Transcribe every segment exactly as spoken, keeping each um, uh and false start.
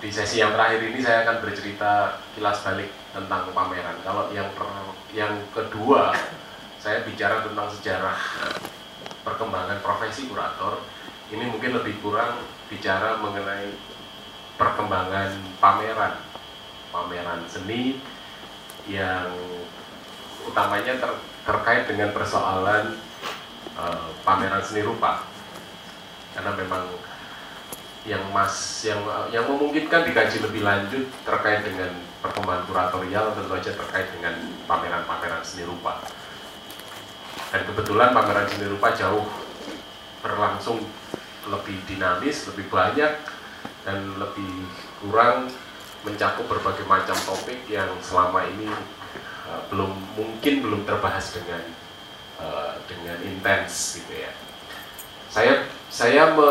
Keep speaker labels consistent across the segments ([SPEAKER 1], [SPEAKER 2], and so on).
[SPEAKER 1] di sesi yang terakhir ini saya akan bercerita kilas balik tentang pameran. Kalau yang per, yang kedua saya bicara tentang sejarah perkembangan profesi kurator. Ini mungkin lebih kurang bicara mengenai perkembangan pameran, pameran seni yang utamanya ter, terkait dengan persoalan uh, pameran seni rupa. Karena memang yang mas yang yang memungkinkan dikaji lebih lanjut terkait dengan perkembangan kuratorial tentu saja terkait dengan pameran-pameran seni rupa. Dan kebetulan pameran seni rupa jauh berlangsung lebih dinamis, lebih banyak, dan lebih kurang mencakup berbagai macam topik yang selama ini uh, belum mungkin belum terbahas dengan uh, dengan intens gitu ya. Saya saya me,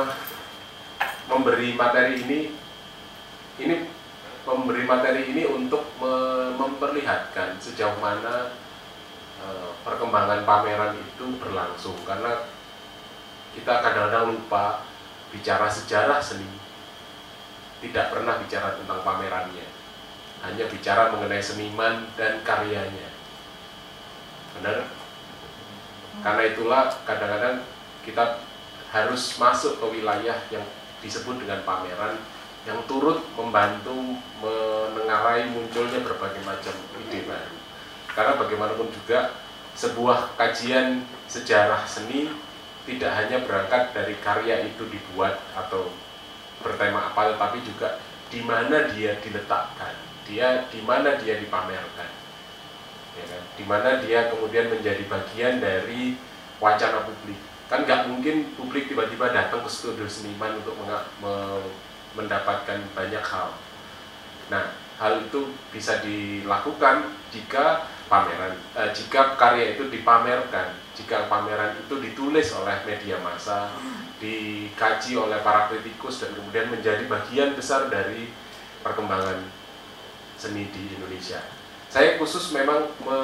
[SPEAKER 1] memberi materi ini ini memberi materi ini untuk me, memperlihatkan sejauh mana uh, perkembangan pameran itu berlangsung, karena kita kadang-kadang lupa bicara sejarah seni, tidak pernah bicara tentang pamerannya, hanya bicara mengenai seniman dan karyanya. Benar? Karena itulah kadang-kadang kita harus masuk ke wilayah yang disebut dengan pameran, yang turut membantu menengarai munculnya berbagai macam ide baru. Karena bagaimanapun juga sebuah kajian sejarah seni tidak hanya berangkat dari karya itu dibuat atau bertema apa, tetapi juga di mana dia diletakkan, dia di mana dia dipamerkan, ya kan? Di mana dia kemudian menjadi bagian dari wacana publik. Kan nggak mungkin publik tiba-tiba datang ke studio seniman untuk me mendapatkan banyak hal. Nah, hal itu bisa dilakukan jika pameran, eh, jika karya itu dipamerkan, jika pameran itu ditulis oleh media massa, dikaji oleh para kritikus, dan kemudian menjadi bagian besar dari perkembangan seni di Indonesia. Saya khusus memang me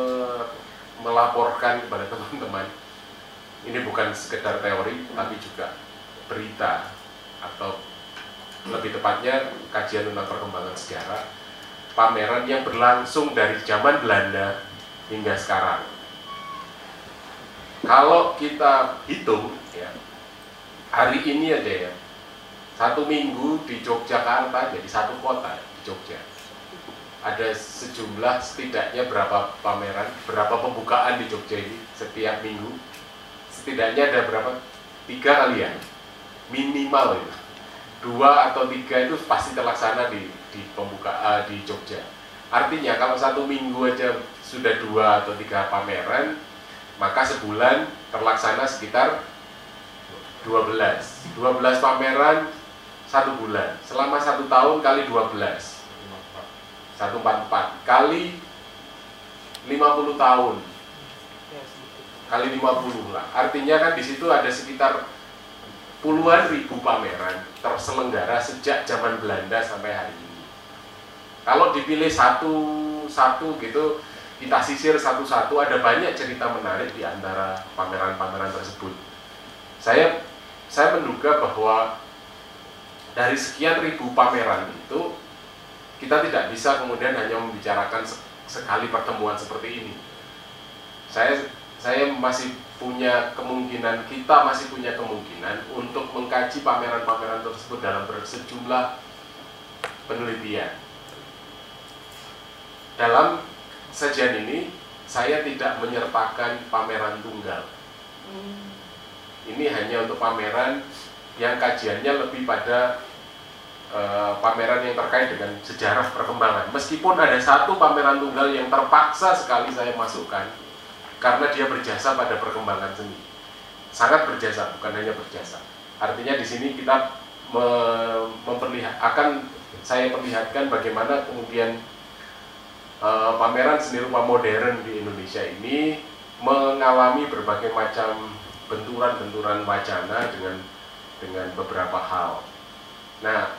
[SPEAKER 1] melaporkan kepada teman-teman, ini bukan sekedar teori, tapi juga berita, atau lebih tepatnya kajian tentang perkembangan sejarah pameran yang berlangsung dari zaman Belanda hingga sekarang. Kalau kita hitung ya, hari ini aja ya, satu minggu di Yogyakarta, jadi satu kota di Jogja, ada sejumlah setidaknya berapa pameran, berapa pembukaan di Jogja ini setiap minggu, setidaknya ada berapa, tiga kali ya, minimal itu, dua atau tiga itu pasti terlaksana di di pembuka uh, di Jogja. Artinya kalau satu minggu aja sudah dua atau tiga pameran, maka sebulan terlaksana sekitar dua belas pameran satu bulan. Selama satu tahun kali dua belas, seratus empat puluh empat kali lima puluh tahun, kali lima puluh lah. Artinya kan di situ ada sekitar puluhan ribu pameran terselenggara sejak zaman Belanda sampai hari ini. Kalau dipilih satu-satu gitu, kita sisir satu-satu, ada banyak cerita menarik di antara pameran-pameran tersebut. Saya saya menduga bahwa dari sekian ribu pameran itu, kita tidak bisa kemudian hanya membicarakan sekali pertemuan seperti ini. Saya saya masih punya kemungkinan, kita masih punya kemungkinan untuk mengkaji pameran-pameran tersebut dalam sejumlah penelitian. Dalam sajian ini, saya tidak menyertakan pameran tunggal. Ini hanya untuk pameran yang kajiannya lebih pada uh, pameran yang terkait dengan sejarah perkembangan. Meskipun ada satu pameran tunggal yang terpaksa sekali saya masukkan, karena dia berjasa pada perkembangan seni. Sangat berjasa, bukan hanya berjasa. Artinya di sini kita me memperlihat, akan saya perlihatkan bagaimana kemudian Uh, pameran seni rupa modern di Indonesia ini mengalami berbagai macam benturan-benturan wacana dengan dengan beberapa hal. Nah,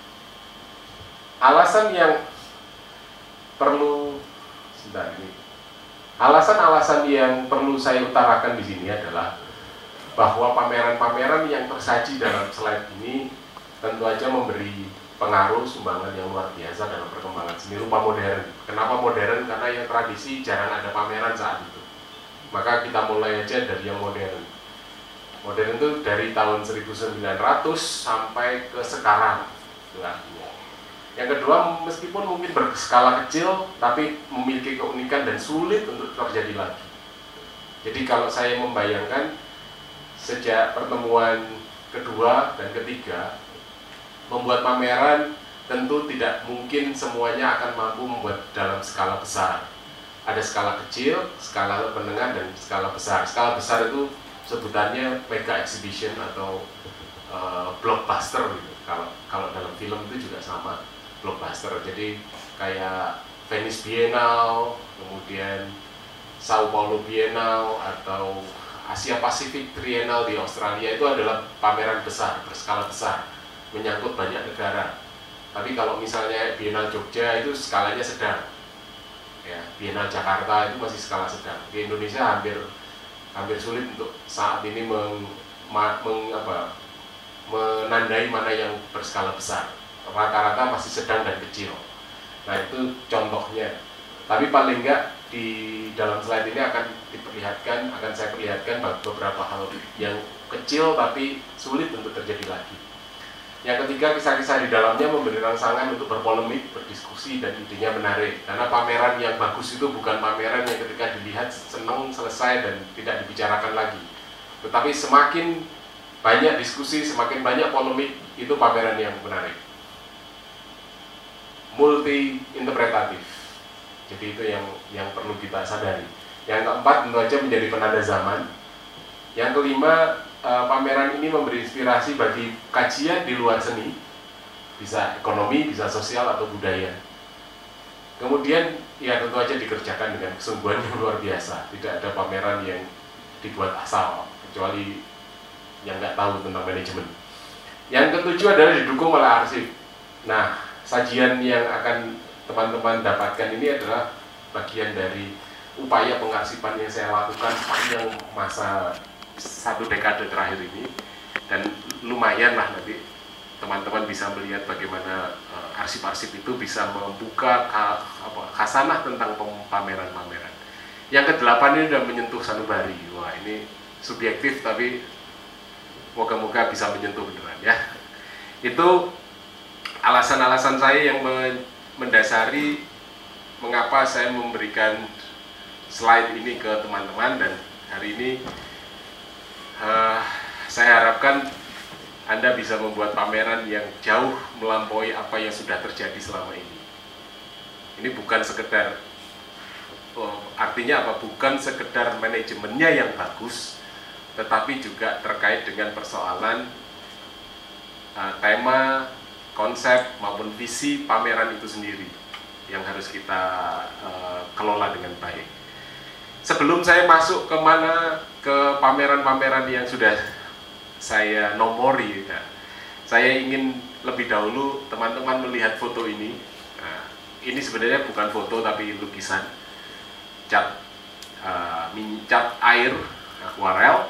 [SPEAKER 1] alasan yang perlu sebentar ini, alasan-alasan yang perlu saya utarakan di sini adalah bahwa pameran-pameran yang tersaji dalam slide ini tentu saja memberi pengaruh sumbangan yang luar biasa dalam perkembangan seni rupa modern. Kenapa modern? Karena yang tradisi jarang ada pameran saat itu. Maka kita mulai aja dari yang modern. Modern itu dari tahun seribu sembilan ratus sampai ke sekarang. Yang kedua, meskipun mungkin berskala kecil, tapi memiliki keunikan dan sulit untuk terjadi lagi. Jadi kalau saya membayangkan sejak pertemuan kedua dan ketiga, membuat pameran tentu tidak mungkin semuanya akan mampu membuat dalam skala besar. Ada skala kecil, skala menengah, dan skala besar. Skala besar itu sebutannya mega exhibition atau uh, blockbuster gitu. Kalau kalau dalam film itu juga sama, blockbuster. Jadi kayak Venice Biennale, kemudian Sao Paulo Biennale, atau Asia Pasifik Triennale di Australia, itu adalah pameran besar, berskala besar, menyangkut banyak negara. Tapi kalau misalnya Biennale Jogja itu skalanya sedang, ya, Biennale Jakarta itu masih skala sedang. Di Indonesia hampir hampir sulit untuk saat ini meng, meng, apa, menandai mana yang berskala besar. Rata-rata masih sedang dan kecil. Nah itu contohnya. Tapi paling enggak di dalam slide ini akan diperlihatkan, akan saya perlihatkan beberapa hal yang kecil tapi sulit untuk terjadi lagi. Yang ketiga, kisah-kisah di dalamnya memberi rangsangan untuk berpolemik, berdiskusi, dan idenya menarik. Karena pameran yang bagus itu bukan pameran yang ketika dilihat senang, selesai, dan tidak dibicarakan lagi. Tetapi semakin banyak diskusi, semakin banyak polemik, itu pameran yang menarik. Multi-interpretatif. Jadi itu yang yang perlu kita sadari. Yang keempat tentu saja menjadi penanda zaman. Yang kelima, uh, pameran ini memberi inspirasi bagi kajian di luar seni, bisa ekonomi, bisa sosial atau budaya. Kemudian ya tentu saja dikerjakan dengan kesungguhan yang luar biasa. Tidak ada pameran yang dibuat asal, kecuali yang nggak tahu tentang manajemen. Yang ketujuh adalah didukung oleh arsip. Nah, sajian yang akan teman-teman dapatkan ini adalah bagian dari upaya pengarsipan yang saya lakukan sepanjang masa satu dekade terakhir ini, dan lumayan lah nanti teman-teman bisa melihat bagaimana uh, arsip-arsip itu bisa membuka ka, apa, khasanah tentang pameran-pameran. Yang kedelapan ini sudah menyentuh sanubari. Wah, ini subjektif tapi moga-moga bisa menyentuh beneran ya. Itu alasan-alasan saya yang mendasari mengapa saya memberikan slide ini ke teman-teman, dan hari ini uh, saya harapkan Anda bisa membuat pameran yang jauh melampaui apa yang sudah terjadi selama ini. Ini bukan sekedar, oh, artinya apa? Bukan sekedar manajemennya yang bagus, tetapi juga terkait dengan persoalan uh, tema, konsep maupun visi pameran itu sendiri yang harus kita uh, kelola dengan baik. Sebelum saya masuk ke mana ke pameran-pameran yang sudah saya nomori, ya, saya ingin lebih dahulu teman-teman melihat foto ini. Nah, ini sebenarnya bukan foto tapi lukisan cat uh, cat air akuarel.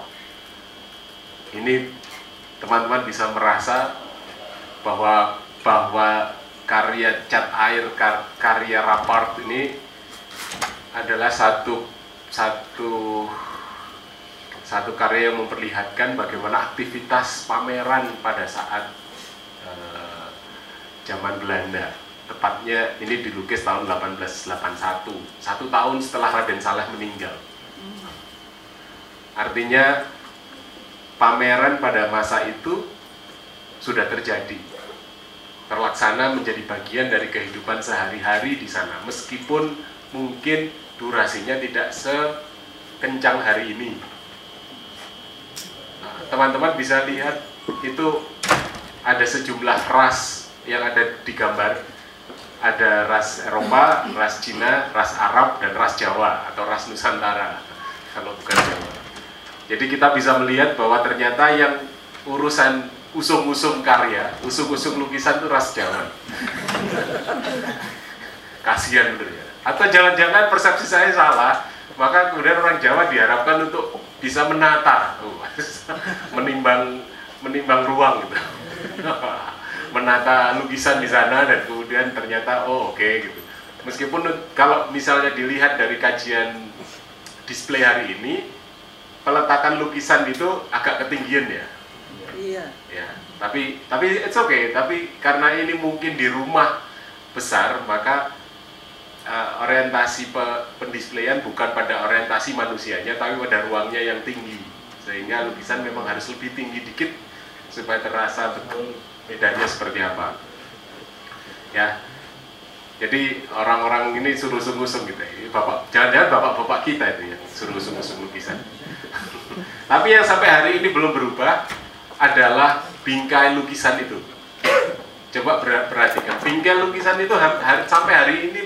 [SPEAKER 1] Ini teman-teman bisa merasa bahwa bahwa karya cat air, kar, karya Rappard ini adalah satu satu satu karya yang memperlihatkan bagaimana aktivitas pameran pada saat eh, zaman Belanda. Tepatnya ini dilukis tahun delapan belas delapan puluh satu, satu tahun setelah Raden Saleh meninggal. Artinya pameran pada masa itu sudah terjadi, terlaksana menjadi bagian dari kehidupan sehari-hari di sana, meskipun mungkin durasinya tidak sekencang hari ini. Teman-teman nah, bisa lihat itu ada sejumlah ras yang ada di gambar. Ada ras Eropa, ras Cina, ras Arab, dan ras Jawa atau ras Nusantara kalau bukan Jawa. Jadi kita bisa melihat bahwa ternyata yang urusan usum-usum karya, usum-usum lukisan itu ras Jawa. Kasihan bener ya. Atau jangan-jangan persepsi saya salah, maka kemudian orang Jawa diharapkan untuk bisa menata, oh, menimbang menimbang ruang gitu. menata lukisan di sana dan kemudian ternyata oh oke okay, gitu. Meskipun kalau misalnya dilihat dari kajian display hari ini, peletakan lukisan itu agak ketinggian ya.
[SPEAKER 2] Iya.
[SPEAKER 1] Ya, tapi tapi it's okay. Tapi karena ini mungkin di rumah besar, maka uh, orientasi pe, pendisplayan bukan pada orientasi manusianya, tapi pada ruangnya yang tinggi. Sehingga lukisan memang harus lebih tinggi dikit supaya terasa betul bedanya seperti apa. Ya. Jadi orang-orang ini suruh usung-usung gitu. Bapak, jangan-jangan bapak-bapak kita itu yang suruh usung-usung lukisan. Tapi yang sampai hari ini belum berubah adalah bingkai lukisan itu. Coba perhatikan, bingkai lukisan itu hari, sampai hari ini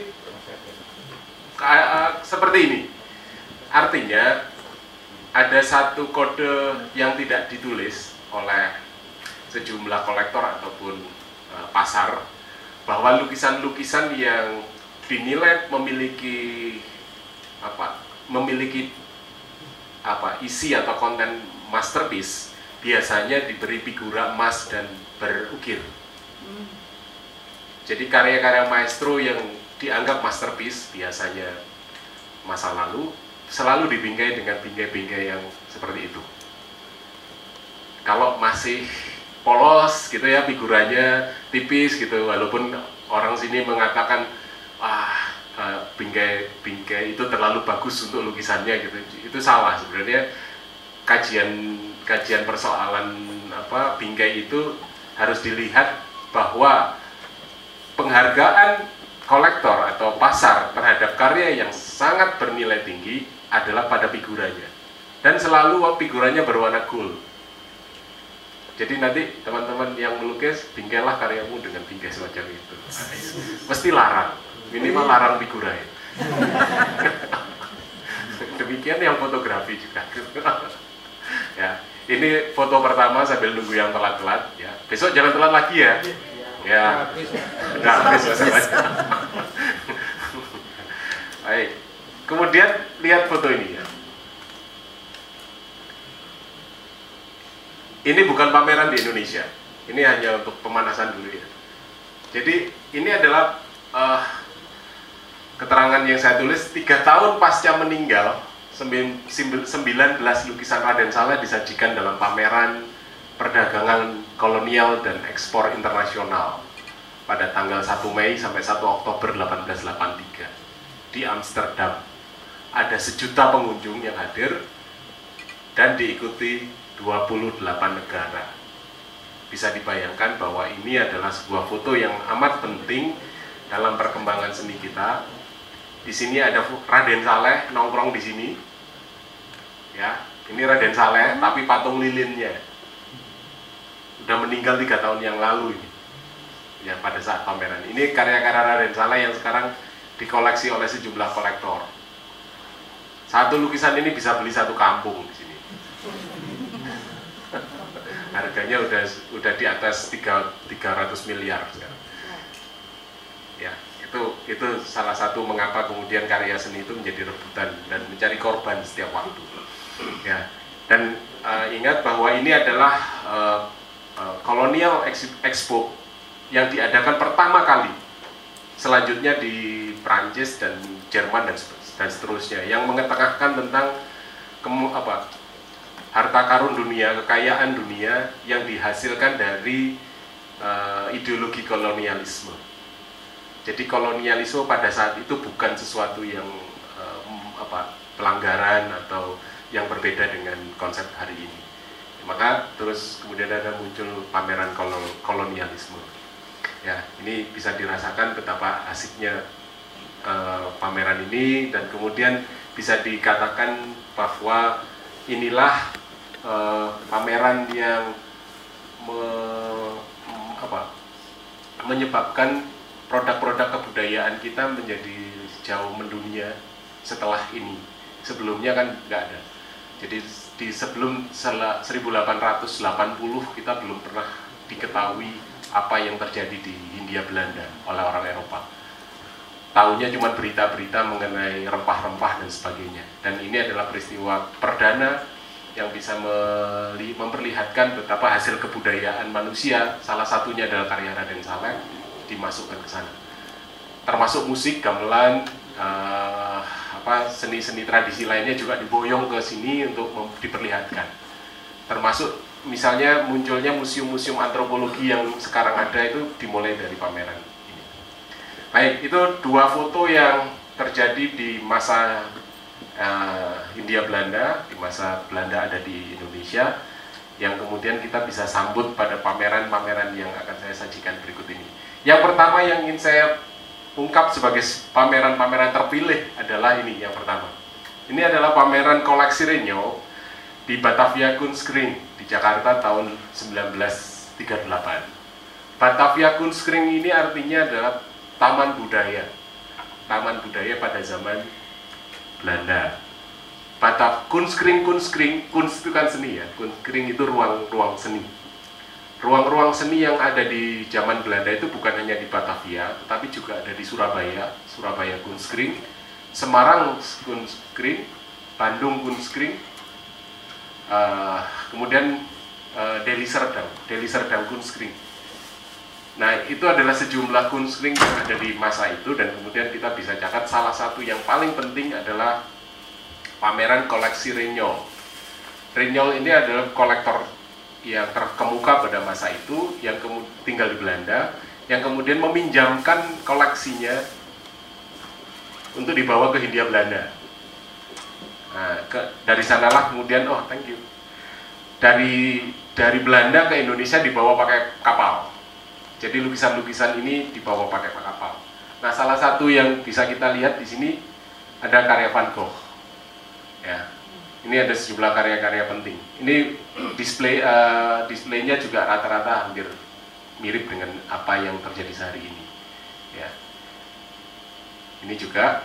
[SPEAKER 1] uh, seperti ini. Artinya ada satu kode yang tidak ditulis oleh sejumlah kolektor ataupun uh, pasar, bahwa lukisan-lukisan yang dinilai memiliki apa, memiliki apa isi atau konten masterpiece biasanya diberi figura emas dan berukir. Hmm. Jadi karya-karya maestro yang dianggap masterpiece biasanya masa lalu selalu dibingkai dengan bingkai-bingkai yang seperti itu. Kalau masih polos gitu ya, figuranya tipis gitu, walaupun orang sini mengatakan wah bingkai bingkai itu terlalu bagus untuk lukisannya gitu, itu salah sebenarnya. Kajian kajian persoalan apa bingkai itu harus dilihat bahwa penghargaan kolektor atau pasar terhadap karya yang sangat bernilai tinggi adalah pada figuranya, dan selalu figuranya berwarna gold. Jadi nanti teman-teman yang melukis, bingkailah karyamu dengan bingkai semacam itu. Mesti larang, minimal larang figura ya. Demikian yang fotografi juga. Ya, ini foto pertama sambil nunggu yang telat-telat. Ya, besok jangan telat lagi ya. Ya, nggak habis masalahnya. Baik, kemudian lihat foto ini ya. Ini bukan pameran di Indonesia, ini hanya untuk pemanasan dulu ya. Jadi ini adalah uh, keterangan yang saya tulis tiga tahun pasca meninggal, sembilan belas lukisan Raden Saleh disajikan dalam pameran perdagangan kolonial dan ekspor internasional pada tanggal satu Mei sampai satu Oktober delapan belas delapan puluh tiga di Amsterdam. Ada sejuta pengunjung yang hadir dan diikuti dua puluh delapan negara. Bisa dibayangkan bahwa ini adalah sebuah foto yang amat penting dalam perkembangan seni kita. Di sini ada Raden Saleh nongkrong di sini. Ya, ini Raden Saleh tapi patung lilinnya. Udah meninggal tiga tahun yang lalu ini. Ya, pada saat pameran. Ini karya-karya Raden Saleh yang sekarang dikoleksi oleh sejumlah kolektor. Satu lukisan ini bisa beli satu kampung di sini. Harganya udah udah di atas tiga ratus miliar sekarang. Ya, itu itu salah satu mengapa kemudian karya seni itu menjadi rebutan dan mencari korban setiap waktu. Ya, dan uh, ingat bahwa ini adalah uh, uh, Colonial Expo yang diadakan pertama kali. Selanjutnya di Prancis dan Jerman dan, dan seterusnya, yang mengetengahkan tentang kemu, apa harta karun dunia, kekayaan dunia yang dihasilkan dari uh, ideologi kolonialisme. Jadi kolonialisme pada saat itu bukan sesuatu yang uh, apa, pelanggaran atau yang berbeda dengan konsep hari ini. Maka terus kemudian ada muncul pameran kolon kolonialisme. Ya, ini bisa dirasakan betapa asiknya uh, pameran ini, dan kemudian bisa dikatakan bahwa inilah uh, pameran yang me, apa, menyebabkan produk-produk kebudayaan kita menjadi jauh mendunia setelah ini. Sebelumnya kan nggak ada. Jadi di sebelum seribu delapan ratus delapan puluh kita belum pernah diketahui apa yang terjadi di Hindia Belanda oleh orang Eropa. Tahunya cuma berita-berita mengenai rempah-rempah dan sebagainya. Dan ini adalah peristiwa perdana yang bisa memperlihatkan betapa hasil kebudayaan manusia, salah satunya adalah karya Raden Saleh, dimasukkan ke sana. Termasuk musik, gamelan, uh, apa seni-seni tradisi lainnya juga diboyong ke sini untuk diperlihatkan. Termasuk misalnya munculnya museum-museum antropologi yang sekarang ada itu dimulai dari pameran ini. Baik, itu dua foto yang terjadi di masa uh, Hindia Belanda, di masa Belanda ada di Indonesia, yang kemudian kita bisa sambut pada pameran-pameran yang akan saya sajikan berikut ini. Yang pertama yang ingin saya ungkap sebagai pameran-pameran terpilih adalah ini, yang pertama. Ini adalah pameran koleksi Regnault di Batavia Kunstkring di Jakarta tahun seribu sembilan ratus tiga puluh delapan. Batavia Kunstkring ini artinya adalah taman budaya. Taman budaya pada zaman Belanda. Batav Kunstkring, Kunstkring, Kunst itu kan seni ya. Kunstkring itu ruang-ruang seni. Ruang-ruang seni yang ada di zaman Belanda itu bukan hanya di Batavia, tetapi juga ada di Surabaya, Surabaya Kunstkring, Semarang Kunstkring, Bandung Kunstkring, uh, kemudian uh, Deli Serdang, Deli Serdang Kunstkring. Nah, itu adalah sejumlah Kunstkring yang ada di masa itu, dan kemudian kita bisa catat salah satu yang paling penting adalah pameran koleksi Regnault. Regnault ini adalah kolektor yang terkemuka pada masa itu, yang tinggal di Belanda, yang kemudian meminjamkan koleksinya untuk dibawa ke Hindia Belanda. Nah, ke, dari sanalah kemudian, oh thank you, dari dari Belanda ke Indonesia dibawa pakai kapal. Jadi lukisan-lukisan ini dibawa pakai kapal. Nah, salah satu yang bisa kita lihat di sini ada karya Van Gogh. Ya, ini ada sejumlah karya-karya penting. Ini display uh, displaynya juga rata-rata hampir mirip dengan apa yang terjadi sehari ini. Ya, ini juga.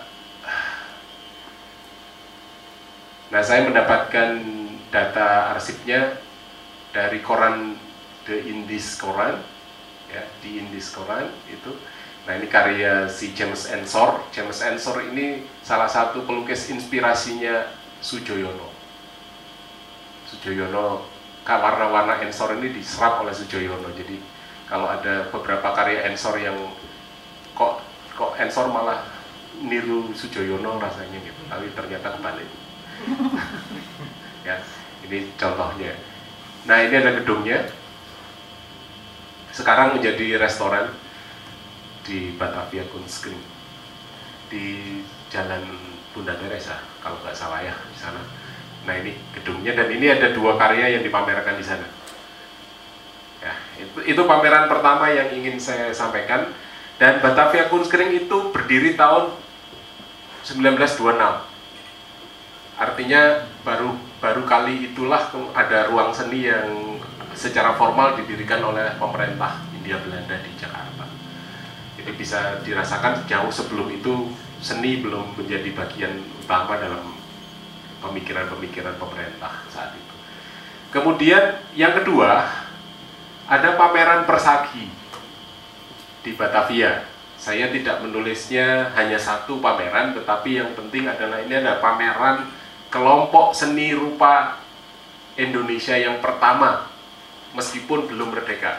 [SPEAKER 1] Nah, saya mendapatkan data arsipnya dari koran The Indies Koran, ya, di Indies Koran itu. Nah, ini karya si James Ensor. James Ensor ini salah satu pelukis inspirasinya Sujoyono. Sujoyono, warna-warna Ensor ini diserap oleh Sujoyono. Jadi kalau ada beberapa karya Ensor yang kok kok Ensor malah niru Sujoyono rasanya gitu, tapi ternyata kebalik. Ya, ini contohnya. Nah, ini ada gedungnya. Sekarang menjadi restoran di Batavia Kunstskring di Jalan Bunda Teresa, kalau nggak salah ya, di sana. Nah, ini gedungnya, dan ini ada dua karya yang dipamerkan di sana. Ya, itu, itu pameran pertama yang ingin saya sampaikan. Dan Batavia Kunstskring itu berdiri tahun seribu sembilan ratus dua puluh enam. Artinya baru baru kali itulah ada ruang seni yang secara formal didirikan oleh pemerintah Hindia Belanda di Jakarta. Jadi bisa dirasakan jauh sebelum itu seni belum menjadi bagian utama dalam pemikiran-pemikiran pemerintah saat itu. Kemudian yang kedua, ada pameran persagi di Batavia. Saya tidak menulisnya hanya satu pameran, tetapi yang penting adalah ini adalah pameran kelompok seni rupa Indonesia yang pertama, meskipun belum merdeka.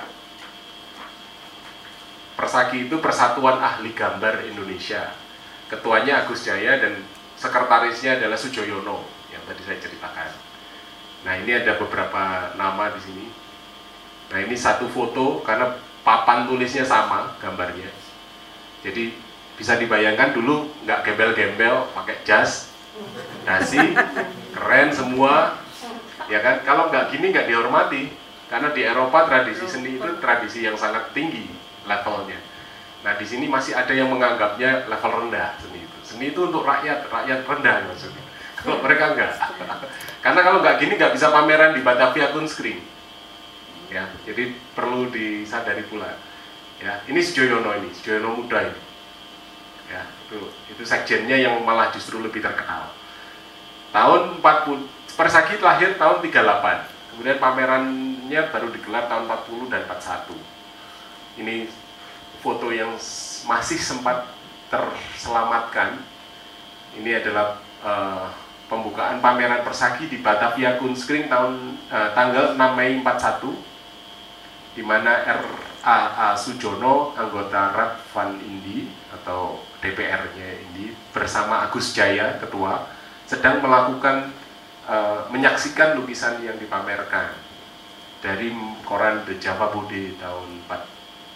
[SPEAKER 1] Persagi itu Persatuan Ahli Gambar Indonesia. Ketuanya Agus Jaya dan sekretarisnya adalah Sujoyono yang tadi saya ceritakan. Nah, ini ada beberapa nama di sini. Nah, ini satu foto karena papan tulisnya sama gambarnya. Jadi bisa dibayangkan dulu nggak gembel-gembel, pakai jas, dasi, keren semua, ya kan? Kalau nggak gini nggak dihormati, karena di Eropa tradisi seni itu tradisi yang sangat tinggi levelnya. Nah, di sini masih ada yang menganggapnya level rendah seni itu. Seni itu untuk rakyat, rakyat rendah maksudnya. Kalau mereka enggak. Karena kalau nggak gini nggak bisa pameran di Batavia Kunstskring. Ya, jadi perlu disadari pula. Ya, ini Sujoyono ini, Sujoyono muda ini. Ya, itu itu sekjennya yang malah justru lebih terkenal. Tahun empat puluh, Persagi lahir tahun tiga puluh delapan. Kemudian pamerannya baru digelar tahun empat puluh dan empat puluh satu. Ini foto yang masih sempat terselamatkan. Ini adalah uh, pembukaan pameran Persagi di Batavia Kunstkring tahun uh, tanggal enam Mei empat puluh satu, di mana R A A Sujono, anggota Radvan Indi atau D P R-nya Indi, bersama Agus Jaya, ketua, sedang melakukan uh, menyaksikan lukisan yang dipamerkan dari koran The Java Bode tahun empat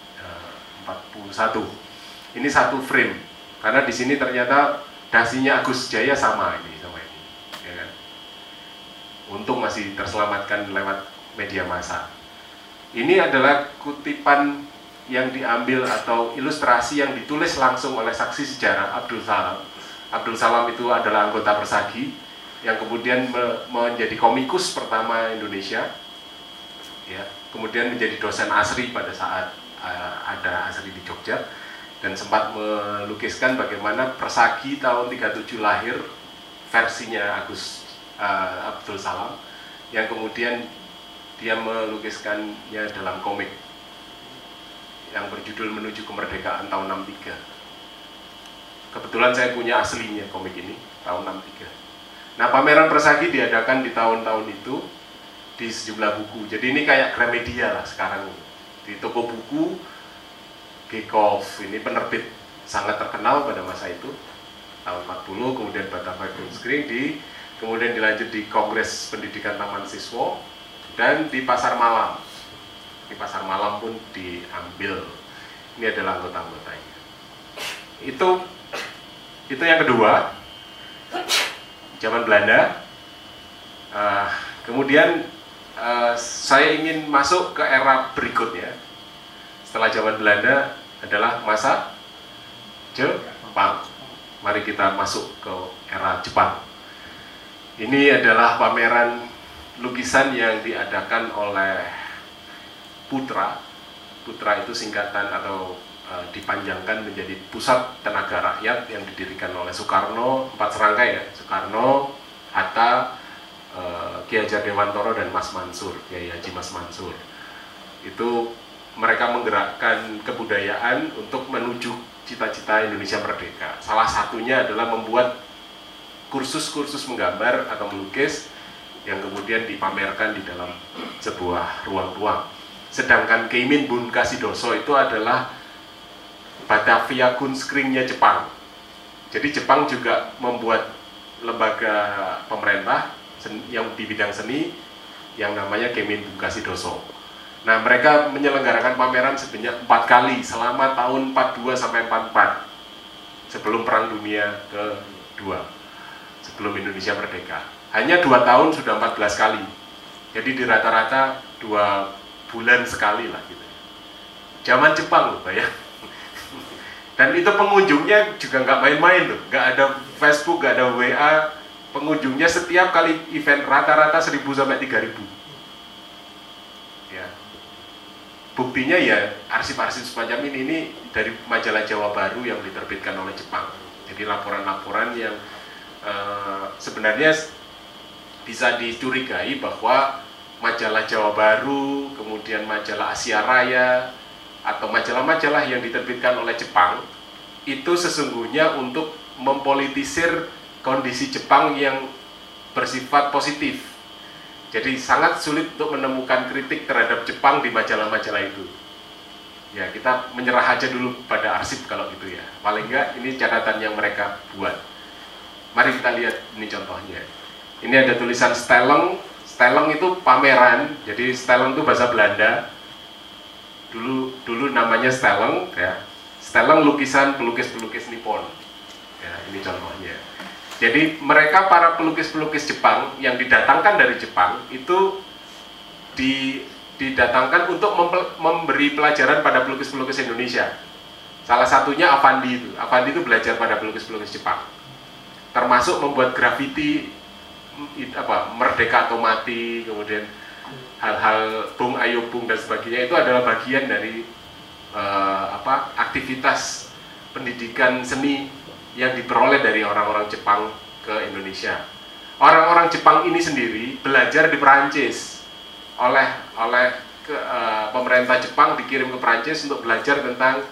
[SPEAKER 1] puluh satu. Ini satu frame, karena di sini ternyata dasinya Agus Jaya sama ini sama ini, ya kan? Untung masih terselamatkan lewat media massa. Ini adalah kutipan yang diambil atau ilustrasi yang ditulis langsung oleh saksi sejarah Abdul Salam. Abdul Salam itu adalah anggota Persagi yang kemudian me menjadi komikus pertama Indonesia, ya, kemudian menjadi dosen asri pada saat uh, ada asri di Jogja, dan sempat melukiskan bagaimana Persagi tahun tiga puluh tujuh lahir versinya Agus uh, Abdul Salam, yang kemudian dia melukiskannya dalam komik yang berjudul Menuju Kemerdekaan tahun enam puluh tiga. Kebetulan saya punya aslinya komik ini tahun enam puluh tiga. Nah, pameran Persagi diadakan di tahun-tahun itu di sejumlah buku. Jadi ini kayak Gramedia lah sekarang, di toko buku Gekov, ini penerbit sangat terkenal pada masa itu tahun empat puluh, kemudian Batavia Kunstkring, di kemudian dilanjut di Kongres Pendidikan Taman Siswa, dan di Pasar Malam. Di Pasar Malam pun diambil. Ini adalah anggota-anggotanya. Itu itu yang kedua, zaman Belanda. Uh, kemudian uh, saya ingin masuk ke era berikutnya. Setelah zaman Belanda adalah masa Jepang. Mari kita masuk ke era Jepang. Ini adalah pameran lukisan yang diadakan oleh Putra. Putra itu singkatan atau e, dipanjangkan menjadi Pusat Tenaga Rakyat yang didirikan oleh Soekarno, empat serangkai ya, Soekarno, Hatta, e, Ki Hajar Dewantoro, dan Mas Mansur, Kiai Haji Mas Mansur. Itu mereka menggerakkan kebudayaan untuk menuju cita-cita Indonesia merdeka. Salah satunya adalah membuat kursus-kursus menggambar atau melukis yang kemudian dipamerkan di dalam sebuah ruang-ruang. Sedangkan Keimin Bun Kasidoso itu adalah Batavia Kunstkringnya Jepang. Jadi Jepang juga membuat lembaga pemerintah yang di bidang seni yang namanya Keimin Bun Kasidoso. Nah, mereka menyelenggarakan pameran sebanyak empat kali selama tahun empat puluh dua sampai empat puluh empat, sebelum Perang Dunia kedua, sebelum Indonesia merdeka. Hanya dua tahun sudah empat belas kali. Jadi di rata-rata dua bulan sekali lah gitu. Zaman Jepang loh, bayang. Dan itu pengunjungnya juga nggak main-main loh. Nggak ada Facebook, nggak ada W A. Pengunjungnya setiap kali event rata-rata seribu sampai tiga ribu. Ya. Buktinya ya arsip-arsip semacam ini, ini dari majalah Jawa Baru yang diterbitkan oleh Jepang. Jadi laporan-laporan yang uh, sebenarnya bisa dicurigai bahwa majalah Jawa Baru, kemudian majalah Asia Raya, atau majalah-majalah yang diterbitkan oleh Jepang itu sesungguhnya untuk mempolitisir kondisi Jepang yang bersifat positif. Jadi sangat sulit untuk menemukan kritik terhadap Jepang di majalah-majalah itu. Ya, kita menyerah aja dulu pada arsip kalau gitu ya. Paling enggak ini catatan yang mereka buat. Mari kita lihat ini contohnya. Ini ada tulisan Stellung. Stellung itu pameran. Jadi Stellung itu bahasa Belanda. Dulu dulu namanya Stellung ya. Stellung lukisan pelukis-pelukis Nippon. Ya, ini contohnya. Jadi mereka para pelukis-pelukis Jepang yang didatangkan dari Jepang itu di, didatangkan untuk memberi pelajaran pada pelukis-pelukis Indonesia. Salah satunya Avandi itu. Avandi itu belajar pada pelukis-pelukis Jepang. Termasuk membuat grafiti apa Merdeka atau Mati, kemudian hal-hal Bung Ayo Bung dan sebagainya itu adalah bagian dari uh, apa aktivitas pendidikan seni yang diperoleh dari orang-orang Jepang ke Indonesia. Orang-orang Jepang ini sendiri belajar di Perancis oleh oleh ke, uh, pemerintah Jepang dikirim ke Perancis untuk belajar tentang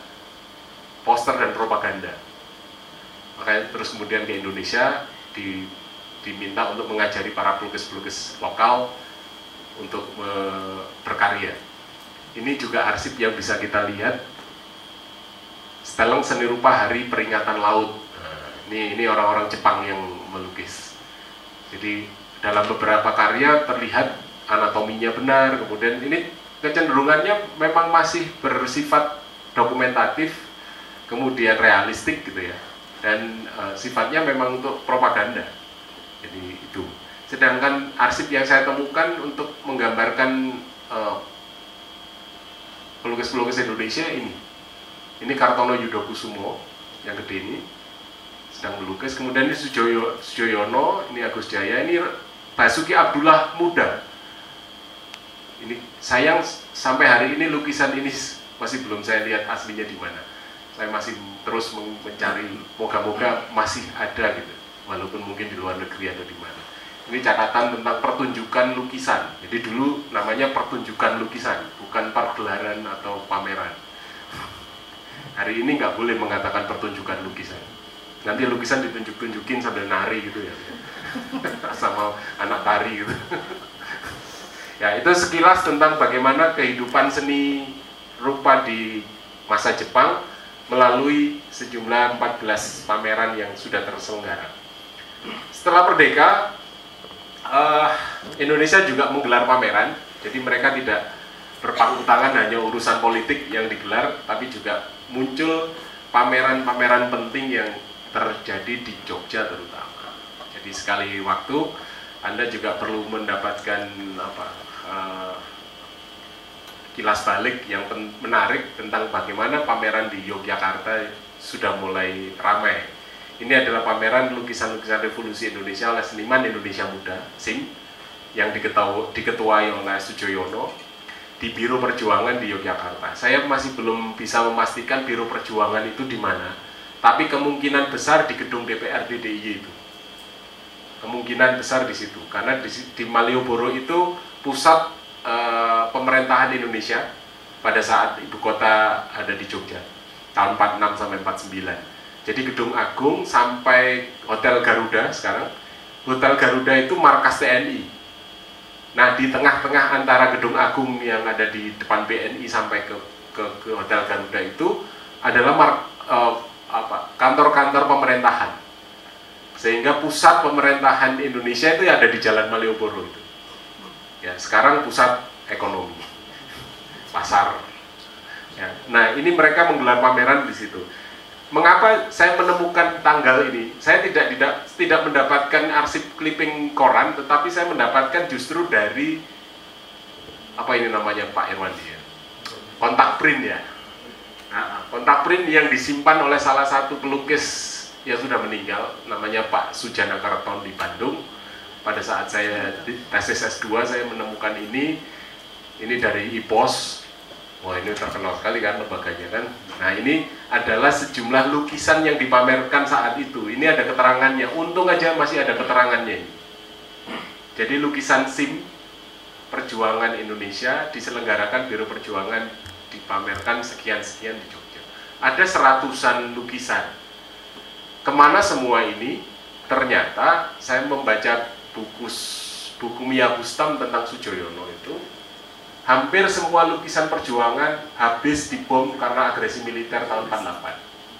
[SPEAKER 1] poster dan propaganda. Makanya terus kemudian ke Indonesia di diminta untuk mengajari para pelukis-pelukis lokal untuk uh, berkarya. Ini juga arsip yang bisa kita lihat. Steleng Seni Rupa Hari Peringatan Laut. Nah, ini ini orang-orang Jepang yang melukis. Jadi dalam beberapa karya terlihat anatominya benar, kemudian ini kecenderungannya memang masih bersifat dokumentatif, kemudian realistik gitu ya, dan uh, sifatnya memang untuk propaganda. Jadi itu. Sedangkan arsip yang saya temukan untuk menggambarkan uh, pelukis-pelukis Indonesia ini, ini Kartono Yudokusumo yang gede ini sedang melukis, kemudian ini Sujoyo, Sujoyono, ini Agus Jaya, ini Basuki Abdullah Muda. Ini sayang sampai hari ini lukisan ini masih belum saya lihat aslinya di mana. Saya masih terus mencari, moga-moga masih ada gitu, walaupun mungkin di luar negeri atau di mana. Ini catatan tentang pertunjukan lukisan. Jadi dulu namanya pertunjukan lukisan, bukan pergelaran atau pameran. Hari ini nggak boleh mengatakan pertunjukan lukisan. Nanti lukisan ditunjuk-tunjukin sambil nari gitu ya, sama anak tari gitu. Ya, itu sekilas tentang bagaimana kehidupan seni rupa di masa Jepang melalui sejumlah empat belas pameran yang sudah terselenggara. Setelah Merdeka, uh, Indonesia juga menggelar pameran. Jadi mereka tidak berpangku tangan hanya urusan politik yang digelar, tapi juga muncul pameran-pameran penting yang terjadi di Jogja terutama. Jadi sekali waktu Anda juga perlu mendapatkan apa, uh, kilas balik yang menarik tentang bagaimana pameran di Yogyakarta sudah mulai ramai. Ini adalah pameran lukisan-lukisan revolusi Indonesia oleh seniman Indonesia Muda, S I M, yang diketuai oleh Sujoyono di Biro Perjuangan di Yogyakarta. Saya masih belum bisa memastikan Biro Perjuangan itu di mana, tapi kemungkinan besar di gedung D P R D D I Y itu. Kemungkinan besar di situ, karena di, di Malioboro itu pusat e, pemerintahan Indonesia pada saat ibu kota ada di Jogja, tahun empat puluh enam sampai empat puluh sembilan. Jadi Gedung Agung sampai Hotel Garuda sekarang, Hotel Garuda itu markas T N I. Nah, di tengah-tengah antara Gedung Agung yang ada di depan B N I sampai ke ke, ke Hotel Garuda itu adalah mar, uh, apa, kantor-kantor pemerintahan. Sehingga pusat pemerintahan Indonesia itu ada di Jalan Malioboro itu. Ya, sekarang pusat ekonomi, pasar. Ya, nah, ini mereka menggelar pameran di situ. Mengapa saya menemukan tanggal ini? Saya tidak tidak tidak mendapatkan arsip clipping koran, tetapi saya mendapatkan justru dari apa ini namanya Pak Irwandi ya, kontak print ya. Nah, kontak print yang disimpan oleh salah satu pelukis yang sudah meninggal, namanya Pak Sujana Kerton di Bandung. Pada saat saya tesis S dua saya menemukan ini, ini dari I P O S. Wah, ini terkenal sekali kan lembaganya kan. Nah, ini adalah sejumlah lukisan yang dipamerkan saat itu. Ini ada keterangannya. Untung aja masih ada keterangannya ini. Jadi lukisan S I M Perjuangan Indonesia diselenggarakan Biro Perjuangan, dipamerkan sekian-sekian di Jogja. Ada seratusan lukisan. Kemana semua ini? Ternyata saya membaca buku buku Mia Bustam tentang Sujoyono itu, hampir semua lukisan perjuangan habis dibom karena agresi militer tahun empat puluh delapan.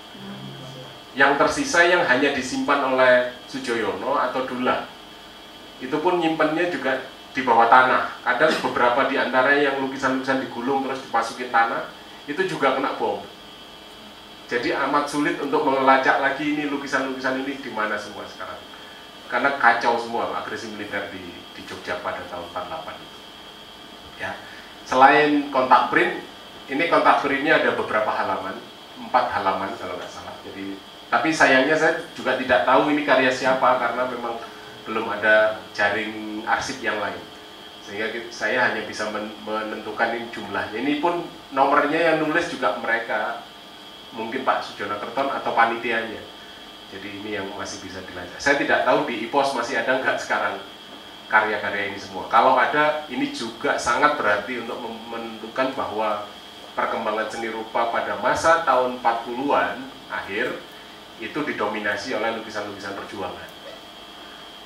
[SPEAKER 1] Yang tersisa yang hanya disimpan oleh Sujoyono atau Dula, itu pun nyimpennya juga di bawah tanah. Kadang beberapa di antara yang lukisan-lukisan digulung terus dimasukin tanah, itu juga kena bom. Jadi amat sulit untuk melacak lagi ini lukisan-lukisan ini di mana semua sekarang. Karena kacau semua agresi militer di, di Jogja pada tahun empat puluh delapan itu. Ya. Selain kontak print, ini kontak printnya ada beberapa halaman, empat halaman kalau nggak salah. Jadi, tapi sayangnya saya juga tidak tahu ini karya siapa karena memang belum ada jaring arsip yang lain. Sehingga saya hanya bisa menentukan ini jumlahnya. Ini pun nomornya yang nulis juga mereka, mungkin Pak Sujono Kerton atau panitianya. Jadi ini yang masih bisa dilacak. Saya tidak tahu di I P O S masih ada nggak sekarang karya-karya ini semua. Kalau ada, ini juga sangat berarti untuk menentukan bahwa perkembangan seni rupa pada masa tahun empat puluhan akhir itu didominasi oleh lukisan-lukisan perjuangan.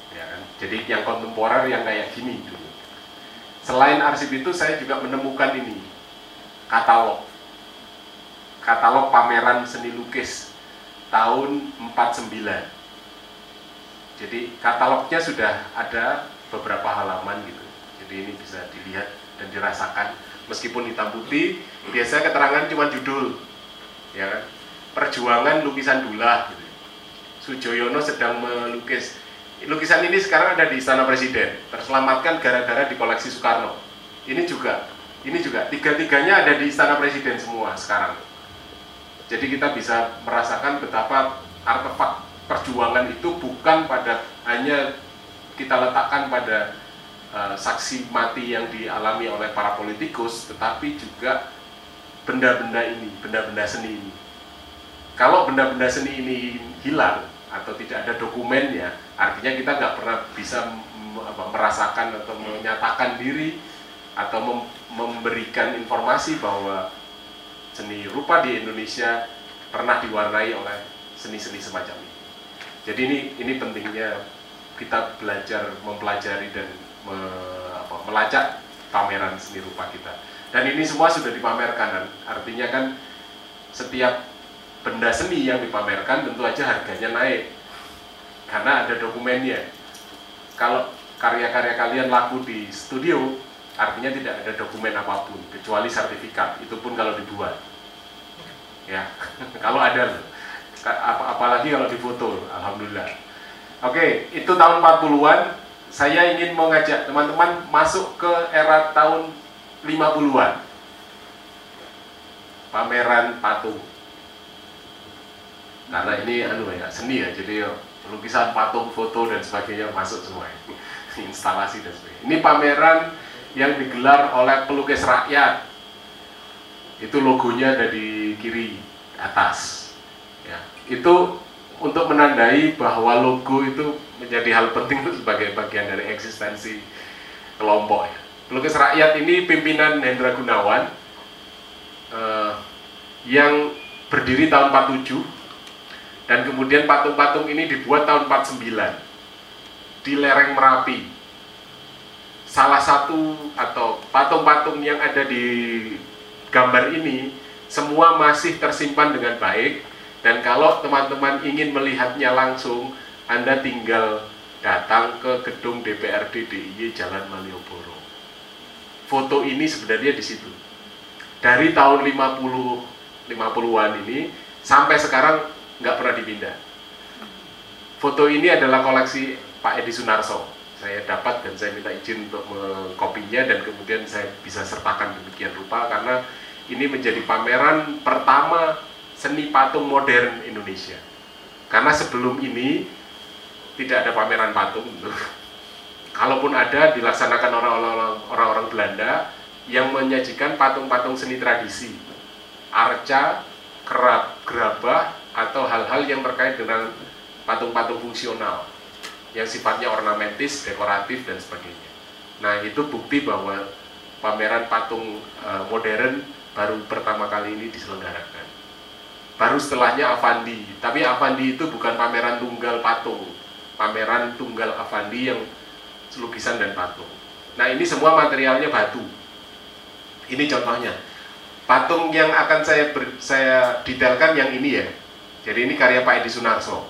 [SPEAKER 1] ya kan? Jadi yang kontemporer yang kayak gini dulu. Selain arsip itu saya juga menemukan ini katalog katalog pameran seni lukis tahun empat puluh sembilan. Jadi katalognya sudah ada beberapa halaman gitu. Jadi ini bisa dilihat dan dirasakan meskipun hitam putih. Biasanya keterangan cuma judul, ya kan? Perjuangan lukisan Dullah gitu. Sujoyono sedang melukis. Lukisan ini sekarang ada di Istana Presiden, terselamatkan gara-gara di koleksi Soekarno. Ini juga, ini juga tiga-tiganya ada di Istana Presiden semua sekarang. Jadi kita bisa merasakan betapa artefak perjuangan itu bukan pada hanya kita letakkan pada uh, saksi mati yang dialami oleh para politikus, tetapi juga benda-benda ini, benda-benda seni ini. Kalau benda-benda seni ini hilang atau tidak ada dokumennya, artinya kita nggak pernah bisa apa, merasakan atau menyatakan diri atau mem memberikan informasi bahwa seni rupa di Indonesia pernah diwarnai oleh seni-seni semacam ini. Jadi ini ini pentingnya kita belajar mempelajari dan me, apa, melacak pameran seni rupa kita. Dan ini semua sudah dipamerkan, artinya kan setiap benda seni yang dipamerkan tentu aja harganya naik karena ada dokumennya. Kalau karya-karya kalian laku di studio, artinya tidak ada dokumen apapun kecuali sertifikat, itu pun kalau dibuat ya. Kalau ada loh. Ap apalagi kalau difoto, alhamdulillah. Oke, itu tahun empat puluhan. Saya ingin mengajak teman-teman masuk ke era tahun lima puluhan. Pameran patung. Karena ini anu ya, seni ya, jadi lukisan, patung, foto dan sebagainya masuk semua. Instalasi dan sebagainya. Ini pameran yang digelar oleh pelukis rakyat. Itu logonya ada di kiri atas. Ya, itu untuk menandai bahwa logo itu menjadi hal penting sebagai bagian dari eksistensi kelompok. Ya. Pelukis rakyat ini pimpinan Hendra Gunawan eh, yang berdiri tahun empat puluh tujuh. Dan kemudian patung-patung ini dibuat tahun empat puluh sembilan di lereng Merapi. Salah satu atau patung-patung yang ada di gambar ini semua masih tersimpan dengan baik. Dan kalau teman-teman ingin melihatnya langsung, Anda tinggal datang ke gedung D P R D D I Y Jalan Malioboro. Foto ini sebenarnya di situ. Dari tahun lima puluh lima puluhan ini sampai sekarang nggak pernah dipindah. Foto ini adalah koleksi Pak Edi Sunarso. Saya dapat dan saya minta izin untuk mengkopinya dan kemudian saya bisa sertakan demikian rupa karena ini menjadi pameran pertama seni patung modern Indonesia. Karena sebelum ini tidak ada pameran patung. Kalaupun ada, dilaksanakan orang-orang Belanda yang menyajikan patung-patung seni tradisi, arca, kerap, gerabah, atau hal-hal yang terkait dengan patung-patung fungsional yang sifatnya ornamentis, dekoratif, dan sebagainya. Nah, itu bukti bahwa pameran patung uh, modern baru pertama kali ini diselenggarakan. Baru setelahnya Avandi, tapi Avandi itu bukan pameran tunggal patung, pameran tunggal Avandi yang lukisan dan patung. Nah, ini semua materialnya batu. Ini contohnya. Patung yang akan saya ber, saya detailkan yang ini ya. Jadi ini karya Pak Edi Sunarso.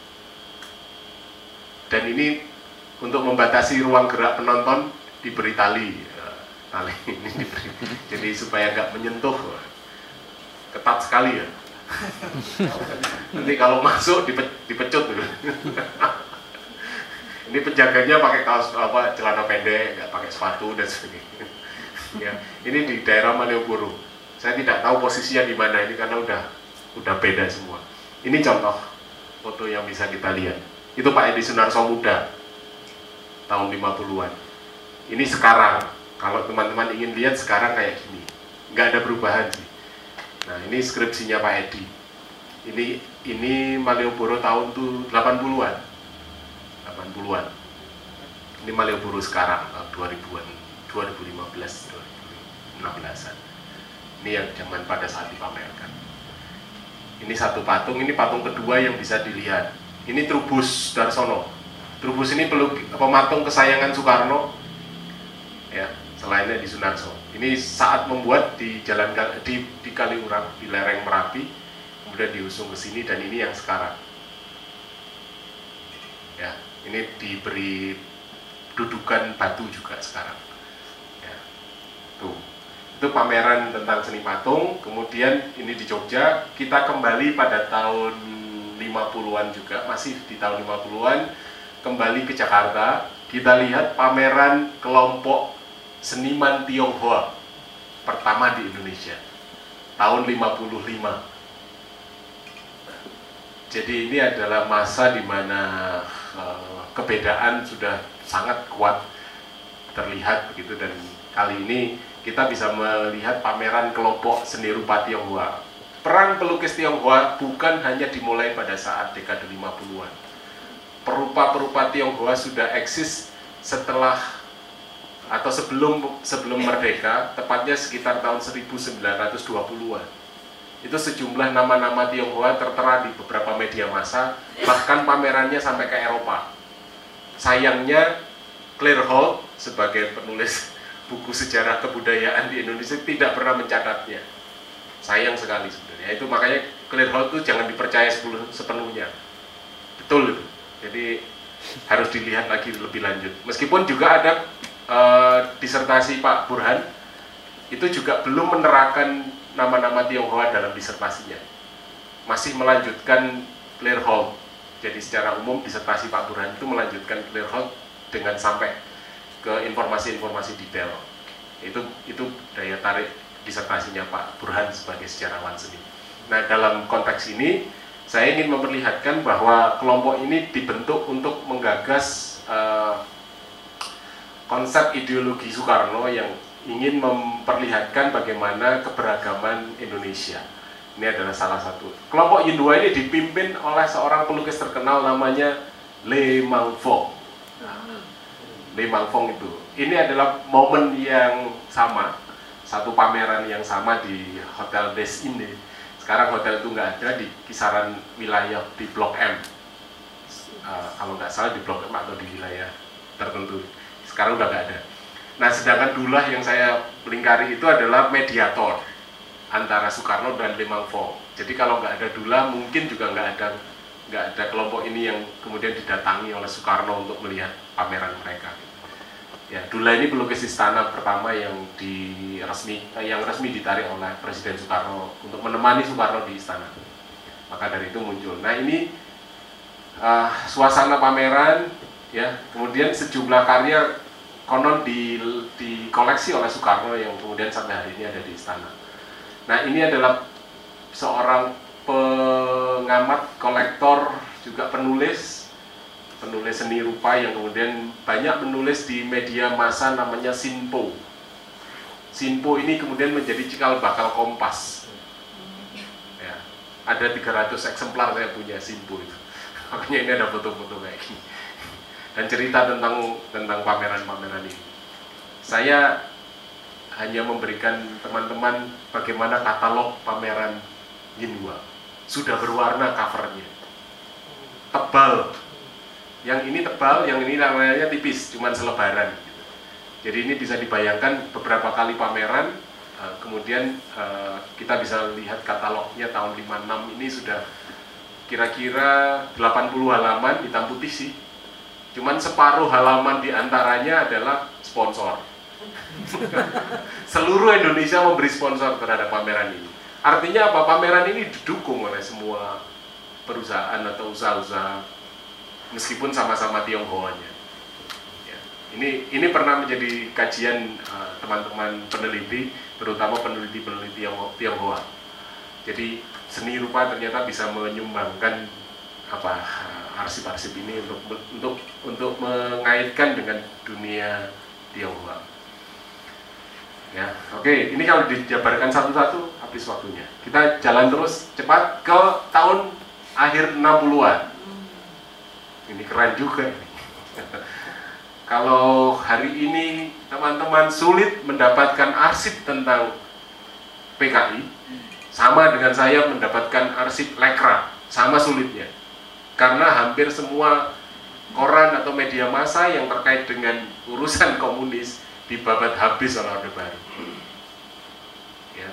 [SPEAKER 1] Dan ini untuk membatasi ruang gerak penonton diberi tali. Tali ini diberi. Jadi supaya nggak menyentuh. Ketat sekali ya. Nanti kalau masuk dipe, dipecut gitu. Ini penjaganya pakai kaos apa celana pendek, nggak pakai sepatu dan sebagainya. Ya, ini di daerah Malioboro. Saya tidak tahu posisinya di mana ini karena udah udah beda semua. Ini contoh foto yang bisa kita lihat. Itu Pak Edi Sunarso muda, tahun lima puluhan. Ini sekarang, kalau teman-teman ingin lihat sekarang kayak gini. Nggak ada perubahan sih. Nah, ini skripsinya Pak Edi. Ini ini Malioboro tahun tuh delapan puluhan. delapan puluhan. Ini Malioboro sekarang, tahun dua ribuan, dua ribu lima belas, dua ribu enam belasan. Ini yang zaman pada saat dipamerkan. Ini satu patung, ini patung kedua yang bisa dilihat. Ini Trubus Darsono. Trubus ini peluk, pematung kesayangan Soekarno, ya, selainnya di Sunarso. Ini saat membuat di jalan di, di Kaliurang, di lereng Merapi, kemudian diusung ke sini, dan ini yang sekarang. Ya, ini diberi dudukan batu juga sekarang. Ya, tuh. Itu pameran tentang seni patung. Kemudian ini di Jogja, kita kembali pada tahun lima puluhan juga, masih di tahun lima puluhan, kembali ke Jakarta. Kita lihat pameran kelompok seniman Tionghoa pertama di Indonesia tahun lima puluh lima. Jadi ini adalah masa di mana uh, kebedaan sudah sangat kuat terlihat begitu, dan kali ini kita bisa melihat pameran kelompok seni rupa Tionghoa. Peran pelukis Tionghoa bukan hanya dimulai pada saat dekade lima puluhan. Perupa-perupa Tionghoa sudah eksis setelah atau sebelum sebelum merdeka, tepatnya sekitar tahun seribu sembilan ratus dua puluhan. Itu sejumlah nama-nama Tionghoa tertera di beberapa media massa, bahkan pamerannya sampai ke Eropa. Sayangnya Claire Holt sebagai penulis buku sejarah kebudayaan di Indonesia tidak pernah mencatatnya. Sayang sekali sebenarnya. Itu makanya Claire Holt itu jangan dipercaya sepenuhnya. Betul itu. Jadi harus dilihat lagi lebih lanjut. Meskipun juga ada uh, disertasi Pak Burhan, itu juga belum menerangkan nama-nama Tionghoa dalam disertasinya. Masih melanjutkan Claire Holt. Jadi secara umum disertasi Pak Burhan itu melanjutkan Claire Holt dengan sampai ke informasi-informasi detail. Itu itu daya tarik disertasinya Pak Burhan sebagai sejarawan seni. Nah, dalam konteks ini saya ingin memperlihatkan bahwa kelompok ini dibentuk untuk menggagas uh, konsep ideologi Soekarno yang ingin memperlihatkan bagaimana keberagaman Indonesia. Ini adalah salah satu. Kelompok Yin Hua ini dipimpin oleh seorang pelukis terkenal namanya Le Mang Fong. Le Mang Fong itu. Ini adalah momen yang sama, satu pameran yang sama di Hotel Des Indes. Sekarang hotel itu nggak ada, di kisaran wilayah di Blok M. Uh, kalau nggak salah di Blok M atau di wilayah tertentu. Sekarang udah nggak ada. Nah, sedangkan Dullah yang saya lingkari itu adalah mediator antara Soekarno dan Le Mang Fong. Jadi kalau nggak ada Dullah, mungkin juga nggak ada nggak ada kelompok ini yang kemudian didatangi oleh Soekarno untuk melihat pameran mereka. Ya, Dullah ini pelukis istana pertama yang di resmi yang resmi ditarik oleh Presiden Soekarno untuk menemani Soekarno di istana. Maka dari itu muncul. Nah, ini uh, suasana pameran, ya. Kemudian sejumlah karya konon di dikoleksi oleh Soekarno yang kemudian sampai hari ini ada di istana. Nah, ini adalah seorang pengamat, kolektor, juga penulis penulis seni rupa yang kemudian banyak menulis di media massa namanya Sinpo. Sinpo ini kemudian menjadi cikal bakal Kompas. Ya, ada tiga ratus eksemplar saya punya Sinpo itu. Makanya ini ada foto-foto kayak gini. Dan cerita tentang tentang pameran-pameran ini. Saya hanya memberikan teman-teman bagaimana katalog pameran Yin Hua. Sudah berwarna covernya. Tebal. Yang ini tebal, yang ini namanya tipis, cuman selebaran. Jadi ini bisa dibayangkan beberapa kali pameran, uh, kemudian uh, kita bisa lihat katalognya tahun lima puluh enam ini sudah kira-kira delapan puluh halaman, hitam putih sih. Cuman separuh halaman diantaranya adalah sponsor. Seluruh Indonesia memberi sponsor terhadap pameran ini. Artinya apa? Pameran ini didukung oleh semua perusahaan atau usaha-usaha, meskipun sama-sama Tionghoanya. Ya. Ini ini pernah menjadi kajian teman-teman uh, peneliti, terutama peneliti-peneliti Tionghoa. Jadi seni rupa ternyata bisa menyumbangkan apa arsip-arsip ini untuk untuk untuk mengaitkan dengan dunia Tionghoa. Ya, oke. Ini kalau dijabarkan satu-satu habis waktunya. Kita jalan terus cepat ke tahun akhir enam puluhan. Ini keren juga ini. Kalau hari ini teman-teman sulit mendapatkan arsip tentang P K I, sama dengan saya mendapatkan arsip Lekra, sama sulitnya. Karena hampir semua koran atau media massa yang terkait dengan urusan komunis dibabat habis oleh Orde Baru. Ya.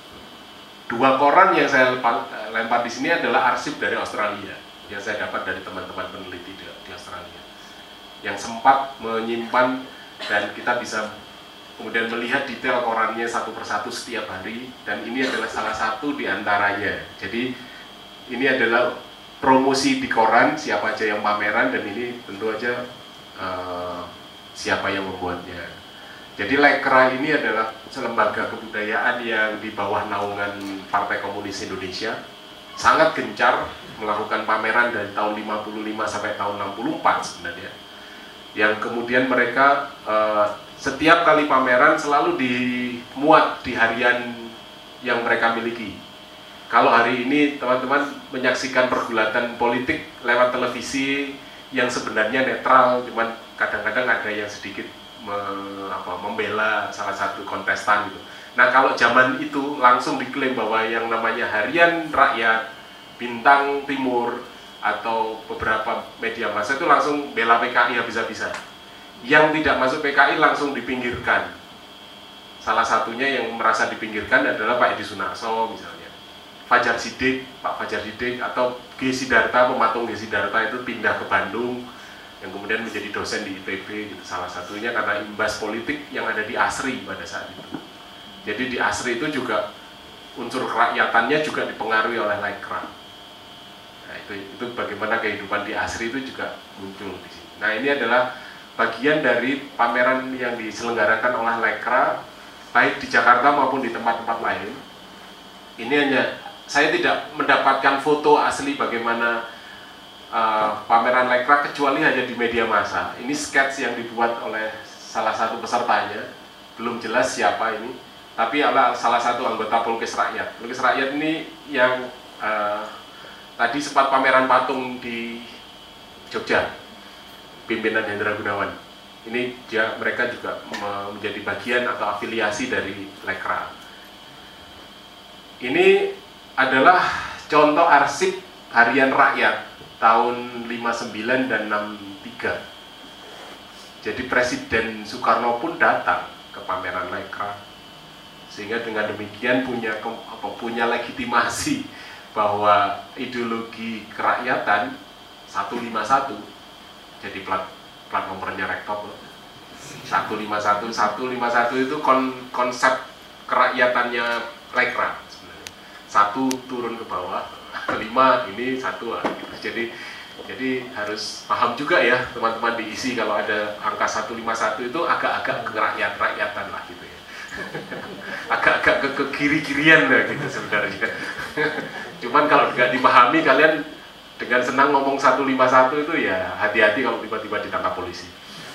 [SPEAKER 1] Dua koran yang saya lempar di sini adalah arsip dari Australia yang saya dapat dari teman-teman peneliti di, di Australia yang sempat menyimpan, dan kita bisa kemudian melihat detail korannya satu persatu setiap hari, dan ini adalah salah satu di antaranya. Jadi ini adalah promosi di koran, siapa aja yang pameran, dan ini tentu aja uh, siapa yang membuatnya. Jadi Lekra ini adalah lembaga kebudayaan yang di bawah naungan Partai Komunis Indonesia, sangat gencar melakukan pameran dari tahun lima puluh lima sampai tahun enam puluh empat sebenarnya, yang kemudian mereka uh, setiap kali pameran selalu dimuat di harian yang mereka miliki. Kalau hari ini teman-teman menyaksikan pergulatan politik lewat televisi yang sebenarnya netral, cuman kadang-kadang ada yang sedikit me, apa, membela salah satu kontestan gitu. Nah, kalau zaman itu langsung diklaim bahwa yang namanya Harian Rakyat, Bintang Timur, atau beberapa media massa itu langsung bela P K I habis-habisan. Yang tidak masuk P K I langsung dipinggirkan. Salah satunya yang merasa dipinggirkan adalah Pak Edi Sunarso misalnya, Fajar Sidik, Pak Fajar Sidik, atau G. Sidarta, pematung G. Sidarta itu pindah ke Bandung, yang kemudian menjadi dosen di I T B gitu. Salah satunya karena imbas politik yang ada di ASRI pada saat itu. Jadi di ASRI itu juga unsur kerakyatannya juga dipengaruhi oleh Lekra. Nah, itu, itu bagaimana kehidupan di ASRI itu juga muncul di sini. Nah, ini adalah bagian dari pameran yang diselenggarakan oleh Lekra, baik di Jakarta maupun di tempat-tempat lain. Ini hanya, saya tidak mendapatkan foto asli bagaimana uh, pameran Lekra kecuali hanya di media massa. Ini sketch yang dibuat oleh salah satu pesertanya, belum jelas siapa ini, tapi adalah salah satu anggota Pelukis Rakyat. Pelukis Rakyat ini yang uh, tadi sempat pameran patung di Jogja, pimpinan Hendra Gunawan. Ini dia, mereka juga menjadi bagian atau afiliasi dari Lekra. Ini adalah contoh arsip Harian Rakyat tahun lima puluh sembilan dan enam puluh tiga. Jadi Presiden Soekarno pun datang ke pameran Lekra, sehingga dengan demikian punya apa, punya legitimasi bahwa ideologi kerakyatan seratus lima puluh satu, jadi plat plat nomornya rektor seratus lima puluh satu, seratus lima puluh satu itu kon, konsep kerakyatannya Lekra sebenarnya. Satu turun ke bawah, lima ini satu gitu. Jadi jadi harus paham juga ya teman-teman diisi kalau ada angka seratus lima puluh satu itu agak-agak kerakyat-rakyatan lah gitu ya. Agak-agak ke, ke kiri-kirian lah gitu sebenarnya. Cuman kalau nggak dipahami, kalian dengan senang ngomong seratus lima puluh satu itu ya hati-hati kalau tiba-tiba ditangkap polisi.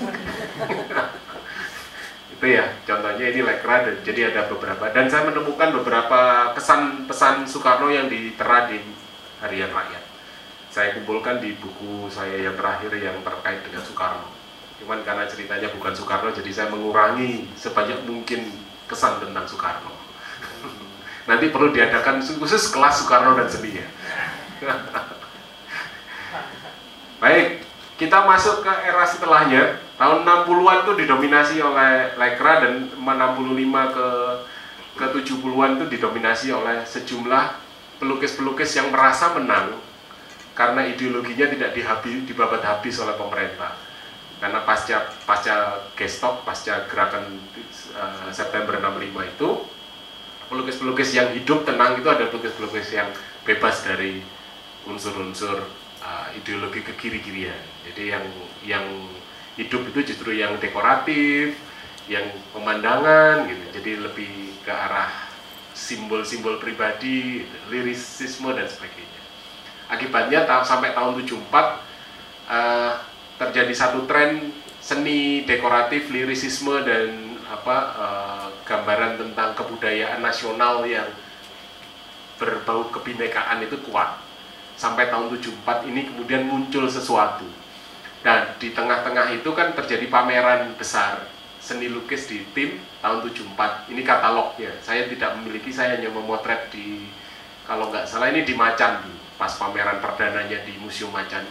[SPEAKER 1] Itu ya contohnya ini Lekra, jadi ada beberapa, dan saya menemukan beberapa kesan pesan Soekarno yang ditera di Harian Rakyat. Saya kumpulkan di buku saya yang terakhir yang terkait dengan Soekarno. Cuman karena ceritanya bukan Soekarno, jadi saya mengurangi sebanyak mungkin kesan tentang Soekarno. Nanti perlu diadakan khusus kelas Soekarno dan seni ya. Baik, kita masuk ke era setelahnya. Tahun enam puluhan itu didominasi oleh Lekra, dan enam puluh lima ke ke tujuh puluhan itu didominasi oleh sejumlah pelukis-pelukis yang merasa menang karena ideologinya tidak dihabis, dibabat habis oleh pemerintah. Karena pasca pasca Gestop, pasca gerakan uh, September enam puluh lima itu, pelukis-pelukis yang hidup tenang itu ada pelukis-pelukis yang bebas dari unsur-unsur uh, ideologi kekiri-kirian. Jadi yang yang hidup itu justru yang dekoratif, yang pemandangan gitu. Jadi lebih ke arah simbol-simbol pribadi, lirisisme dan sebagainya. Akibatnya ta sampai tahun tujuh puluh empat uh, terjadi satu tren seni dekoratif, lirisisme dan apa uh, gambaran tentang kebudayaan nasional yang berbau kebinekaan itu kuat. Sampai tahun tujuh puluh empat ini kemudian muncul sesuatu. Dan di tengah-tengah itu kan terjadi pameran besar seni lukis di T I M tahun tujuh puluh empat. Ini katalognya. Saya tidak memiliki, saya hanya memotret di, kalau nggak salah ini di Macan dulu, pas pameran perdananya di Museum Macan.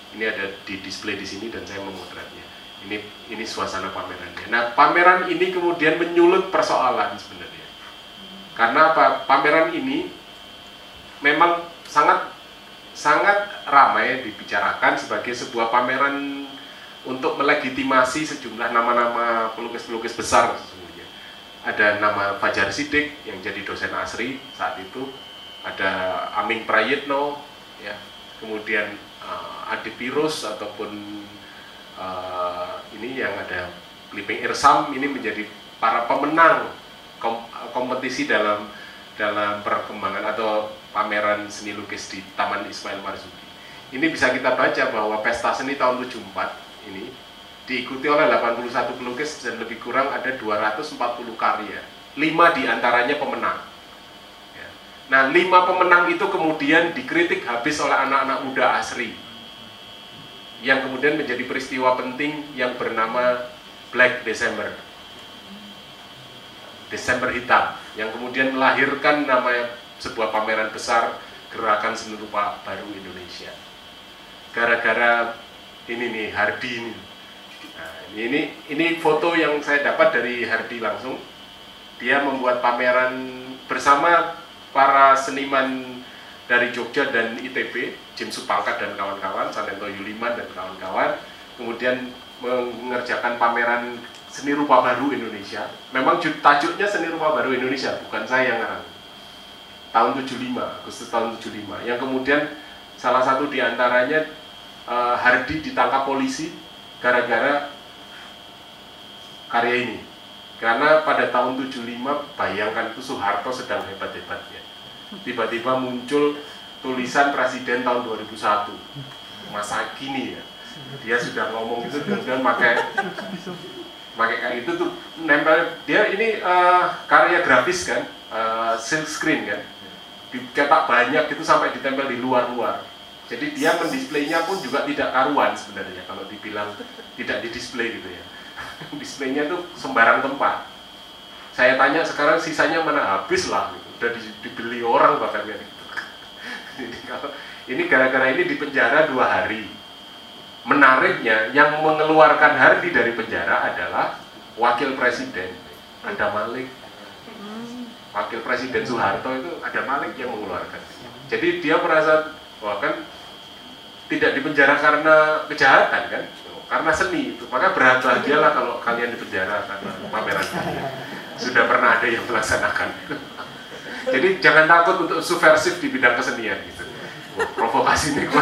[SPEAKER 1] Ini ada di display di sini dan saya memotretnya. Ini ini suasana pamerannya. Nah, pameran ini kemudian menyulut persoalan sebenarnya. Karena apa? Pameran ini memang sangat sangat ramai dibicarakan sebagai sebuah pameran untuk melegitimasi sejumlah nama-nama pelukis-pelukis besar sesungguhnya. Ada nama Fajar Siddiq yang jadi dosen ASRI saat itu, ada Aming Prayitno, ya, kemudian uh, Adi Pirus ataupun uh, ini yang ada Liping Irsam, ini menjadi para pemenang kom kompetisi dalam dalam perkembangan atau pameran seni lukis di Taman Ismail Marzuki. Ini bisa kita baca bahwa pesta seni tahun tujuh puluh empat ini diikuti oleh delapan puluh satu pelukis dan lebih kurang ada dua ratus empat puluh karya. lima diantaranya pemenang. Ya. Nah, lima pemenang itu kemudian dikritik habis oleh anak-anak muda ASRI. Yang kemudian menjadi peristiwa penting yang bernama Black December. Desember Hitam, yang kemudian melahirkan nama sebuah pameran besar Gerakan Seni Rupa Baru Indonesia. Gara-gara ini nih, Hardi ini. Nah, ini ini foto yang saya dapat dari Hardi langsung. Dia membuat pameran bersama para seniman dari Jogja dan I T B, Jim Supangkat dan kawan-kawan, Sanento Yuliman dan kawan-kawan, kemudian mengerjakan pameran Seni Rupa Baru Indonesia. Memang tajuknya Seni Rupa Baru Indonesia, bukan saya yang ngarang. Tahun tujuh puluh lima, Agustus tahun tujuh puluh lima. Yang kemudian salah satu diantaranya uh, Hardi ditangkap polisi gara-gara karya ini. Karena pada tahun tujuh puluh lima, bayangkan itu Soeharto sedang hebat-hebatnya. Tiba-tiba muncul tulisan Presiden tahun dua ribu satu. Masa gini ya, dia sudah ngomong itu kemudian pakai pakai kayak itu tuh nempel. Dia ini uh, karya grafis kan, uh, silk screen kan, dicetak banyak itu sampai ditempel di luar-luar. Jadi dia mendisplaynya pun juga tidak karuan sebenarnya kalau dibilang tidak didisplay gitu ya. Displaynya tuh sembarang tempat. Saya tanya sekarang sisanya mana, habis lah gitu. Udah dibeli orang bahkan ya gitu. Ini gara-gara ini di penjara dua hari. Menariknya, yang mengeluarkan Hardi dari penjara adalah Wakil Presiden Ada Malik. Wakil Presiden Soeharto itu Ada Malik yang mengeluarkan. Jadi dia merasa, wah kan tidak dipenjara karena kejahatan kan, karena seni itu. Maka berbahagialah kalau kalian dipenjara karena pameran. Sudah pernah ada yang melaksanakan. Jadi jangan takut untuk subversif di bidang kesenian gitu. Wah, provokasi nih kuat.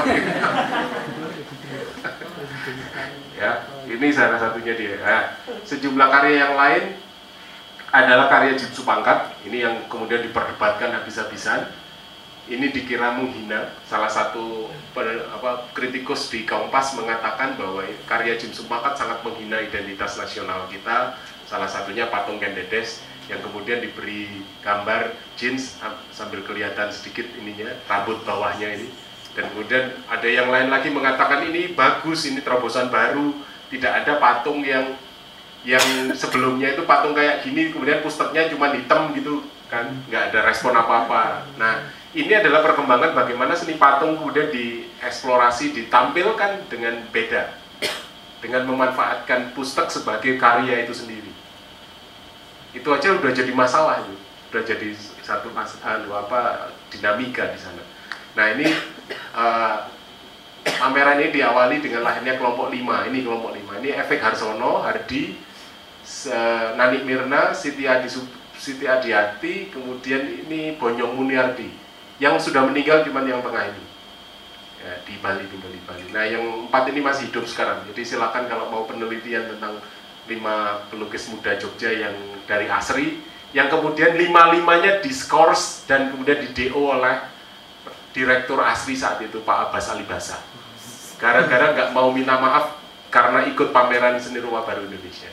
[SPEAKER 1] Ya, ini salah satunya dia. Nah, sejumlah karya yang lain adalah karya Jim Supangkat. Ini yang kemudian diperdebatkan habis-habisan. Ini dikira menghina. Salah satu pen, apa, kritikus di Kompas mengatakan bahwa karya Jim Supangkat sangat menghina identitas nasional kita. Salah satunya patung Ken Dedes yang kemudian diberi gambar jeans sambil kelihatan sedikit ininya, rambut bawahnya ini. Dan kemudian ada yang lain lagi mengatakan ini bagus, ini terobosan baru, tidak ada patung yang yang sebelumnya itu patung kayak gini, kemudian pusteknya cuma hitam gitu kan, nggak ada respon apa-apa. Nah, ini adalah perkembangan bagaimana seni patung kemudian dieksplorasi, ditampilkan dengan beda, dengan memanfaatkan pustek sebagai karya itu sendiri. Itu aja udah jadi masalah itu, udah jadi satu masalah apa dinamika di sana. Nah ini uh, pameran ini diawali dengan lahirnya kelompok lima. Ini kelompok lima. Ini Efek Harsono, Hardi, Nani Mirna, Siti Adi Siti Adiati, kemudian ini Bonyong Muniardi. Yang sudah meninggal cuma yang tengah ini. Ya, di Bali, tinggal di Bali. Nah yang empat ini masih hidup sekarang. Jadi silakan kalau mau penelitian tentang lima pelukis muda Jogja yang dari ASRI, yang kemudian lima-limanya diskors dan kemudian di D O oleh Direktur ASRI saat itu, Pak Abbas Alibasa. Gara-gara nggak mau minta maaf karena ikut pameran Seni Rupa Baru Indonesia.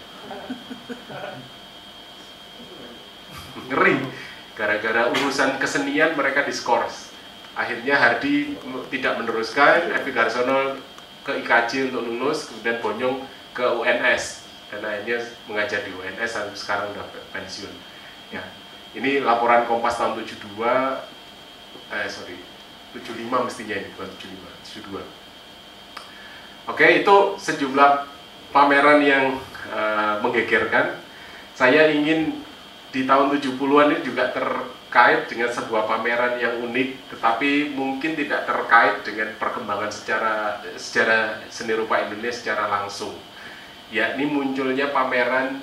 [SPEAKER 1] Ngeri. Gara-gara urusan kesenian mereka diskors. Akhirnya Hardi tidak meneruskan, Efik Harsono ke I K J untuk lulus, kemudian Bonyong ke U N S. Dan akhirnya mengajar di U N S, sekarang udah pensiun. Ya. Ini laporan Kompas tahun tujuh puluh dua, eh sorry, tujuh puluh lima mestinya ini, bukan tujuh puluh lima, tujuh puluh dua. Oke, itu sejumlah pameran yang uh, menggegerkan. Saya ingin di tahun tujuh puluhan ini juga terkait dengan sebuah pameran yang unik, tetapi mungkin tidak terkait dengan perkembangan secara sejarah seni rupa Indonesia secara langsung, yakni munculnya pameran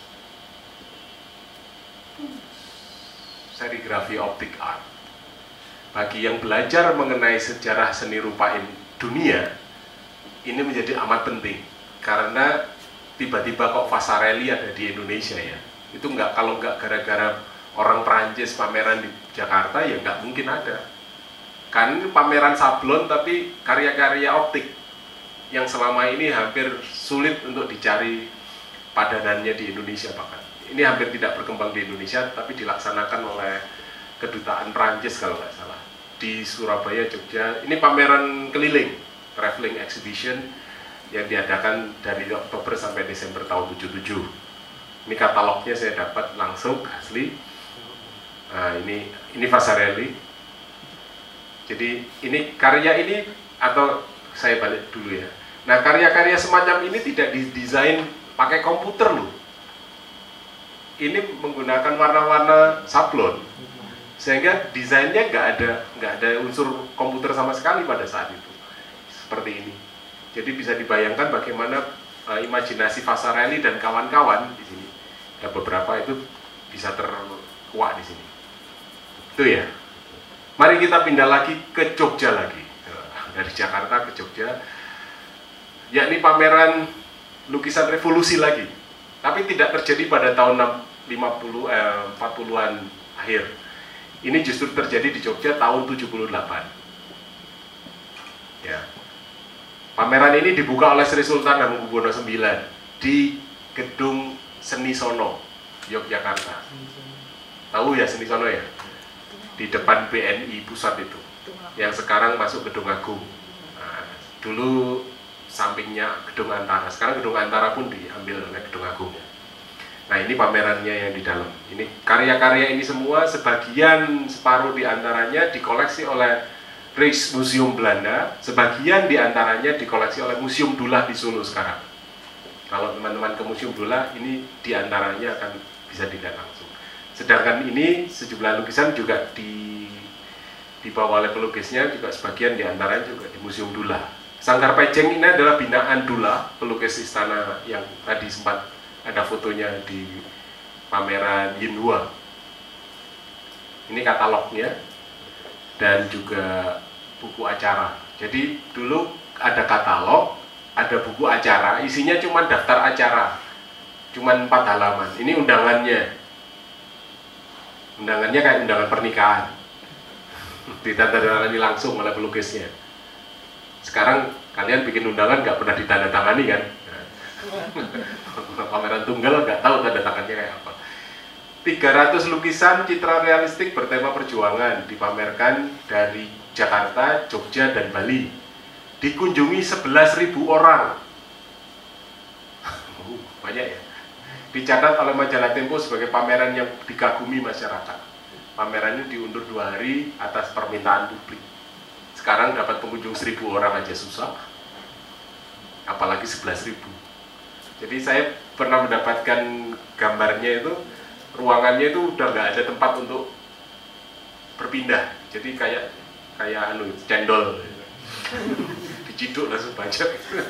[SPEAKER 1] serigrafi optik art. Bagi yang belajar mengenai sejarah seni rupa dunia, ini menjadi amat penting, karena tiba-tiba kok Vasarely ada di Indonesia ya. Itu nggak, kalau nggak gara-gara orang Perancis pameran di Jakarta ya nggak mungkin ada. Kan ini pameran sablon tapi karya-karya optik yang selama ini hampir sulit untuk dicari padanannya di Indonesia bahkan. Ini hampir tidak berkembang di Indonesia, tapi dilaksanakan oleh kedutaan Perancis kalau nggak salah di Surabaya, Jogja. Ini pameran keliling, traveling exhibition yang diadakan dari Oktober sampai Desember tahun tujuh puluh tujuh. Ini katalognya saya dapat langsung asli. Nah, ini ini Vasarely. Jadi ini karya ini, atau saya balik dulu ya. Nah, karya-karya semacam ini tidak didesain pakai komputer loh. Ini menggunakan warna-warna sablon, sehingga desainnya nggak ada nggak ada unsur komputer sama sekali pada saat itu. Seperti ini. Jadi bisa dibayangkan bagaimana uh, imajinasi Vasarely dan kawan-kawan di sini. Ada beberapa itu bisa terkuak di sini. Itu ya. Mari kita pindah lagi ke Jogja lagi. Dari Jakarta ke Jogja. Yakni pameran lukisan revolusi lagi. Tapi tidak terjadi pada tahun lima puluh, eh, empat puluhan akhir. Ini justru terjadi di Jogja tahun tujuh puluh delapan. Ya. Pameran ini dibuka oleh Sri Sultan Hamengkubuwono sembilan di Gedung Seni Sono, Yogyakarta. Tahu ya Seni Sono ya? Di depan B N I pusat itu, yang sekarang masuk Gedung Agung. Nah, dulu sampingnya Gedung Antara, sekarang Gedung Antara pun diambil oleh Gedung Agung. Nah, ini pamerannya yang di dalam. Ini karya-karya ini semua, sebagian separuh diantaranya dikoleksi oleh Rijksmuseum Belanda, sebagian diantaranya dikoleksi oleh Museum Dullah di Solo sekarang. Kalau teman-teman ke Museum Dullah, ini diantaranya akan bisa dilihat langsung. Sedangkan ini sejumlah lukisan juga di, dibawa oleh pelukisnya, juga sebagian diantaranya juga di Museum Dullah. Sanggar Pejeng ini adalah binaan Dullah, pelukis istana yang tadi sempat ada fotonya di pameran Yinhua. Ini katalognya dan juga buku acara. Jadi dulu ada katalog, ada buku acara, isinya cuma daftar acara, cuma empat halaman. Ini undangannya, undangannya kayak undangan pernikahan, ditandatangani langsung oleh pelukisnya. Sekarang kalian bikin undangan nggak pernah ditandatangani kan? Pameran tunggal nggak tahu tanda tangannya kayak apa. tiga ratus lukisan citra realistik bertema perjuangan dipamerkan dari Jakarta, Jogja, dan Bali. Dikunjungi sebelas ribu orang. uh, Banyak ya. Dicatat oleh majalah Tempo sebagai pameran yang dikagumi masyarakat. Pameran ini diundur dua hari atas permintaan publik. Sekarang dapat pengunjung seribu orang aja susah, apalagi sebelas ribu. Jadi saya pernah mendapatkan gambarnya itu, ruangannya itu udah nggak ada tempat untuk berpindah, jadi kayak kayak anu cendol, diciduk langsung baca.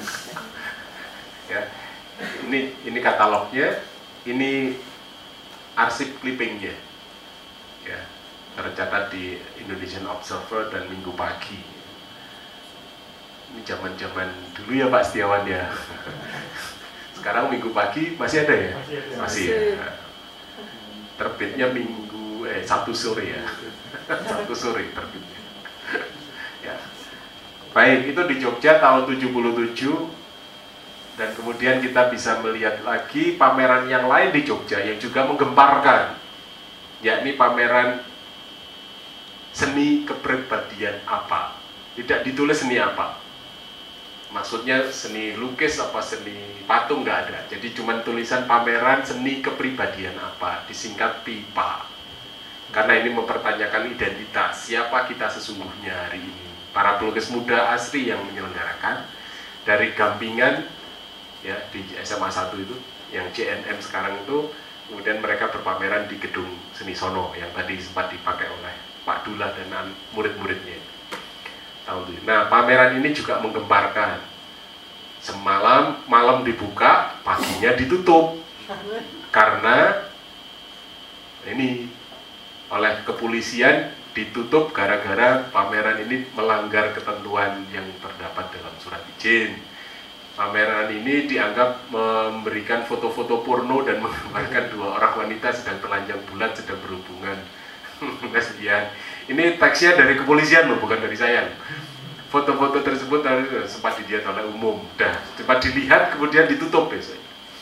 [SPEAKER 1] Ya, ini ini katalognya, ini arsip clippingnya, ya, tercatat di Indonesian Observer dan Minggu Pagi. Ini zaman-zaman dulu ya Pak Setiawan ya. Sekarang Minggu Pagi masih ada ya? Masih ada. Masih ya. Terbitnya Minggu eh Sabtu sore ya. Sabtu sore terbitnya. Ya. Baik, itu di Jogja tahun tujuh puluh tujuh, dan kemudian kita bisa melihat lagi pameran yang lain di Jogja yang juga menggemparkan, yakni pameran seni kepribadian apa. Tidak ditulis seni apa. Maksudnya seni lukis apa seni patung nggak ada. Jadi cuma tulisan pameran seni kepribadian apa, disingkat PIPA. Karena ini mempertanyakan identitas, siapa kita sesungguhnya hari ini. Para pelukis muda asli yang menyelenggarakan, dari Gampingan ya di S M A satu itu yang J N M sekarang itu, kemudian mereka berpameran di gedung Seni Sono yang tadi sempat dipakai oleh Pak Dullah dan murid-muridnya tahun itu. Nah, pameran ini juga menggemparkan. Semalam malam dibuka, paginya ditutup karena ini oleh kepolisian ditutup gara-gara pameran ini melanggar ketentuan yang terdapat dalam surat izin. Pameran ini dianggap memberikan foto-foto porno dan menggambarkan dua orang wanita sedang telanjang bulat sedang berhubungan lesbian. Ini teksnya dari kepolisian loh, bukan dari saya. Foto-foto tersebut sempat dilihat oleh umum, dah sempat dilihat kemudian ditutup besok.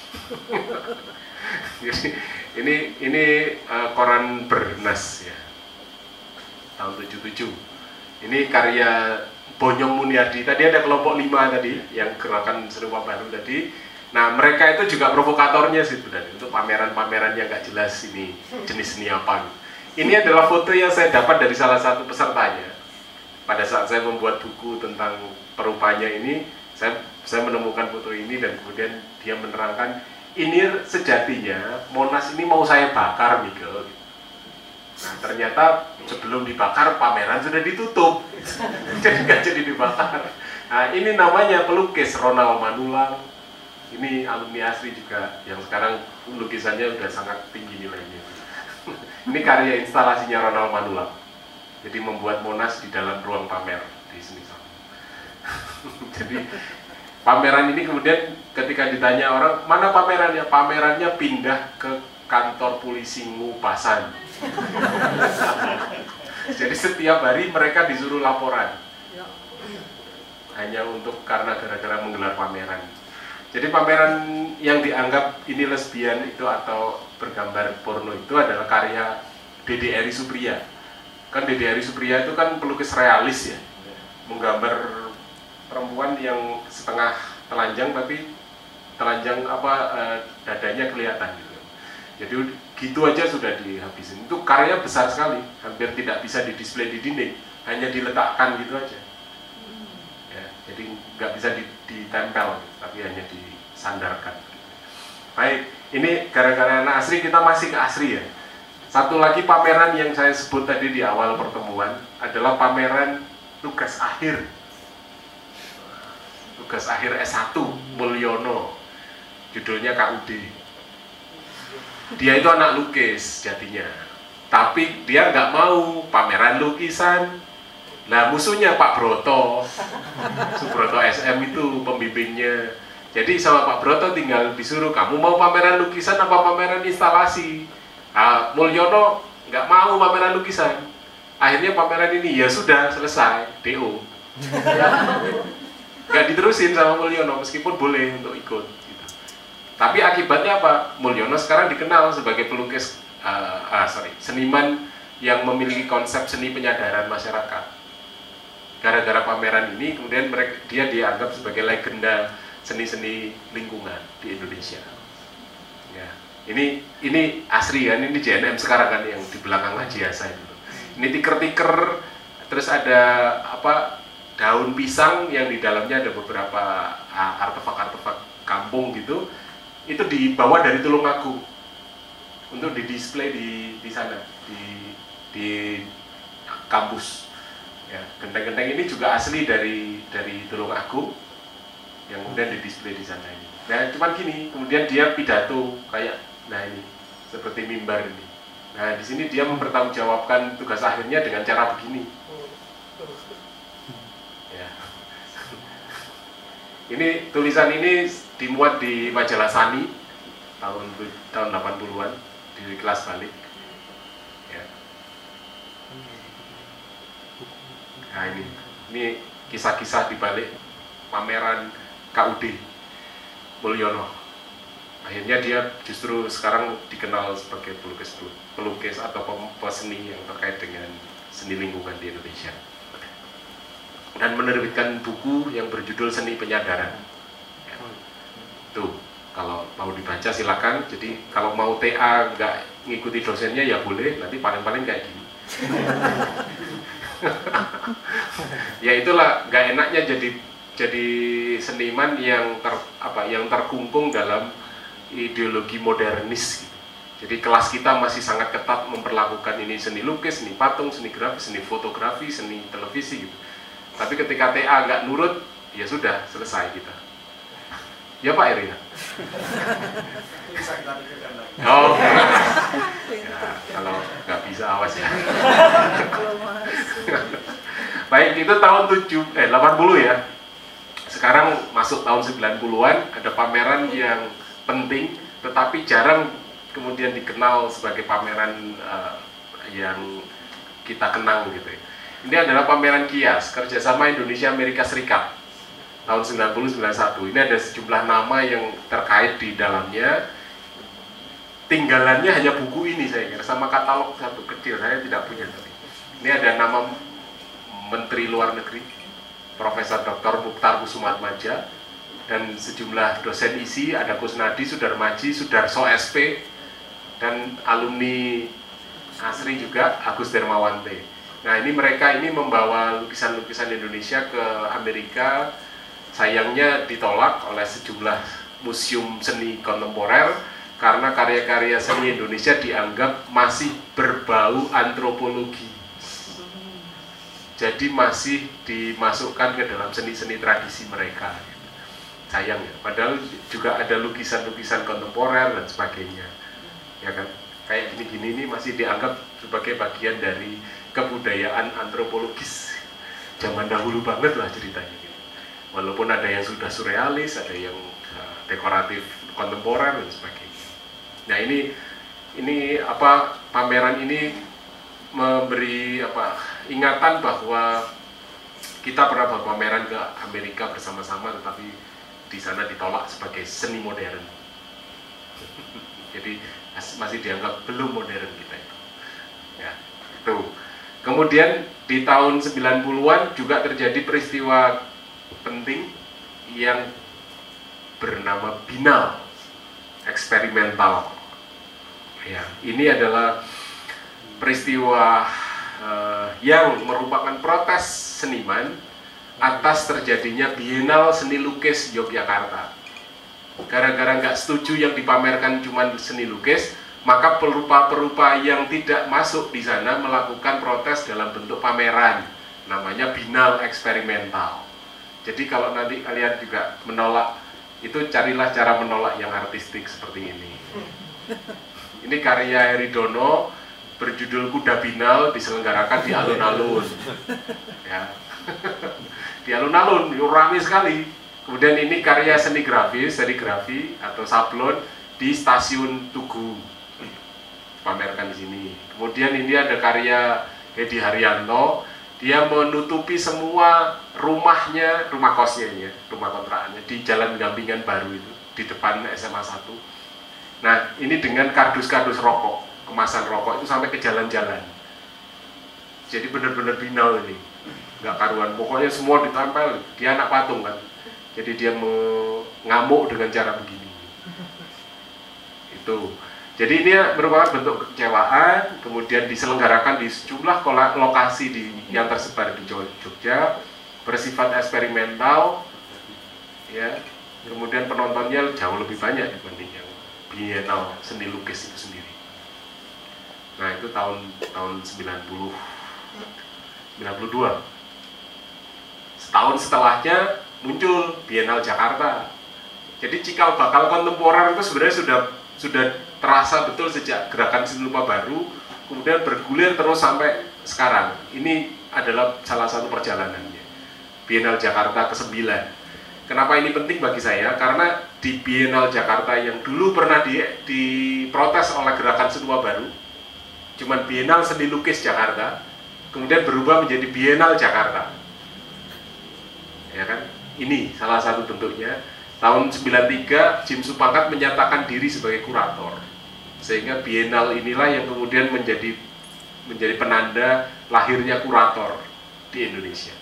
[SPEAKER 1] Jadi ini ini uh, koran Bernas ya tahun tujuh puluh tujuh. Ini karya Bonyong Muniardi. Tadi ada kelompok lima tadi yang gerakan serupa baru tadi. Nah, mereka itu juga provokatornya sih sebenarnya untuk pameran-pameran yang nggak jelas ini jenis seni apa. Ini adalah foto yang saya dapat dari salah satu pesertanya. Pada saat saya membuat buku tentang perupanya ini, saya saya menemukan foto ini dan kemudian dia menerangkan ini sejatinya Monas ini mau saya bakar, Miguel. Nah, ternyata sebelum dibakar pameran sudah ditutup, jadi nggak jadi dibakar. Nah, ini namanya pelukis Ronald Manulang. Ini alumni ASRI juga, yang sekarang lukisannya sudah sangat tinggi nilainya. Ini karya instalasinya Ronald Manulang. Jadi membuat Monas di dalam ruang pamer di sini. Jadi pameran ini kemudian ketika ditanya orang, mana pamerannya? Pamerannya pindah ke kantor polisi Ngupasan. Jadi setiap hari mereka disuruh laporan. Hanya untuk karena gara-gara menggelar pameran. Jadi pameran yang dianggap ini lesbian itu atau bergambar porno itu adalah karya Dede Eri Supriya. Kan Dede Eri Supriya itu kan pelukis realis ya, menggambar perempuan yang setengah telanjang tapi telanjang apa eh, dadanya kelihatan gitu. Jadi gitu aja sudah dihabisin. Itu karya besar sekali, hampir tidak bisa didisplay di dinding, hanya diletakkan gitu aja. Ya, jadi nggak bisa ditempel, tapi hanya disandarkan. Baik, ini gara-gara anak ASRI kita masih ke ASRI ya. Satu lagi pameran yang saya sebut tadi di awal pertemuan adalah pameran tugas akhir. Tugas akhir S satu Mulyono. Judulnya K U D. Dia itu anak lukis jadinya. Tapi dia nggak mau pameran lukisan. Nah, musuhnya Pak Broto. Subroto S M itu pembimbingnya. Jadi sama Pak Broto tinggal disuruh, kamu mau pameran lukisan apa pameran instalasi? Nah, Mulyono nggak mau pameran lukisan. Akhirnya pameran ini ya sudah selesai, D O. Nggak diterusin sama Mulyono meskipun boleh untuk ikut. Gitu. Tapi akibatnya apa? Mulyono sekarang dikenal sebagai pelukis, uh, ah, sorry, seniman yang memiliki konsep seni penyadaran masyarakat. Gara-gara pameran ini kemudian mereka, dia dianggap sebagai legenda seni-seni lingkungan di Indonesia. Ya. Ini ini ASRI kan, ini J N M sekarang kan yang di belakang Haji Hasan itu. Ini tiker-tiker, terus ada apa daun pisang yang di dalamnya ada beberapa artefak-artefak kampung gitu. Itu dibawa dari Tulungagung untuk didisplay di di sana di di kampus. Ya, genteng-genteng ini juga asli dari dari Tulungagung yang kemudian didisplay di sana ini. Nah, cuman gini, kemudian dia pidato kayak nah ini seperti mimbar ini. Nah, di sini dia mempertanggungjawabkan tugas akhirnya dengan cara begini. Ya. Ini tulisan ini dimuat di majalah Sani tahun tahun delapan puluhan di kelas balik. Ya. Nah, ini ini kisah-kisah di balik pameran K U D Mulyono. Akhirnya dia justru sekarang dikenal sebagai pelukis pelukis atau peseni yang terkait dengan seni lingkungan di Indonesia. Dan menerbitkan buku yang berjudul Seni Penyadaran. Ya. Tuh, kalau mau dibaca silakan. Jadi kalau mau T A nggak ngikuti dosennya ya boleh. Nanti paling-paling kayak gini. Ya itulah, nggak enaknya jadi jadi seniman yang ter, apa yang terkungkung dalam ideologi modernis gitu. Jadi kelas kita masih sangat ketat memperlakukan ini seni lukis, seni patung, seni grafis, seni fotografi, seni televisi gitu. Tapi ketika T A nggak nurut, ya sudah selesai kita. Ya Pak Irina.
[SPEAKER 2] Bisa kita pikirkan lagi.
[SPEAKER 1] Oh, ya, kalau nggak bisa awas ya. Baik, itu tahun tujuh, eh, delapan puluh ya. Sekarang masuk tahun sembilan puluhan, ada pameran yang penting, tetapi jarang kemudian dikenal sebagai pameran uh, yang kita kenang gitu ya. Ini adalah pameran Kias, kerjasama Indonesia Amerika Serikat tahun sembilan puluh sembilan puluh satu. Ini ada sejumlah nama yang terkait di dalamnya. Tinggalannya hanya buku ini saya kira, sama katalog satu kecil, saya tidak punya tadi. Ini ada nama Menteri Luar Negeri, Profesor Doktor Mukhtar Kusumaatmadja, dan sejumlah dosen isi, ada Kusnadi, Sudarmaji, Sudarso S P, dan alumni Asri juga, Agus Dermawante. Nah ini mereka ini membawa lukisan-lukisan Indonesia ke Amerika, sayangnya ditolak oleh sejumlah museum seni kontemporer, karena karya-karya seni Indonesia dianggap masih berbau antropologi. Jadi masih dimasukkan ke dalam seni-seni tradisi mereka. Sayang ya, padahal juga ada lukisan-lukisan kontemporer dan sebagainya. Ya kan, kayak gini-gini ini masih dianggap sebagai bagian dari kebudayaan antropologis zaman dahulu banget lah ceritanya gitu. Walaupun ada yang sudah surrealis, ada yang uh, dekoratif kontemporer dan sebagainya. Nah ini ini apa pameran ini memberi apa ingatan bahwa kita pernah berpameran ke Amerika bersama-sama, tetapi di sana ditolak sebagai seni modern. Jadi masih dianggap belum modern kita itu. Ya, itu. Kemudian di tahun sembilan puluhan juga terjadi peristiwa penting yang bernama Binal eksperimental. Ya, ini adalah peristiwa uh, yang merupakan protes seniman atas terjadinya Bienal Seni Lukis Yogyakarta. Gara-gara nggak setuju yang dipamerkan cuma seni lukis, maka perupa-perupa yang tidak masuk di sana melakukan protes dalam bentuk pameran, namanya Binal eksperimental. Jadi kalau nanti kalian juga menolak, itu carilah cara menolak yang artistik seperti ini. Ini karya Heridono berjudul Kuda Binal, diselenggarakan di alun-alun. Ya. Di alun-alun, ramai sekali. Kemudian ini karya seni grafis, serigrafi atau sablon di stasiun Tugu, pamerkan di sini. Kemudian ini ada karya Hedi Haryanto, dia menutupi semua rumahnya, rumah kosnya ya, rumah kontrakannya di Jalan Gampingan Baru itu, di depan S M A satu. Nah ini dengan kardus-kardus rokok, kemasan rokok itu sampai ke jalan-jalan. Jadi benar-benar binal ini, nggak karuan. Pokoknya semua ditempel, dia anak patung kan. Jadi dia mengamuk dengan cara begini. Itu. Jadi ini merupakan bentuk kekecewaan, kemudian diselenggarakan di sejumlah lokasi di, yang tersebar di Jogja, bersifat eksperimental, ya. Kemudian penontonnya jauh lebih banyak dibanding yang Bienal Seni Lukis itu sendiri. Nah itu tahun tahun sembilan puluh, sembilan puluh dua. Setahun setelahnya muncul Bienal Jakarta. Jadi cikal bakal kontemporer itu sebenarnya sudah sudah terasa betul sejak gerakan seni rupa baru, kemudian bergulir terus sampai sekarang. Ini adalah salah satu perjalanannya. Bienal Jakarta kesembilan. Kenapa ini penting bagi saya? Karena di Bienal Jakarta yang dulu pernah di, diprotes oleh gerakan seni rupa baru, cuman Bienal Seni Lukis Jakarta, kemudian berubah menjadi Bienal Jakarta. Ya kan? Ini salah satu bentuknya. Tahun sembilan puluh tiga Jim Supangkat menyatakan diri sebagai kurator, sehingga Bienal inilah yang kemudian menjadi menjadi penanda lahirnya kurator di Indonesia.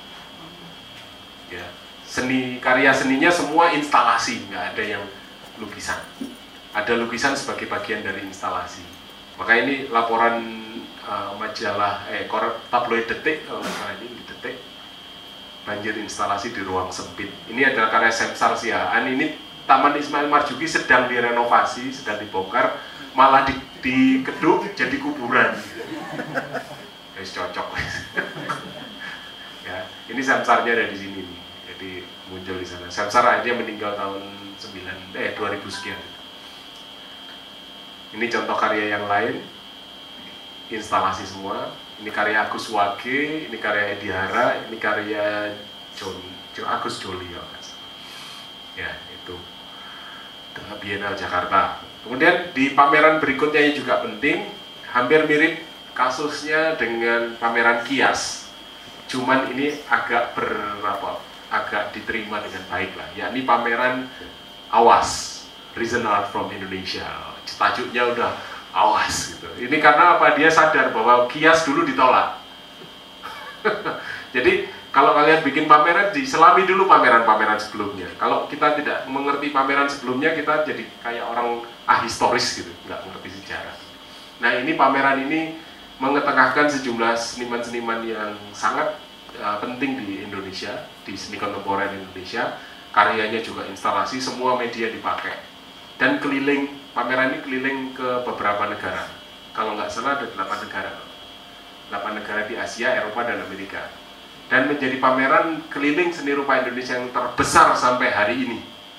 [SPEAKER 1] Ya, seni karya seninya semua instalasi, nggak ada yang lukisan. Ada lukisan sebagai bagian dari instalasi. Maka ini laporan uh, majalah eh tabloid Detik, kalau misalnya ini di Detik. banjir instalasi di ruang sempit. Ini adalah karya Semsar Sihaan. Ini Taman Ismail Marzuki sedang direnovasi, sedang dibongkar, malah di, dikeduk jadi kuburan. Guys, cocok. Ya, ini Semsarnya ada di sini nih. Jadi muncul di sana. Semsar aja meninggal tahun sembilan eh dua ribu sekian. Ini contoh karya yang lain. Instalasi semua. Ini karya Agus Wage, ini karya Edi Hara, ini karya John, John Agus Jolio. Ya, itu Biennale Jakarta. Kemudian di pameran berikutnya yang juga penting, hampir mirip kasusnya dengan pameran Kias. Cuman ini agak berapa? Agak diterima dengan baik lah. Yakni pameran Awas, Recent Art from Indonesia. Tajuknya udah awas gitu. Ini karena apa? Dia sadar bahwa Kias dulu ditolak. Jadi kalau kalian bikin pameran, diselami dulu pameran-pameran sebelumnya. Kalau kita tidak mengerti pameran sebelumnya, kita jadi kayak orang ahistoris gitu, nggak mengerti sejarah. Nah, ini pameran ini mengetengahkan sejumlah seniman-seniman yang sangat uh, penting di Indonesia, di seni kontemporer Indonesia. Karyanya juga instalasi, semua media dipakai. Dan keliling, pameran ini keliling ke beberapa negara. Kalau nggak salah ada delapan negara. delapan negara di Asia, Eropa, dan Amerika. Dan menjadi pameran keliling seni rupa Indonesia yang terbesar sampai hari ini.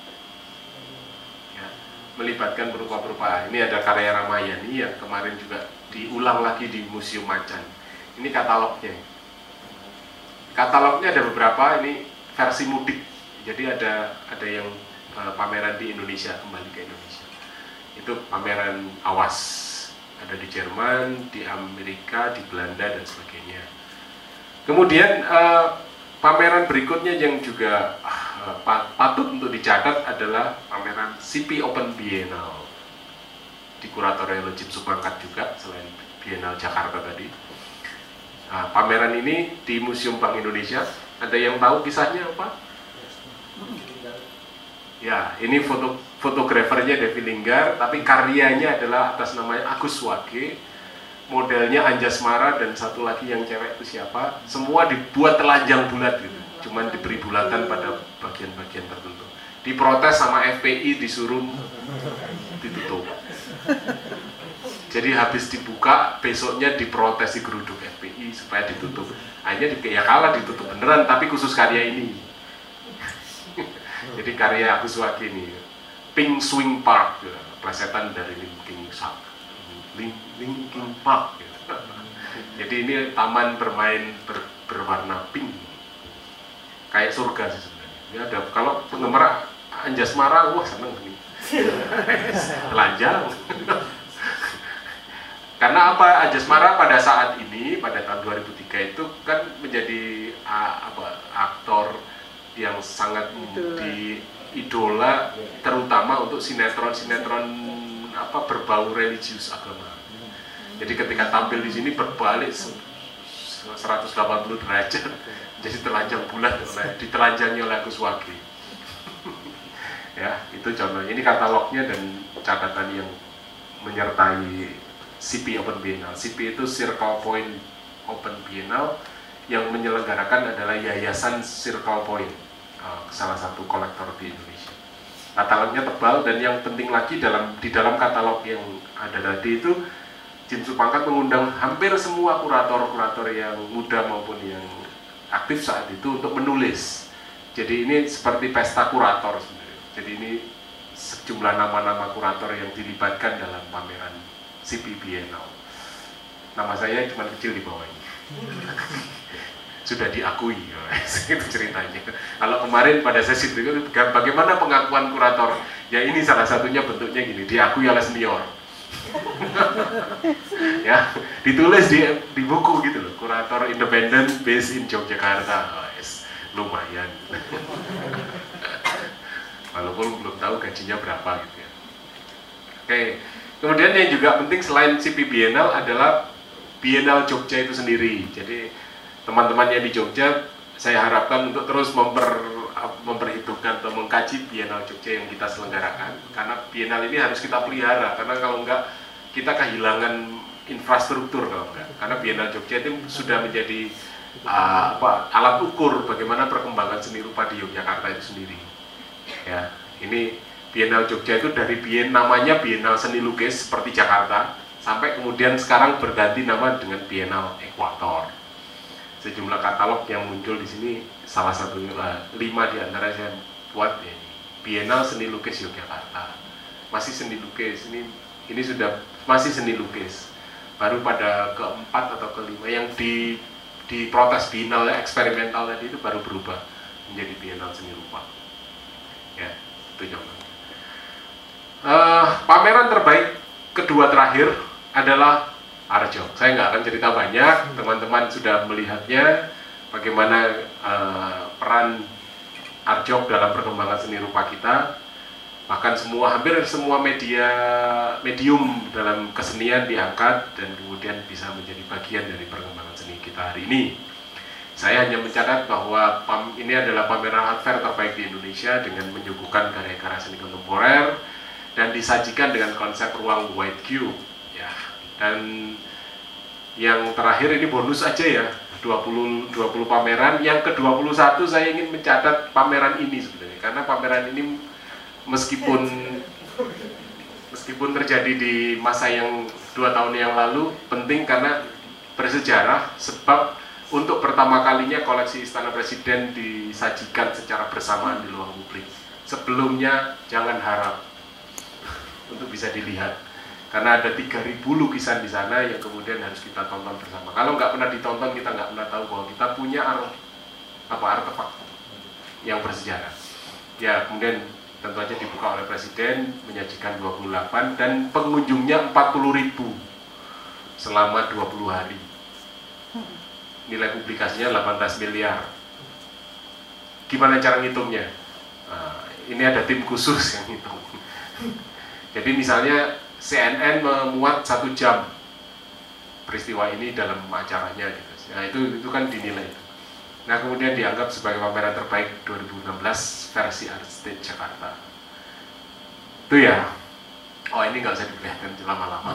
[SPEAKER 1] Ya, melibatkan perupa-perupa. Ini ada karya Ramayani yang kemarin juga diulang lagi di Museum Macan. Ini katalognya. Katalognya ada beberapa, ini versi mudik. Jadi ada ada yang uh, pameran di Indonesia, kembali ke Indonesia. Itu pameran Awas, ada di Jerman, di Amerika, di Belanda, dan sebagainya. Kemudian uh, pameran berikutnya yang juga uh, patut untuk dicatat adalah pameran C P Open Biennale, dikuratori oleh Jim Supangkat juga, selain Biennale Jakarta tadi. Nah, pameran ini di Museum Bank Indonesia. Ada yang tahu kisahnya apa? Ya, ini foto fotografernya Devi Linggar, tapi karyanya adalah atas namanya Agus Wage, modelnya Anjasmara, dan satu lagi yang cewek itu siapa? Semua dibuat telanjang bulat gitu, cuman diberi bulatan pada bagian-bagian tertentu. Diprotes sama F P I, disuruh ditutup. Jadi habis dibuka, besoknya diprotes, digeruduk F P I supaya ditutup. Akhirnya ya kalah, ditutup beneran, tapi khusus karya ini. Jadi karya Agus Wage ini, Pink Swing Park, gitu, plesetan dari Linkin Park, Linkin Park. Gitu. Jadi ini taman bermain ber, berwarna pink, kayak surga sih sebenarnya. Ya, ada kalau penggemar Anjasmara, wah seneng nih, telanjang. Karena apa? Anjasmara pada saat ini, pada tahun dua ribu tiga itu kan menjadi uh, apa, aktor yang sangat di idola, terutama untuk sinetron-sinetron apa berbau religius agama. Jadi ketika tampil di sini berbalik seratus delapan puluh derajat, jadi telanjang bulat oleh ditelanjangi oleh Agus Wage. Ya, itu contohnya. Ini katalognya dan catatan yang menyertai C P Open Biennale. C P itu Circle Point Open Biennale, yang menyelenggarakan adalah Yayasan Circle Point, salah satu kolektor di Indonesia. Katalognya tebal, dan yang penting lagi dalam di dalam katalog yang ada tadi itu, Jim Supangkat mengundang hampir semua kurator-kurator yang muda maupun yang aktif saat itu untuk menulis. Jadi ini seperti pesta kurator sebenarnya. Jadi ini sejumlah nama-nama kurator yang dilibatkan dalam pameran C P Biennale. Nama saya cuma kecil di bawah ini. Sudah diakui, itu ceritanya. Kalau kemarin pada sesi berikut, bagaimana pengakuan kurator? Ya ini salah satunya bentuknya gini, diakui oleh senior. Ya, ditulis di, di buku gitu loh, kurator independen based in Yogyakarta. Oh, yes, lumayan. Walaupun belum tahu gajinya berapa gitu ya. Oke, kemudian yang juga penting selain C P Biennale adalah Biennale Jogja itu sendiri. Jadi teman-teman yang di Jogja, saya harapkan untuk terus memper, memperhitungkan atau mengkaji Biennale Jogja yang kita selenggarakan, karena Biennale ini harus kita pelihara, karena kalau enggak kita kehilangan infrastruktur kalau enggak. Karena Biennale Jogja itu sudah menjadi uh, apa alat ukur bagaimana perkembangan seni rupa di Yogyakarta itu sendiri. Ya, ini Biennale Jogja itu dari bien namanya Biennale Seni Lukis seperti Jakarta sampai kemudian sekarang berganti nama dengan Biennale Ekuator. Sejumlah katalog yang muncul di sini salah satu uh, lima di antara saya buat ya, Biennale Seni Lukis Yogyakarta. Masih seni lukis, ini ini sudah masih seni lukis. Baru pada keempat atau kelima yang di di protes Biennale eksperimental tadi itu baru berubah menjadi Biennale Seni Rupa. Ya, itu contoh. Uh, pameran terbaik kedua terakhir adalah Arjok. Saya nggak akan cerita banyak, teman-teman sudah melihatnya bagaimana uh, peran Arjok dalam perkembangan seni rupa kita. Bahkan semua hampir semua media medium dalam kesenian diangkat dan kemudian bisa menjadi bagian dari perkembangan seni kita hari ini. Saya hanya mencatat bahwa pam, ini adalah pameran art fair terbaik di Indonesia dengan menyuguhkan karya-karya seni kontemporer dan disajikan dengan konsep ruang white cube. Ya, dan yang terakhir ini bonus aja ya, dua puluh, dua puluh pameran. Yang ke dua puluh satu saya ingin mencatat pameran ini sebenarnya, karena pameran ini meskipun meskipun terjadi di masa yang dua tahun yang lalu penting karena bersejarah, sebab untuk pertama kalinya koleksi Istana Presiden disajikan secara bersamaan di ruang publik. Sebelumnya jangan harap untuk bisa dilihat karena ada tiga ribu lukisan di sana yang kemudian harus kita tonton bersama. Kalau nggak pernah ditonton, kita nggak pernah tahu bahwa kita punya art, apa artefak yang bersejarah. Ya, kemudian tentu saja dibuka oleh Presiden, menyajikan dua puluh delapan dan pengunjungnya empat puluh ribu selama dua puluh hari. Nilai publikasinya delapan belas miliar. Gimana cara ngitungnya? Nah, ini ada tim khusus yang ngitung. Jadi misalnya C N N memuat satu jam peristiwa ini dalam acaranya, gitu. Nah itu itu kan dinilai. Nah kemudian dianggap sebagai pameran terbaik dua ribu enam belas versi Art Stage Jakarta. Itu ya. Oh ini nggak usah diperlihatkan lama-lama.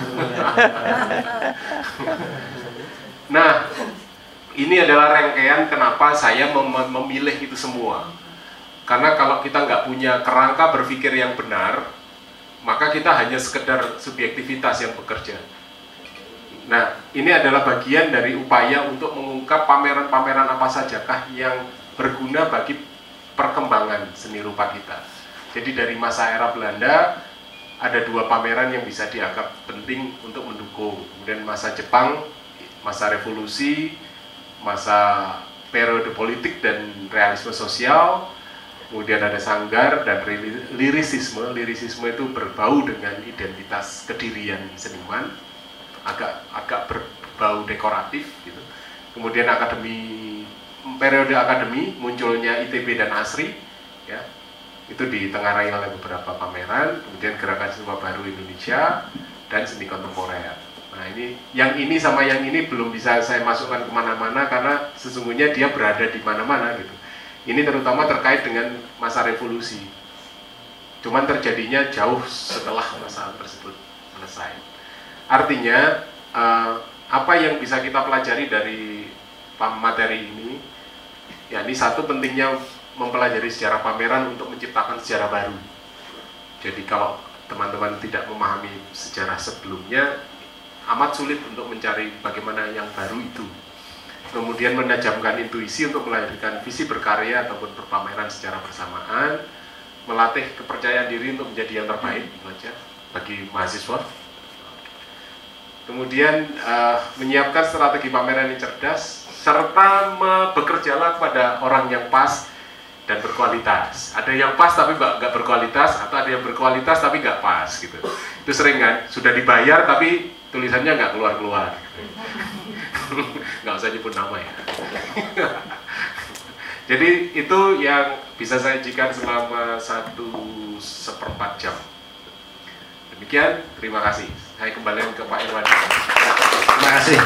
[SPEAKER 1] Nah ini adalah rangkaian kenapa saya mem memilih itu semua. Karena kalau kita nggak punya kerangka berpikir yang benar, maka kita hanya sekedar subjektivitas yang bekerja. Nah, ini adalah bagian dari upaya untuk mengungkap pameran-pameran apa sajakah yang berguna bagi perkembangan seni rupa kita. Jadi dari masa era Belanda, ada dua pameran yang bisa dianggap penting untuk mendukung. Kemudian masa Jepang, masa revolusi, masa periode politik dan realisme sosial, kemudian ada sanggar dan lirisisme. Lirisisme itu berbau dengan identitas kedirian seniman, agak agak berbau dekoratif gitu. Kemudian akademi, periode akademi, munculnya I T B dan ASRI ya, itu ditengarai oleh beberapa pameran. Kemudian gerakan seni baru Indonesia dan seni kontemporer. Nah ini, yang ini sama yang ini belum bisa saya masukkan kemana-mana karena sesungguhnya dia berada di mana-mana gitu. Ini terutama terkait dengan masa revolusi, cuman terjadinya jauh setelah masa tersebut selesai. Artinya uh, apa yang bisa kita pelajari dari materi ini, ya ini satu, pentingnya mempelajari sejarah pameran untuk menciptakan sejarah baru. Jadi kalau teman-teman tidak memahami sejarah sebelumnya, amat sulit untuk mencari bagaimana yang baru itu. Kemudian menajamkan intuisi untuk melahirkan visi berkarya ataupun berpameran secara bersamaan, melatih kepercayaan diri untuk menjadi yang terbaik, itu aja bagi mahasiswa. Kemudian uh, menyiapkan strategi pameran yang cerdas, serta bekerjalah kepada orang yang pas dan berkualitas. Ada yang pas tapi nggak berkualitas, atau ada yang berkualitas tapi nggak pas gitu. Itu sering kan, sudah dibayar tapi tulisannya nggak keluar-keluar. Nggak usah nyebut nama ya. Jadi itu yang bisa saya sajikan selama satu seperempat jam. Demikian, terima kasih. Saya kembali ke Pak Irwan.
[SPEAKER 3] Terima kasih.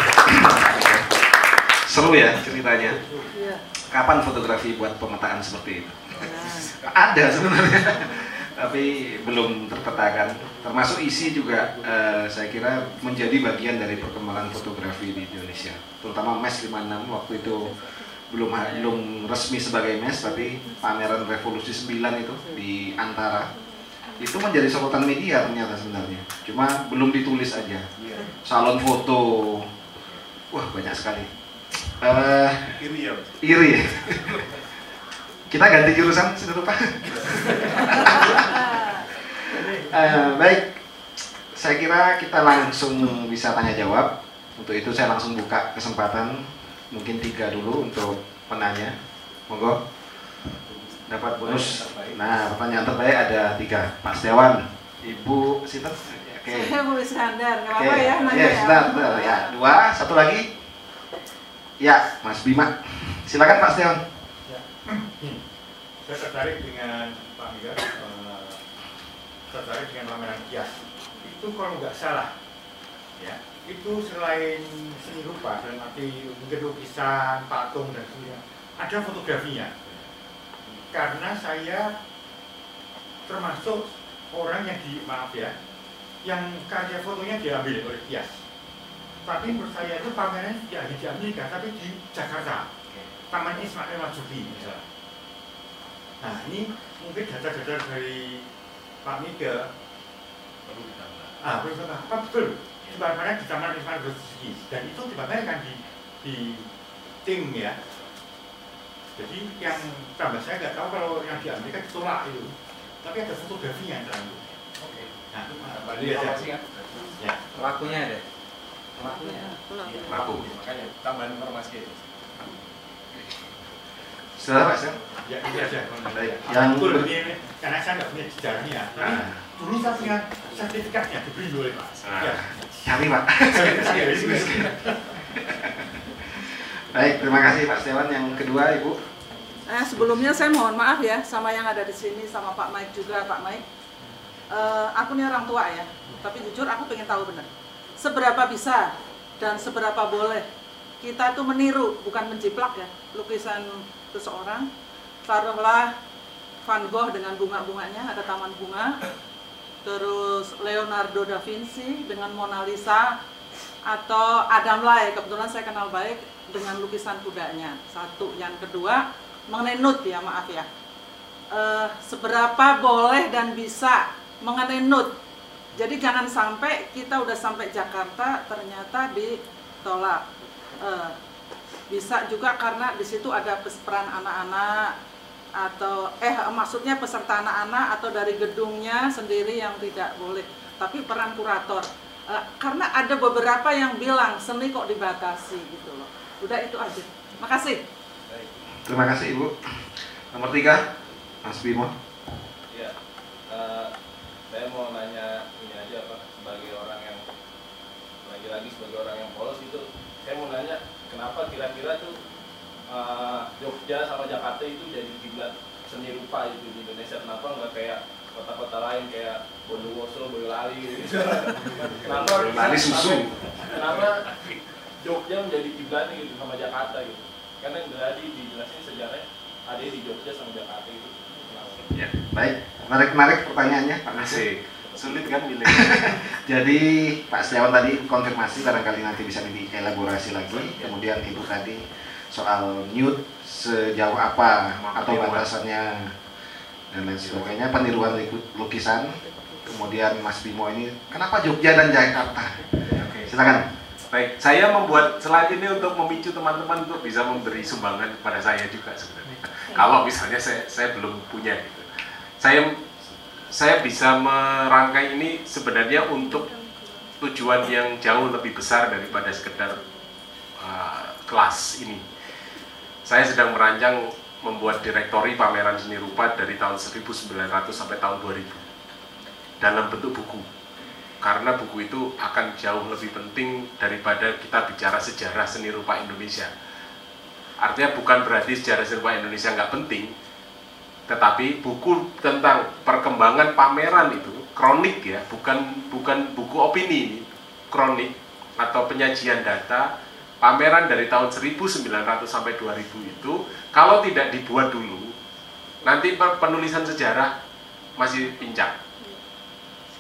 [SPEAKER 3] Seru ya ceritanya. Kapan fotografi buat pemetaan seperti itu? Ada sebenarnya, tapi belum terpetakan. Termasuk isi juga uh, saya kira menjadi bagian dari perkembangan fotografi di Indonesia, terutama M E S lima puluh enam waktu itu belum belum resmi sebagai M E S, tapi pameran Revolusi sembilan itu di Antara itu menjadi sorotan media ternyata sebenarnya, cuma belum ditulis aja. Salon foto, wah banyak sekali. Uh,
[SPEAKER 2] Iri ya.
[SPEAKER 3] Iri. Kita ganti jurusan sudah lupa. Uh, baik, saya kira kita langsung bisa tanya jawab. Untuk itu saya langsung buka kesempatan, mungkin tiga dulu untuk penanya. Monggo, dapat bonus. Nah, pertanyaan terbaik ada tiga. Pak Setiawan, Ibu Sinten. Oke.
[SPEAKER 4] Saya Bu Iskandar, nggak
[SPEAKER 3] Oke.
[SPEAKER 4] apa-apa ya, nanya
[SPEAKER 3] Ya,
[SPEAKER 4] ya.
[SPEAKER 3] sebentar, sebentar. Ya, dua, satu lagi. Ya, Mas Bima. Silakan Pak Setiawan.
[SPEAKER 5] Ya. Saya tertarik dengan Pak Mika, uh, tertarik dengan pameran kias. Itu kalau nggak salah, ya, itu selain seni rupa dan arti mungkin lukisan, patung dan sebagainya, ada fotografinya. Karena saya termasuk orang yang di maaf ya, yang karya fotonya diambil oleh kias. Tapi menurut saya itu pameran tidak hanya di Amerika, tapi di Jakarta, Taman Ismail Marzuki misalnya. Nah, ini mungkin data-data dari Pak Mika
[SPEAKER 2] Perlu ditambah.
[SPEAKER 5] ah, perlu ditambah. Apa betul? Dipamerkan di Taman Ismail Marzuki dan itu dipamerkan di di tim ya. Jadi yang tambah saya nggak tahu kalau yang di Amerika ditolak itu, tapi ada fotografinya yang terang.
[SPEAKER 2] Oke.
[SPEAKER 5] Nah,
[SPEAKER 2] Balik
[SPEAKER 5] lihat ya.
[SPEAKER 2] informasi kan?
[SPEAKER 5] Ya.
[SPEAKER 6] Pelakunya ada. Pelakunya.
[SPEAKER 2] Iya,
[SPEAKER 1] Laku.
[SPEAKER 2] Makanya tambahan informasi itu.
[SPEAKER 3] Sudah Pak Setiawan.
[SPEAKER 5] Ya, ini aja.
[SPEAKER 3] Baik.
[SPEAKER 5] Yang
[SPEAKER 3] Yang
[SPEAKER 5] betul ini karena saya nggak punya sejarahnya. Tapi
[SPEAKER 3] Nah.
[SPEAKER 5] dulu saya punya sertifikatnya diberi oleh Pak.
[SPEAKER 3] Nah.
[SPEAKER 5] Ya.
[SPEAKER 3] Kami Pak.
[SPEAKER 5] Saya itu.
[SPEAKER 3] Baik, terima kasih Pak Setiawan. Yang kedua Ibu.
[SPEAKER 4] Eh, sebelumnya saya mohon maaf ya sama yang ada di sini, sama Pak Mike juga, Pak Mike. Eh, aku ini orang tua ya, tapi jujur aku pengen tahu benar. Seberapa bisa dan seberapa boleh kita itu meniru, bukan menjiplak ya, lukisan seseorang. Taruhlah Van Gogh dengan bunga-bunganya, ada taman bunga. Terus Leonardo da Vinci dengan Mona Lisa, atau Adam Lai, kebetulan saya kenal baik dengan lukisan kudanya. Satu, yang kedua mengenai nut ya, maaf ya. Eh, seberapa boleh dan bisa mengenai nut. Jadi jangan sampai kita udah sampai Jakarta ternyata ditolak. Eh, bisa juga karena di situ ada peran anak-anak atau eh maksudnya peserta anak-anak atau dari gedungnya sendiri yang tidak boleh. Tapi peran kurator. Eh, karena ada beberapa yang bilang seni kok dibatasi gitu loh. Udah itu aja. Makasih.
[SPEAKER 3] Terima kasih Ibu. Nomor tiga, Mas Bimo.
[SPEAKER 7] Iya, uh, saya mau nanya ini aja Pak, sebagai orang yang lagi-lagi sebagai orang yang polos itu, saya mau nanya kenapa kira-kira tuh uh, Jogja sama Jakarta itu jadi kiblat seni rupa itu di Indonesia, kenapa nggak kayak kota-kota lain kayak Bondowoso, Boyolali gitu. Kenapa?
[SPEAKER 3] Boyolali susu.
[SPEAKER 7] Kenapa Jogja menjadi kiblatnya gitu sama Jakarta gitu? Karena tadi dijelasin sejarahnya ada di Jogja sama Jakarta itu.
[SPEAKER 3] Ya, baik. Menarik-menarik pertanyaannya Pak Mas.
[SPEAKER 1] Masih sulit kan milih.
[SPEAKER 3] Jadi Pak Setiawan tadi konfirmasi, barangkali nanti bisa dielaborasi lagi. Kemudian Ibu tadi soal nude sejauh apa atau batasannya dan lain sebagainya, peniruan lukisan. Kemudian Mas Bimo ini kenapa Jogja dan Jakarta?
[SPEAKER 1] Oke.
[SPEAKER 3] Silakan.
[SPEAKER 1] Baik, saya membuat slide ini untuk memicu teman-teman untuk bisa memberi sumbangan kepada saya juga sebenarnya. Kalau misalnya saya, saya belum punya gitu. Saya saya bisa merangkai ini sebenarnya untuk tujuan yang jauh lebih besar daripada sekedar uh, kelas ini. Saya sedang merancang membuat direktori pameran seni rupa dari tahun seribu sembilan ratus sampai tahun dua ribu dalam bentuk buku. Karena buku itu akan jauh lebih penting daripada kita bicara sejarah seni rupa Indonesia. Artinya bukan berarti sejarah seni rupa Indonesia nggak penting, tetapi buku tentang perkembangan pameran itu, kronik ya, bukan bukan buku opini ini, kronik atau penyajian data pameran dari tahun seribu sembilan ratus sampai dua ribu itu, kalau tidak dibuat dulu, nanti penulisan sejarah masih pincang.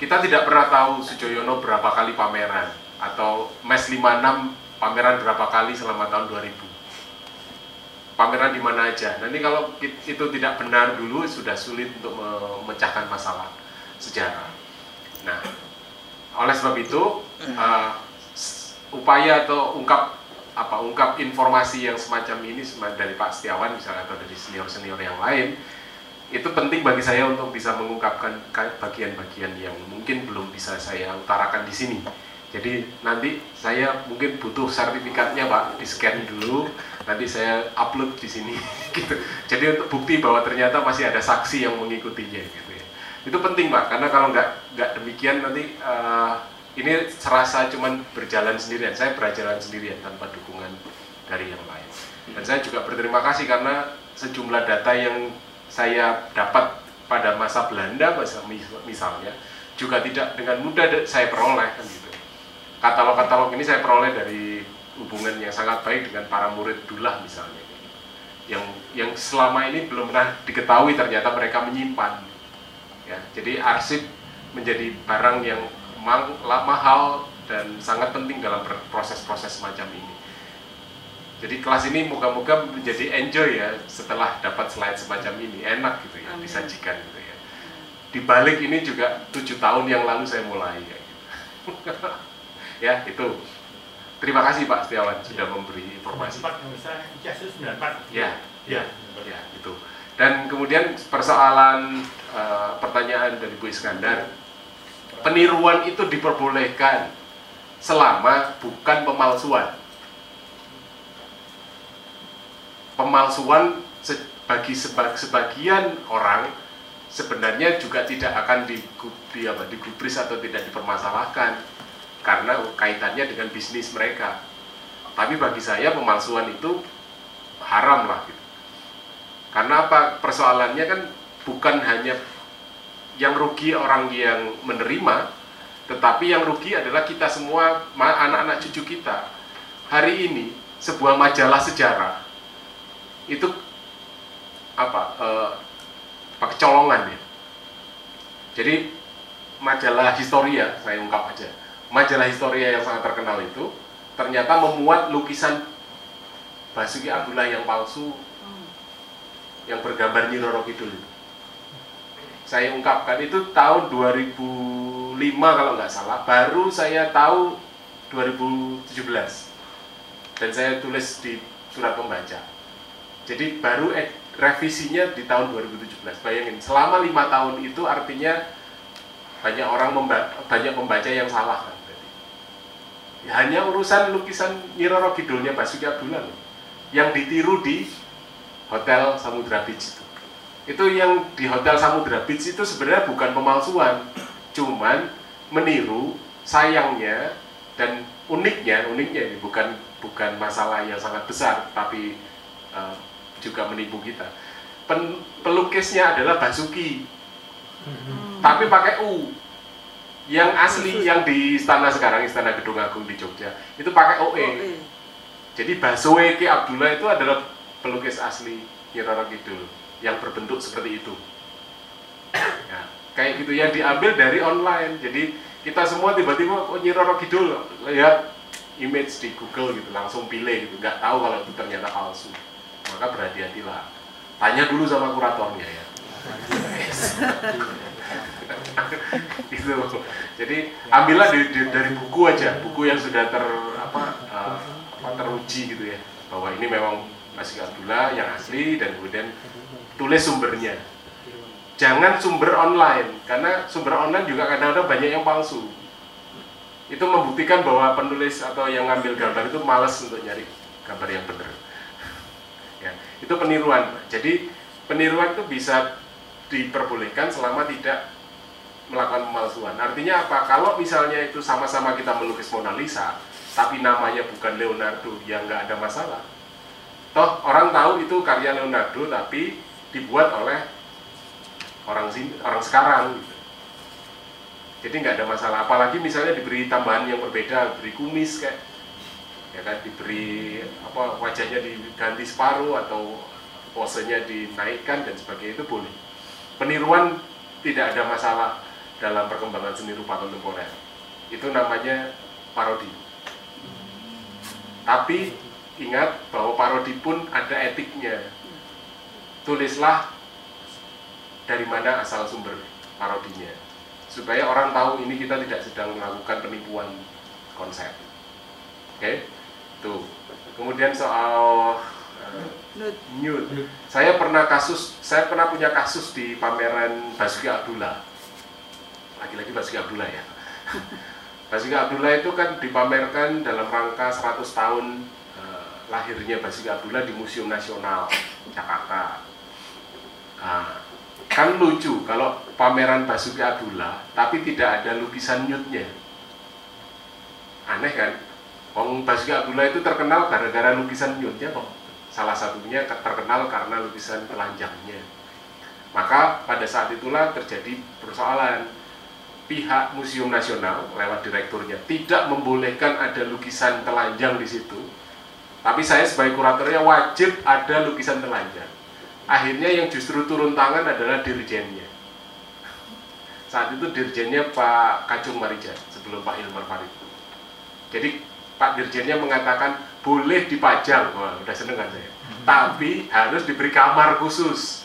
[SPEAKER 1] kita tidak pernah tahu Sujoyono berapa kali pameran atau M E S lima puluh enam pameran berapa kali selama tahun dua ribu. Pameran di mana aja. Nanti kalau itu tidak benar dulu sudah sulit untuk memecahkan masalah sejarah. Nah, oleh sebab itu uh, upaya atau ungkap apa ungkap informasi yang semacam ini dari Pak Setiawan misalnya atau dari senior-senior yang lain itu penting bagi saya untuk bisa mengungkapkan bagian-bagian yang mungkin belum bisa saya utarakan di sini. Jadi nanti saya mungkin butuh sertifikatnya Pak, di scan dulu, nanti saya upload di sini gitu. Jadi untuk bukti bahwa ternyata masih ada saksi yang mengikutinya gitu ya. Itu penting Pak, karena kalau nggak nggak demikian nanti uh, ini serasa cuman berjalan sendirian, saya berjalan sendirian tanpa dukungan dari yang lain. Dan saya juga berterima kasih karena sejumlah data yang saya dapat pada masa Belanda misalnya juga tidak dengan mudah saya peroleh kan gitu. Katalog-katalog ini saya peroleh dari hubungan yang sangat baik dengan para murid Dullah misalnya, yang yang selama ini belum pernah diketahui ternyata mereka menyimpan. Ya, jadi arsip menjadi barang yang mahal dan sangat penting dalam proses-proses semacam ini. Jadi kelas ini moga-moga menjadi enjoy ya setelah dapat slide semacam ini, enak gitu ya, disajikan gitu ya. Di balik ini juga tujuh tahun yang lalu saya mulai ya. Gitu. Ya itu. Terima kasih Pak Setiawan sudah memberi informasi. Ya, ya, ya itu. Dan kemudian persoalan uh, pertanyaan dari Bu Iskandar. Peniruan itu diperbolehkan selama bukan pemalsuan. Pemalsuan bagi sebagian orang sebenarnya juga tidak akan digubris atau tidak dipermasalahkan karena kaitannya dengan bisnis mereka. Tapi bagi saya pemalsuan itu haram lah gitu. Karena apa? Persoalannya kan bukan hanya yang rugi orang yang menerima, tetapi yang rugi adalah kita semua, anak-anak cucu kita. Hari ini sebuah majalah sejarah itu apa? Eh, kecolongan ya. Jadi majalah Historia, saya ungkap aja, majalah Historia yang sangat terkenal itu ternyata memuat lukisan Basuki Abdullah yang palsu, yang bergambar Nyi Roro Kidul. Saya ungkapkan itu tahun dua ribu lima kalau nggak salah, baru saya tahu dua ribu tujuh belas dan saya tulis di surat pembaca. Jadi baru eh, revisinya di tahun dua ribu tujuh belas. Bayangin, selama lima tahun itu artinya banyak orang memba banyak pembaca yang salah kan. Ya, hanya urusan lukisan Nyi Roro Kidulnya Basuki Abdullah yang ditiru di Hotel Samudra Beach itu. Itu yang di Hotel Samudra Beach itu sebenarnya bukan pemalsuan, cuman meniru. Sayangnya dan uniknya, uniknya ini bukan bukan masalah yang sangat besar, tapi uh, juga menipu kita. Pen, pelukisnya adalah Basuki, hmm. tapi pakai U. Yang asli yang di istana sekarang, Istana Gedung Agung di Jogja, itu pakai O E. Jadi Basuki Abdullah itu adalah pelukis asli Nyi Roro Kidul yang berbentuk seperti itu. Ya, kayak gitu yang diambil dari online. Jadi kita semua tiba-tiba oh, Nyi Roro Kidul, lihat image di Google gitu, langsung pilih gitu, nggak tahu kalau itu ternyata palsu. Maka berhati-hatilah. Tanya dulu sama kuratornya ya. Gitu. Jadi ambillah di, di, dari buku aja, buku yang sudah ter apa, uh, apa teruji gitu ya, bahwa ini memang Basuki Abdullah yang asli, dan kemudian tulis sumbernya. Jangan sumber online, karena sumber online juga kadang-kadang banyak yang palsu. Itu membuktikan bahwa penulis atau yang ngambil gambar itu malas untuk nyari gambar yang benar. Ya, itu peniruan. Jadi peniruan itu bisa diperbolehkan selama tidak melakukan pemalsuan. Artinya apa? Kalau misalnya itu sama-sama kita melukis Mona Lisa, tapi namanya bukan Leonardo, ya nggak ada masalah. Toh orang tahu itu karya Leonardo, tapi dibuat oleh orang sini, orang sekarang. Gitu. Jadi nggak ada masalah. Apalagi misalnya diberi tambahan yang berbeda, diberi kumis kayak, ya kan, diberi apa, wajahnya diganti separuh atau posenya dinaikkan dan sebagainya, itu boleh. Peniruan tidak ada masalah dalam perkembangan seni rupa kontemporer. Itu namanya parodi. Tapi ingat bahwa parodi pun ada etiknya. Tulislah dari mana asal sumber parodinya, supaya orang tahu ini kita tidak sedang melakukan penipuan konsep. Oke, okay? Tuh. Kemudian soal uh, nude. Saya pernah kasus, saya pernah punya kasus di pameran Basuki Abdullah. Lagi-lagi Basuki Abdullah ya. Basuki Abdullah itu kan dipamerkan dalam rangka seratus tahun uh, lahirnya Basuki Abdullah di Museum Nasional Jakarta. Nah, kan lucu kalau pameran Basuki Abdullah tapi tidak ada lukisan nude-nya. Aneh kan? Wong Basuki Abdullah itu terkenal gara-gara lukisan nude-nya kok. Salah satunya terkenal karena lukisan telanjangnya. Maka pada saat itulah terjadi persoalan. Pihak Museum Nasional lewat direkturnya tidak membolehkan ada lukisan telanjang di situ. Tapi saya sebagai kuratornya wajib ada lukisan telanjang. Akhirnya yang justru turun tangan adalah dirjennya. Saat itu dirjennya Pak Kacung Marijan sebelum Pak Hilmar Farid. Jadi Pak dirjennya mengatakan boleh dipajang, wah udah seneng kan saya. Tapi harus diberi kamar khusus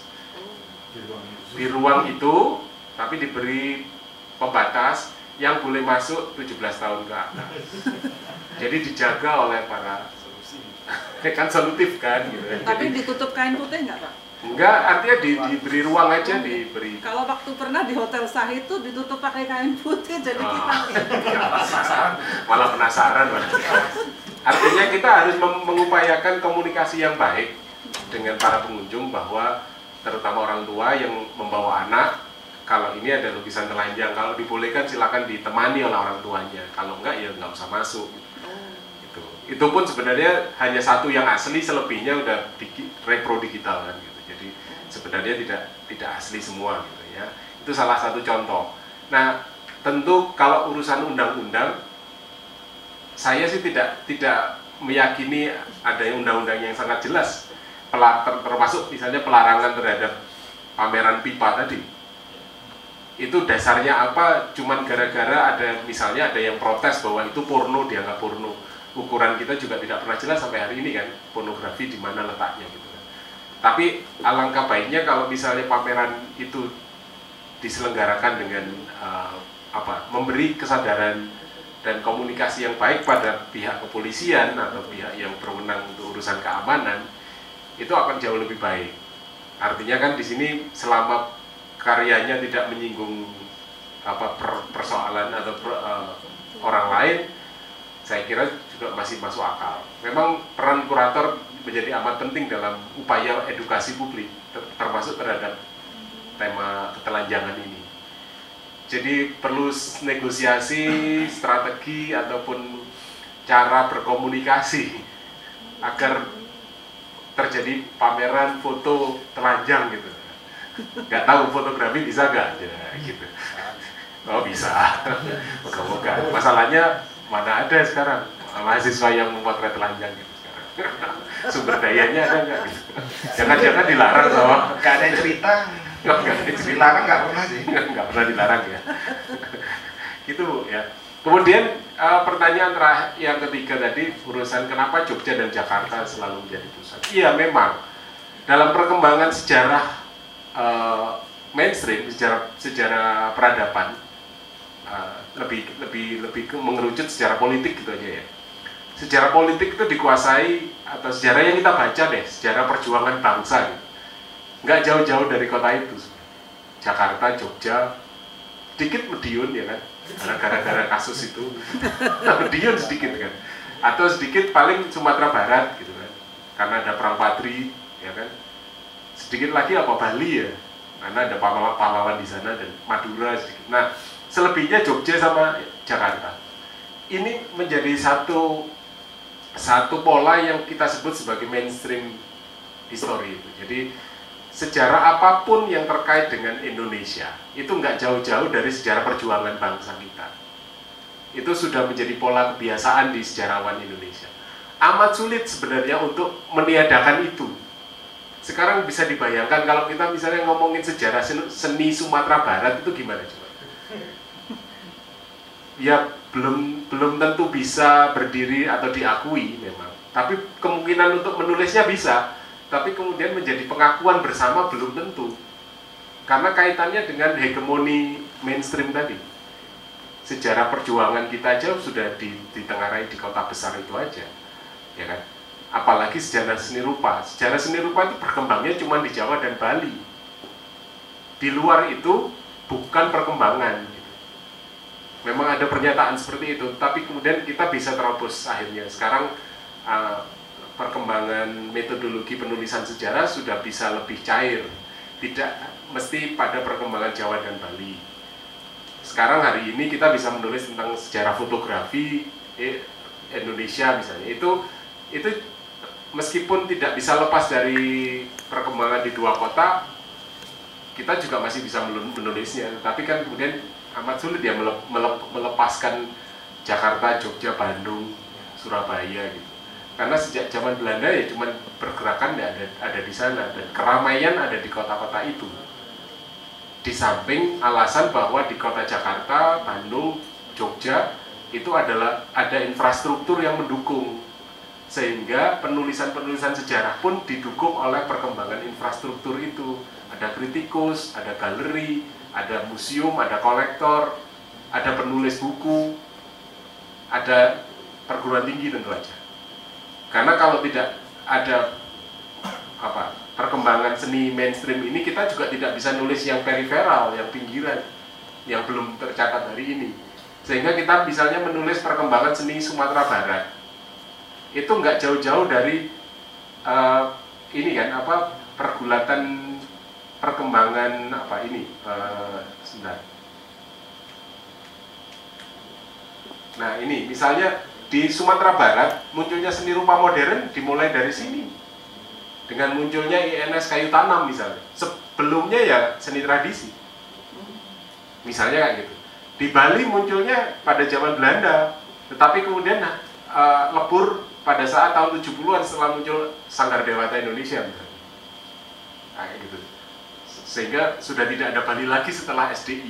[SPEAKER 1] di ruang itu, tapi diberi pembatas yang boleh masuk tujuh belas tahun ke atas. Jadi dijaga oleh para solusi. Kan solutif kan gitu.
[SPEAKER 4] Tapi
[SPEAKER 1] Jadi,
[SPEAKER 4] ditutup kain putih nggak Pak?
[SPEAKER 1] enggak, artinya di, diberi ruang aja, diberi.
[SPEAKER 4] Kalau waktu pernah di Hotel Sahid itu ditutup pakai kain putih, jadi
[SPEAKER 1] Oh.
[SPEAKER 4] kita
[SPEAKER 1] Malah penasaran. Artinya kita harus mengupayakan komunikasi yang baik dengan para pengunjung, bahwa terutama orang tua yang membawa anak, kalau ini ada lukisan telanjang, kalau dibolehkan silakan ditemani oleh orang tuanya, kalau enggak ya nggak usah masuk. Gitu. Itu pun sebenarnya hanya satu yang asli, selebihnya udah di, repro digital kan gitu. Jadi sebenarnya tidak tidak asli semua gitu ya. Itu salah satu contoh. Nah, tentu kalau urusan undang-undang, saya sih tidak tidak meyakini ada undang-undang yang sangat jelas, Pel- ter- termasuk misalnya pelarangan terhadap pameran pipa tadi. Itu dasarnya apa? Cuman gara-gara ada misalnya ada yang protes bahwa itu porno, dianggap porno. Ukuran kita juga tidak pernah jelas sampai hari ini kan, pornografi di mana letaknya gitu kan. Tapi alangkah baiknya kalau misalnya pameran itu diselenggarakan dengan uh, apa? Memberi kesadaran dan komunikasi yang baik pada pihak kepolisian atau pihak yang berwenang untuk urusan keamanan, itu akan jauh lebih baik. Artinya kan di sini selama karyanya tidak menyinggung apa per, persoalan atau per, uh, orang lain, saya kira juga masih masuk akal. Memang peran kurator menjadi amat penting dalam upaya edukasi publik, ter, termasuk terhadap tema ketelanjangan ini. Jadi perlu negosiasi, strategi ataupun cara berkomunikasi agar terjadi pameran foto telanjang gitu. Nggak tahu fotografi bisa nggak? Ya, gitu. Oh bisa. Moga-moga. Masalahnya mana ada sekarang mahasiswa yang memotret telanjang gitu sekarang. Sumber dayanya ada nggak? Gitu. Jangan-jangan dilarang sama.
[SPEAKER 3] Nggak ada cerita.
[SPEAKER 1] Nggak ada cerita.
[SPEAKER 3] Dilarang nggak pernah sih.
[SPEAKER 1] Nggak pernah dilarang ya. Gitu ya. Kemudian uh, pertanyaan terakhir yang ketiga tadi, urusan kenapa Jogja dan Jakarta selalu menjadi pusat. Iya memang dalam perkembangan sejarah uh, mainstream, sejarah sejarah peradaban, uh, lebih lebih lebih mengerucut sejarah politik gitu aja ya. Sejarah politik itu dikuasai, atau sejarah yang kita baca deh, sejarah perjuangan bangsa gitu. Nggak jauh-jauh dari kota itu, Jakarta, Jogja, sedikit Madiun ya kan, karena gara-gara kasus itu Madiun sedikit kan, atau sedikit paling Sumatera Barat gitu kan, karena ada perang Patri ya kan, sedikit lagi apa Bali ya, karena ada pahlawan di sana, dan Madura sedikit. Nah selebihnya Jogja sama Jakarta ini menjadi satu satu pola yang kita sebut sebagai mainstream history itu. Jadi sejarah apapun yang terkait dengan Indonesia itu nggak jauh-jauh dari sejarah perjuangan bangsa kita. Itu sudah menjadi pola kebiasaan di sejarawan Indonesia. Amat sulit sebenarnya untuk meniadakan itu. Sekarang bisa dibayangkan kalau kita misalnya ngomongin sejarah seni Sumatera Barat itu gimana coba? ya belum belum tentu bisa berdiri atau diakui memang. Tapi kemungkinan untuk menulisnya bisa, tapi kemudian menjadi pengakuan bersama belum tentu. Karena kaitannya dengan hegemoni mainstream tadi. Sejarah perjuangan kita aja sudah ditengarai di kota besar itu aja, ya kan? Apalagi sejarah seni rupa. Sejarah seni rupa itu berkembangnya cuma di Jawa dan Bali. Di luar itu bukan perkembangan. Memang ada pernyataan seperti itu, tapi kemudian kita bisa terobos akhirnya. Sekarang uh, perkembangan metodologi penulisan sejarah sudah bisa lebih cair, tidak mesti pada perkembangan Jawa dan Bali. Sekarang hari ini kita bisa menulis tentang sejarah fotografi eh, Indonesia misalnya. Itu itu meskipun tidak bisa lepas dari perkembangan di dua kota, kita juga masih bisa menulisnya. Tapi kan kemudian amat sulit ya melepaskan Jakarta, Jogja, Bandung, Surabaya gitu. Karena sejak zaman Belanda ya cuman pergerakan ya ada, ada di sana dan keramaian ada di kota-kota itu. Di samping alasan bahwa di kota Jakarta, Bandung, Jogja itu adalah ada infrastruktur yang mendukung, sehingga penulisan-penulisan sejarah pun didukung oleh perkembangan infrastruktur itu. Ada kritikus, ada galeri, ada museum, ada kolektor, ada penulis buku, ada perguruan tinggi tentu saja. Karena kalau tidak ada apa perkembangan seni mainstream ini, kita juga tidak bisa nulis yang periferal, yang pinggiran, yang belum tercatat hari ini. Sehingga kita misalnya menulis perkembangan seni Sumatera Barat, itu nggak jauh-jauh dari uh, ini kan apa pergulatan perkembangan apa ini uh, sebentar. Nah ini misalnya di Sumatera Barat munculnya seni rupa modern dimulai dari sini dengan munculnya I N S kayu tanam misalnya. Sebelumnya ya seni tradisi misalnya kayak gitu. Di Bali munculnya pada zaman Belanda, tetapi kemudian uh, lebur pada saat tahun tujuh puluhan setelah muncul Sanggar Dewata Indonesia misalnya. Nah, kayak gitu. Sehingga sudah tidak ada Bali lagi setelah S D I.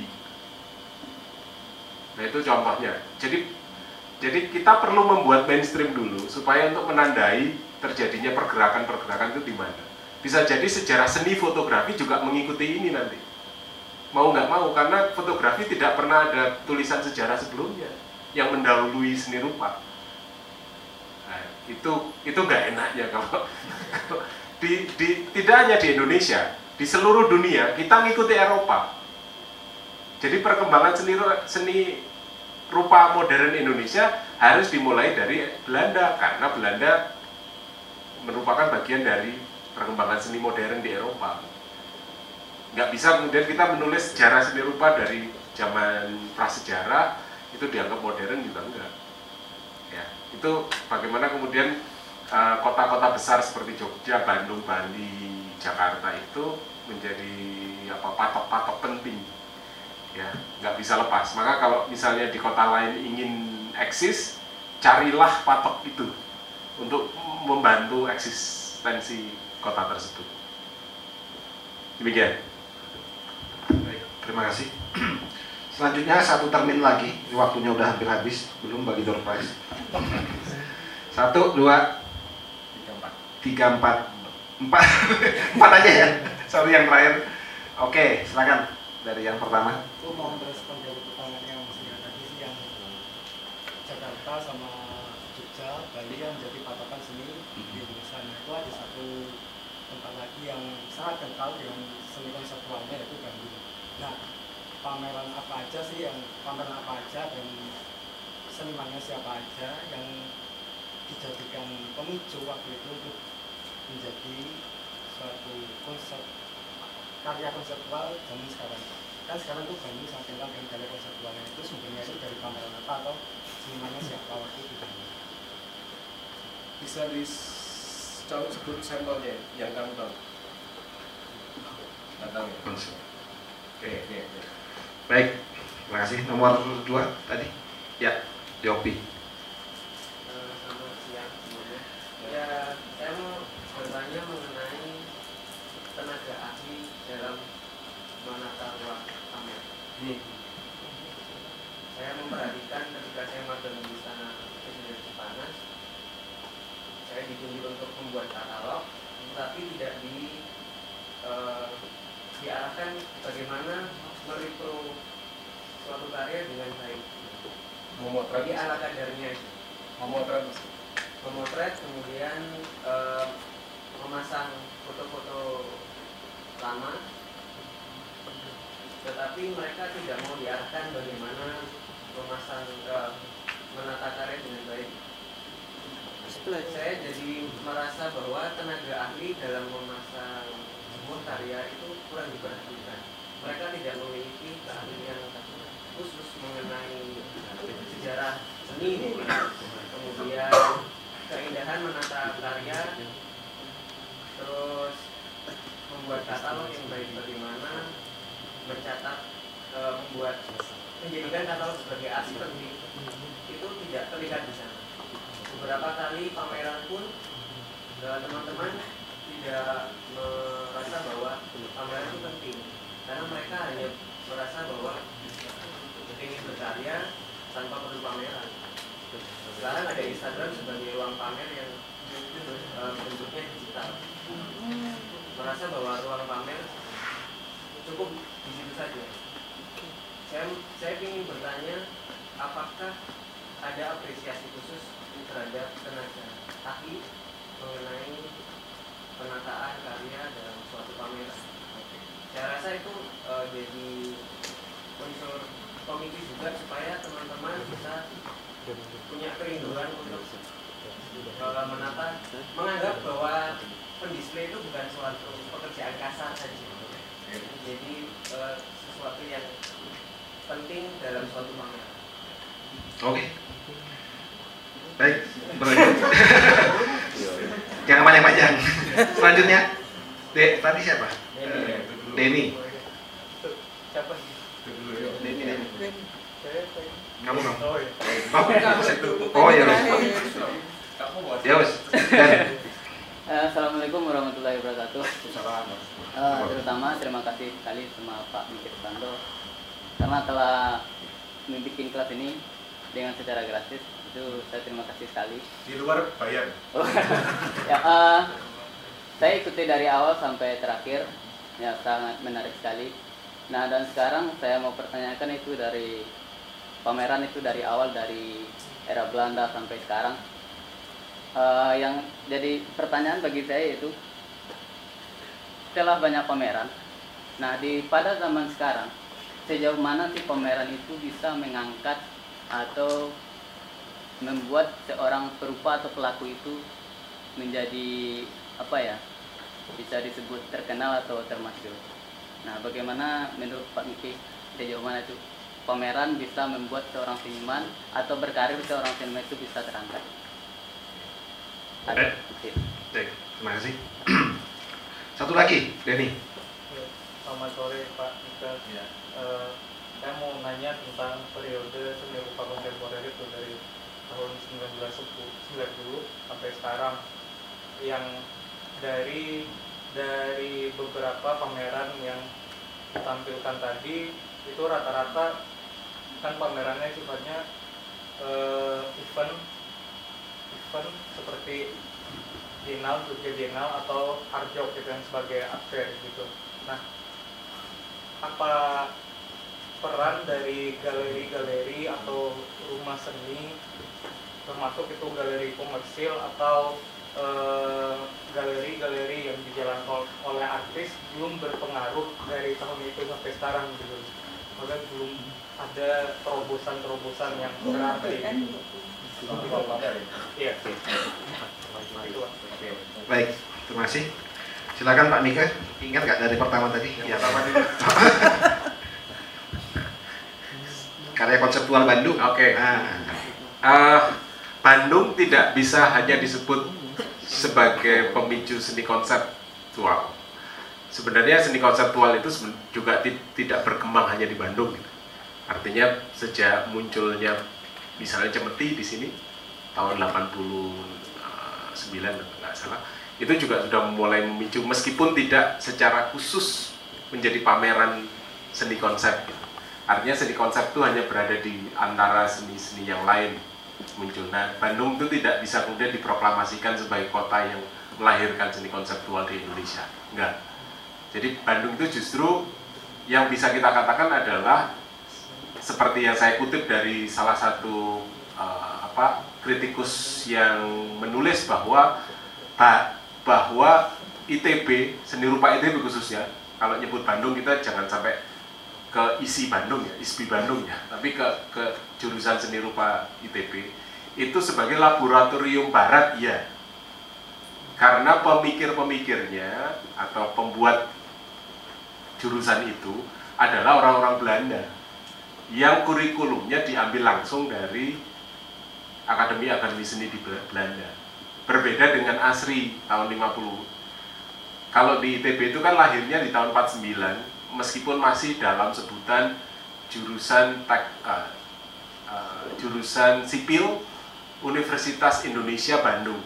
[SPEAKER 1] Nah itu contohnya. Jadi jadi kita perlu membuat mainstream dulu supaya untuk menandai terjadinya pergerakan-pergerakan itu di mana. Bisa jadi sejarah seni fotografi juga mengikuti ini nanti. Mau nggak mau, karena fotografi tidak pernah ada tulisan sejarah sebelumnya yang mendahului seni rupa. Nah, itu itu nggak enaknya kalau di, di, tidak hanya di Indonesia. Di seluruh dunia kita ngikuti Eropa. Jadi perkembangan seni seni rupa modern Indonesia harus dimulai dari Belanda, karena Belanda merupakan bagian dari perkembangan seni modern di Eropa. Nggak bisa kemudian kita menulis sejarah seni rupa dari zaman prasejarah itu dianggap modern juga enggak. Ya, itu bagaimana kemudian kota-kota uh, besar seperti Jogja, Bandung, Bali, Jakarta itu menjadi apa patok-patok penting, ya nggak bisa lepas. Maka kalau misalnya di kota lain ingin eksis, carilah patok itu untuk membantu eksistensi kota tersebut. Demikian.
[SPEAKER 3] Baik, terima kasih. Selanjutnya satu termin lagi, waktunya udah hampir habis, belum bagi door prize. Satu, dua, tiga, empat. Empat, empat aja ya. Sorry yang terakhir. Oke, silakan dari yang pertama.
[SPEAKER 8] Aku mau merespon dari pertanyaan yang sudah tadi sih, yang Jakarta sama Jogja, Bali yang menjadi patokan seni di Indonesia. Itu ada satu tempat lagi yang sangat kental dengan seni konseptualnya, yaitu Bandung. Nah, pameran apa aja sih yang pameran apa aja dan senimannya siapa aja yang dijadikan pemicu waktu itu untuk menjadi suatu konsep karya konseptual zaman sekarang. Kan sekarang tuh Bandung sangat kental dengan karya konseptualnya, itu sumbernya itu dari pameran apa atau senimannya siapa waktu itu?
[SPEAKER 1] Bisa disebut sampelnya yang kamu tahu? Nggak tahu ya?
[SPEAKER 3] Konsep.
[SPEAKER 1] Oke, oke, oke.
[SPEAKER 3] Baik, terima kasih. Nomor dua tadi, ya, Yopi.
[SPEAKER 9] Selamat siang semuanya. Ya, saya mau bertanya mengenai tenaga ahli dalam menata ruang pamer. Hmm. Saya memperhatikan ditunjuk untuk membuat katalog, tapi tidak di uh, diarahkan bagaimana meripro suatu karya dengan baik.
[SPEAKER 1] Memotret.
[SPEAKER 9] Jadi ala kadarnya.
[SPEAKER 1] Memotret.
[SPEAKER 9] Memotret, kemudian uh, memasang foto-foto lama, tetapi mereka tidak mau diarahkan bagaimana memasang uh, menata karya dengan baik. Saya jadi merasa bahwa tenaga ahli dalam memasang sebuah karya itu kurang diperhatikan. Mereka tidak memiliki keahlian khusus mengenai sejarah seni, kemudian keindahan menata karya, terus membuat katalog yang baik, bagaimana mencatat, e, membuat menjadikan katalog sebagai arsip itu tidak terlihat di sana. Beberapa kali pameran pun teman-teman tidak merasa bahwa pameran itu penting, karena mereka hanya merasa bahwa ingin berkarya tanpa perlu pameran. Sekarang ada Instagram sebagai ruang pamer yang uh, bentuknya digital. Merasa bahwa ruang pamer cukup di situ saja. Saya saya ingin bertanya, apakah ada apresiasi khusus terhadap tenaga ahli mengenai penataan karya dalam suatu pameran? Saya rasa itu uh, jadi unsur komisi juga supaya teman-teman bisa punya kerinduan untuk uh, menata, menganggap bahwa pendisplay itu bukan suatu pekerjaan kasar saja, jadi uh, sesuatu yang penting dalam suatu pameran.
[SPEAKER 3] Oke, baik, berlanjut. Jangan panjang-panjang. Selanjutnya, Dek, tadi siapa? Denny.
[SPEAKER 5] Siapa?
[SPEAKER 3] Denny, Denny. Kamu kamu.
[SPEAKER 5] Oh iya.
[SPEAKER 3] Oh, oh ya. Ya wes.
[SPEAKER 6] Assalamualaikum warahmatullahi wabarakatuh. Uh, terutama terima kasih sekali sama Pak Mikir Sando karena telah membuat kelas ini dengan secara gratis. Itu saya terima kasih sekali.
[SPEAKER 2] Di luar bayar.
[SPEAKER 6] Ya, uh, saya ikuti dari awal sampai terakhir. Ya, sangat menarik sekali. Nah, dan sekarang saya mau pertanyakan itu dari pameran itu dari awal dari era Belanda sampai sekarang. Uh, yang jadi pertanyaan bagi saya itu setelah banyak pameran, nah di pada zaman sekarang sejauh mana sih pameran itu bisa mengangkat atau membuat seorang perupa atau pelaku itu menjadi apa ya, bisa disebut terkenal atau termasyhur. Nah, bagaimana menurut Pak Miki sejauh mana itu pameran bisa membuat seorang seniman atau berkarir seorang seniman itu bisa terangkat?
[SPEAKER 3] Ada. Baik, terima kasih. Satu lagi, Denny.
[SPEAKER 5] Selamat sore Pak Mika.
[SPEAKER 2] Ya.
[SPEAKER 5] Uh, saya mau nanya tentang periode seni rupa kontemporer itu dari tahun seribu sembilan ratus sembilan puluh sampai sekarang, yang dari dari beberapa pameran yang ditampilkan tadi itu rata-rata kan pamerannya sifatnya uh, event event seperti Biennale, Jogja Biennale atau Arjok gitu yang sebagai affair gitu. Nah, apa peran dari galeri-galeri atau rumah seni, termasuk itu galeri komersil atau galeri-galeri yang dijalankan oleh artis belum berpengaruh dari tahun itu sampai sekarang gitu. Maksudnya belum ada terobosan-terobosan yang berarti. Iya.
[SPEAKER 3] Baik, terima kasih. Silakan Pak Mika, ingat nggak dari pertama tadi? Ya, pertama tadi. Karya konseptual Bandung.
[SPEAKER 1] Oke.
[SPEAKER 3] Okay. Nah.
[SPEAKER 1] Uh, Bandung tidak bisa hanya disebut sebagai pemicu seni konseptual. Sebenarnya seni konseptual itu juga tidak berkembang hanya di Bandung. Artinya sejak munculnya misalnya Cemeti di sini tahun delapan puluh sembilan nggak salah, itu juga sudah mulai memicu meskipun tidak secara khusus menjadi pameran seni konsep. Artinya seni konsep itu hanya berada di antara seni-seni yang lain muncul. Nah, Bandung itu tidak bisa kemudian diproklamasikan sebagai kota yang melahirkan seni konseptual di Indonesia. Enggak. Jadi Bandung itu justru yang bisa kita katakan adalah seperti yang saya kutip dari salah satu uh, apa kritikus yang menulis bahwa bah, bahwa I T B, seni rupa I T B khususnya, kalau nyebut Bandung kita jangan sampai ke isi Bandung ya, I S B I Bandung ya, tapi ke, ke jurusan seni rupa I T B itu sebagai laboratorium barat ya, karena pemikir-pemikirnya atau pembuat jurusan itu adalah orang-orang Belanda yang kurikulumnya diambil langsung dari Akademi-Akademi Seni di Belanda. Berbeda dengan ASRI tahun lima puluh. Kalau di I T B itu kan lahirnya di tahun empat puluh sembilan, meskipun masih dalam sebutan jurusan tek, uh, uh, jurusan sipil Universitas Indonesia Bandung,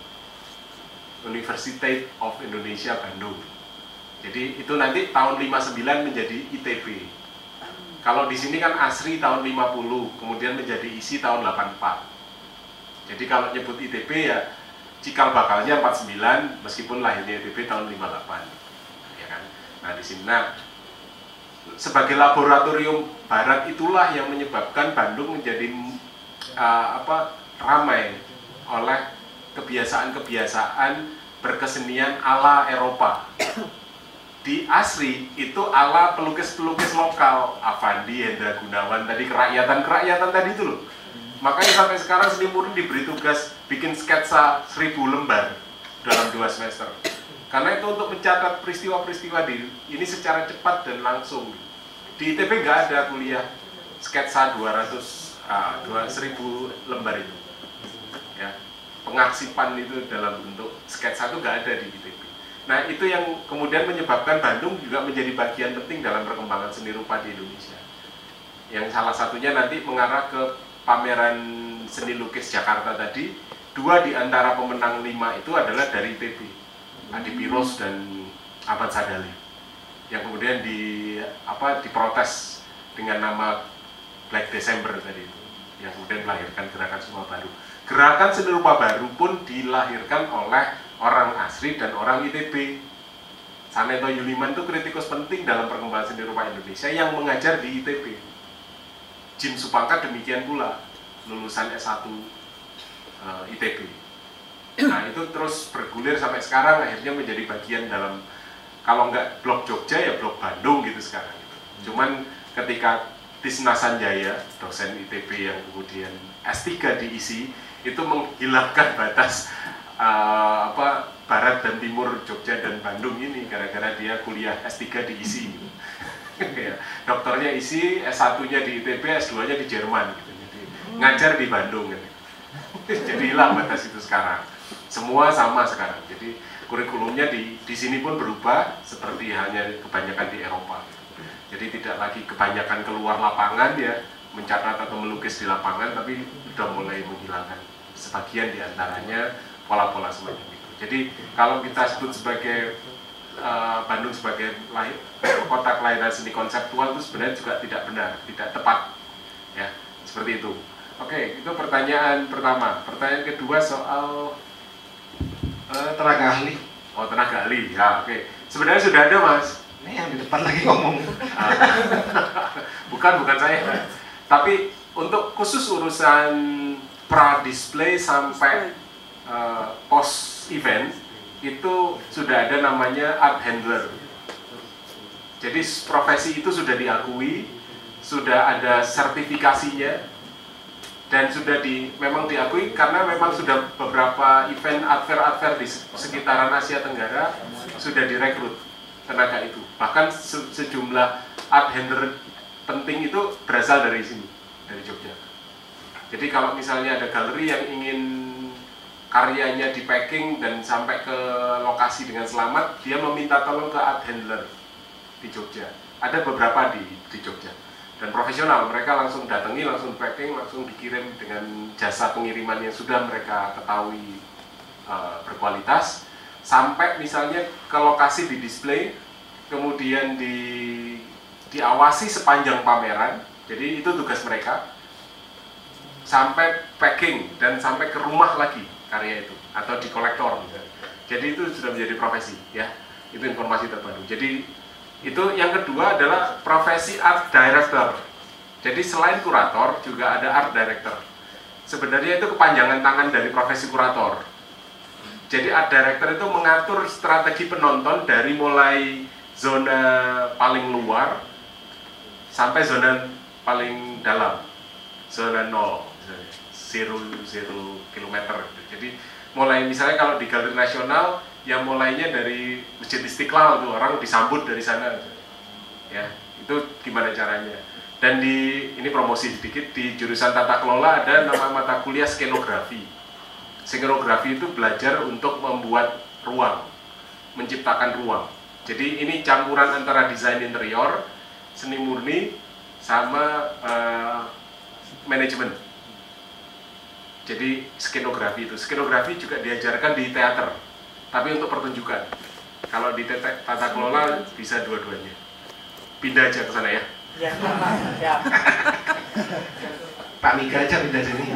[SPEAKER 1] University of Indonesia Bandung. Jadi itu nanti tahun lima puluh sembilan menjadi I T B. Kalau di sini kan ASRI tahun lima puluh, kemudian menjadi I S I tahun delapan puluh empat. Jadi kalau nyebut I T B ya cikal bakalnya empat puluh sembilan, meskipun lahirnya I T B tahun lima puluh delapan. Ya kan? Nah, di sini nah, sebagai laboratorium barat itulah yang menyebabkan Bandung menjadi uh, apa ramai oleh kebiasaan-kebiasaan berkesenian ala Eropa. Di ASRI itu ala pelukis-pelukis lokal, Avandi, Hendra Gunawan, tadi kerakyatan-kerakyatan tadi itu loh. Makanya sampai sekarang seni murni diberi tugas bikin sketsa seribu lembar dalam dua semester. Karena itu untuk mencatat peristiwa-peristiwa di ini secara cepat dan langsung. Di I T B nggak ada kuliah sketsa dua ratus, seribu lembar itu. Ya, pengarsipan itu dalam bentuk sketsa itu nggak ada di I T B. Nah, itu yang kemudian menyebabkan Bandung juga menjadi bagian penting dalam perkembangan seni rupa di Indonesia. Yang salah satunya nanti mengarah ke pameran seni lukis Jakarta tadi. Dua di antara pemenang lima itu adalah dari I T B, Adi Piros dan Ahmad Sadali, yang kemudian di apa diprotes dengan nama Black December tadi itu, yang kemudian melahirkan gerakan semua baru. Gerakan seni rupa baru pun dilahirkan oleh orang ASRI dan orang I T B. Saneto Yuliman itu kritikus penting dalam perkembangan seni rupa Indonesia yang mengajar di I T B. Jim Supangkat demikian pula, lulusan S satu uh, I T B. Nah, itu terus bergulir sampai sekarang, akhirnya menjadi bagian dalam, kalau nggak blok Jogja ya blok Bandung gitu sekarang. Cuman ketika Tisna Sanjaya, dosen I T B yang kemudian S tiga di I S I, itu menghilangkan batas uh, apa Barat dan Timur Jogja dan Bandung ini gara-gara dia kuliah S tiga di I S I. Ya, dokternya I S I, S satunya di I T B, S duanya di Jerman gitu. Jadi ngajar di Bandung gitu. Jadi hilang batas itu sekarang. Semua sama sekarang. Jadi kurikulumnya di di sini pun berubah seperti halnya kebanyakan di Eropa. Jadi tidak lagi kebanyakan keluar lapangan ya, mencatat atau melukis di lapangan, tapi sudah mulai menghilangkan sebagian di antaranya pola-pola semacam itu. Jadi kalau kita sebut sebagai uh, Bandung sebagai lahir, kota kelahiran seni konseptual itu sebenarnya juga tidak benar, tidak tepat, ya seperti itu. Oke, itu pertanyaan pertama. Pertanyaan kedua soal
[SPEAKER 3] uh, tenaga ahli.
[SPEAKER 1] Oh, tenaga ahli, ya oke. Sebenarnya sudah ada, Mas.
[SPEAKER 3] Ini yang di depan lagi ngomong.
[SPEAKER 1] bukan, bukan saya. Tapi untuk khusus urusan pra-display sampai uh, post-event, itu sudah ada namanya art handler. Jadi profesi itu sudah diakui, sudah ada sertifikasinya, dan sudah di, memang diakui karena memang sudah beberapa event art fair-art fair di sekitaran Asia Tenggara sudah direkrut tenaga itu. Bahkan se sejumlah art handler penting itu berasal dari sini, dari Jogja. Jadi kalau misalnya ada galeri yang ingin karyanya di packing dan sampai ke lokasi dengan selamat, dia meminta tolong ke art handler di Jogja. Ada beberapa di, di Jogja. Dan profesional, mereka langsung datangi, langsung packing, langsung dikirim dengan jasa pengiriman yang sudah mereka ketahui uh, berkualitas. Sampai misalnya ke lokasi di display, kemudian di, diawasi sepanjang pameran, jadi itu tugas mereka. Sampai packing dan sampai ke rumah lagi karya itu atau di kolektor misalnya. Jadi itu sudah menjadi profesi ya. Itu informasi terbaru. Jadi itu yang kedua adalah profesi art director. Jadi selain kurator juga ada art director. Sebenarnya itu kepanjangan tangan dari profesi kurator. Jadi art director itu mengatur strategi penonton dari mulai zona paling luar sampai zona paling dalam, zona nol, zero zero kilometer. Jadi mulai misalnya kalau di Galeri Nasional yang mulainya dari Masjid Istiqlal tuh orang disambut dari sana, ya itu gimana caranya? Dan di ini promosi sedikit di jurusan tata kelola ada nama mata kuliah skenografi. Skenografi itu belajar untuk membuat ruang, menciptakan ruang. Jadi ini campuran antara desain interior, seni murni, sama uh, manajemen. Jadi skenografi itu, skenografi juga diajarkan di teater, tapi untuk pertunjukan. Kalau di tata kelola bisa dua-duanya. Pindah aja ke sana ya.
[SPEAKER 9] Ya, siap.
[SPEAKER 3] Pak Mika aja pindah sini.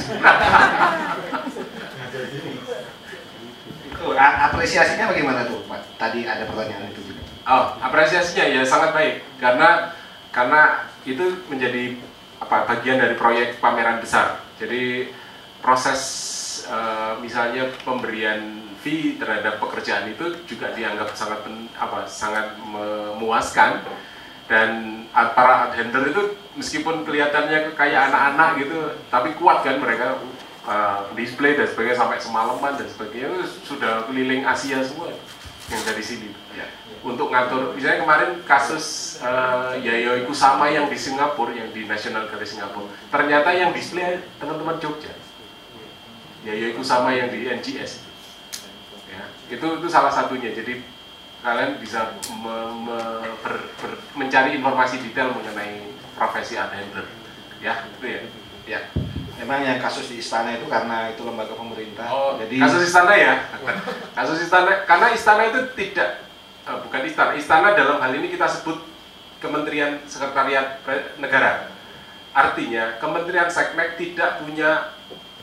[SPEAKER 3] Itu apresiasinya bagaimana tuh, Pak? Tadi ada pertanyaan itu juga.
[SPEAKER 1] Oh, apresiasinya ya sangat baik karena karena itu menjadi apa bagian dari proyek pameran besar. Jadi proses uh, misalnya pemberian fee terhadap pekerjaan itu juga dianggap sangat apa sangat memuaskan. Dan para art handler itu meskipun kelihatannya kayak anak-anak gitu, tapi kuat kan mereka uh, display dan sebagainya sampai semalaman dan sebagainya itu sudah keliling Asia semua yang dari sini. Ya. Untuk ngatur, misalnya kemarin kasus uh, Yayoi Kusama yang di Singapura, yang di National Gallery Singapura, ternyata yang display teman-teman Jogja. Yayoi Kusama yang di N G S. Ya, itu itu salah satunya. Jadi kalian bisa me, me, ber, ber, mencari informasi detail mengenai profesi art handler, ya itu ya.
[SPEAKER 3] Ya, memang yang kasus di istana itu karena itu lembaga pemerintah.
[SPEAKER 1] Oh,
[SPEAKER 3] jadi
[SPEAKER 1] kasus istana ya, kasus istana karena istana itu tidak uh, bukan istana, istana dalam hal ini kita sebut Kementerian Sekretariat Negara. Artinya Kementerian Seknek tidak punya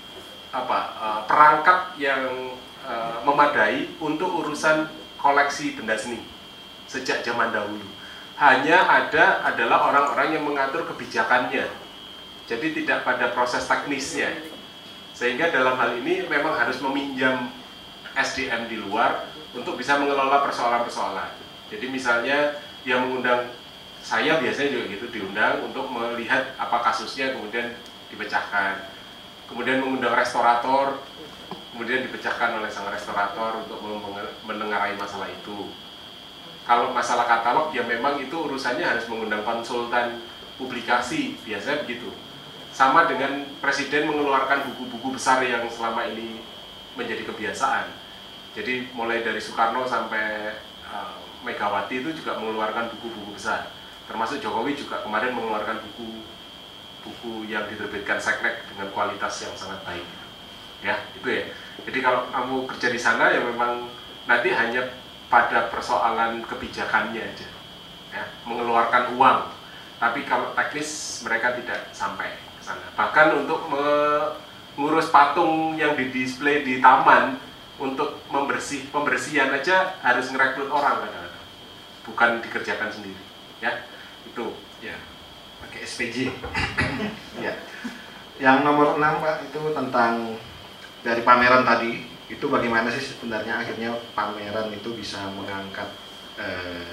[SPEAKER 1] apa uh, perangkat yang uh, memadai untuk urusan koleksi benda seni sejak zaman dahulu. Hanya ada adalah orang-orang yang mengatur kebijakannya. Jadi tidak pada proses teknisnya. Sehingga dalam hal ini memang harus meminjam S D M di luar untuk bisa mengelola persoalan-persoalan. Jadi misalnya yang mengundang saya biasanya juga gitu diundang untuk melihat apa kasusnya kemudian dipecahkan. Kemudian mengundang restorator, kemudian dipecahkan oleh sang restorator untuk menengarai masalah itu. Kalau masalah katalog ya memang itu urusannya harus mengundang konsultan publikasi, biasanya begitu. Sama dengan presiden mengeluarkan buku-buku besar yang selama ini menjadi kebiasaan. Jadi mulai dari Soekarno sampai uh, Megawati itu juga mengeluarkan buku-buku besar. Termasuk Jokowi juga kemarin mengeluarkan buku buku yang diterbitkan Seknek dengan kualitas yang sangat baik. Ya, itu ya. Jadi kalau kamu kerja di sana ya memang nanti hanya pada persoalan kebijakannya aja, ya, mengeluarkan uang. Tapi kalau teknis mereka tidak sampai ke sana. Bahkan untuk mengurus patung yang didisplay di taman untuk membersih pembersihan aja harus ngerekrut orang kadang-kadang, bukan dikerjakan sendiri. Ya, itu.
[SPEAKER 3] Ya, pakai S P J. Ya. Yang nomor enam Pak itu tentang dari pameran tadi, itu bagaimana sih sebenarnya akhirnya pameran itu bisa mengangkat eh,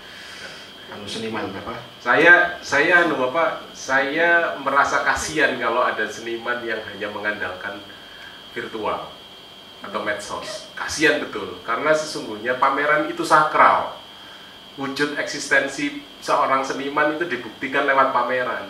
[SPEAKER 3] anu seniman Bapak?
[SPEAKER 1] Saya saya anu Bapak, saya merasa kasihan kalau ada seniman yang hanya mengandalkan virtual atau medsos. Kasihan betul, karena sesungguhnya pameran itu sakral. Wujud eksistensi seorang seniman itu dibuktikan lewat pameran.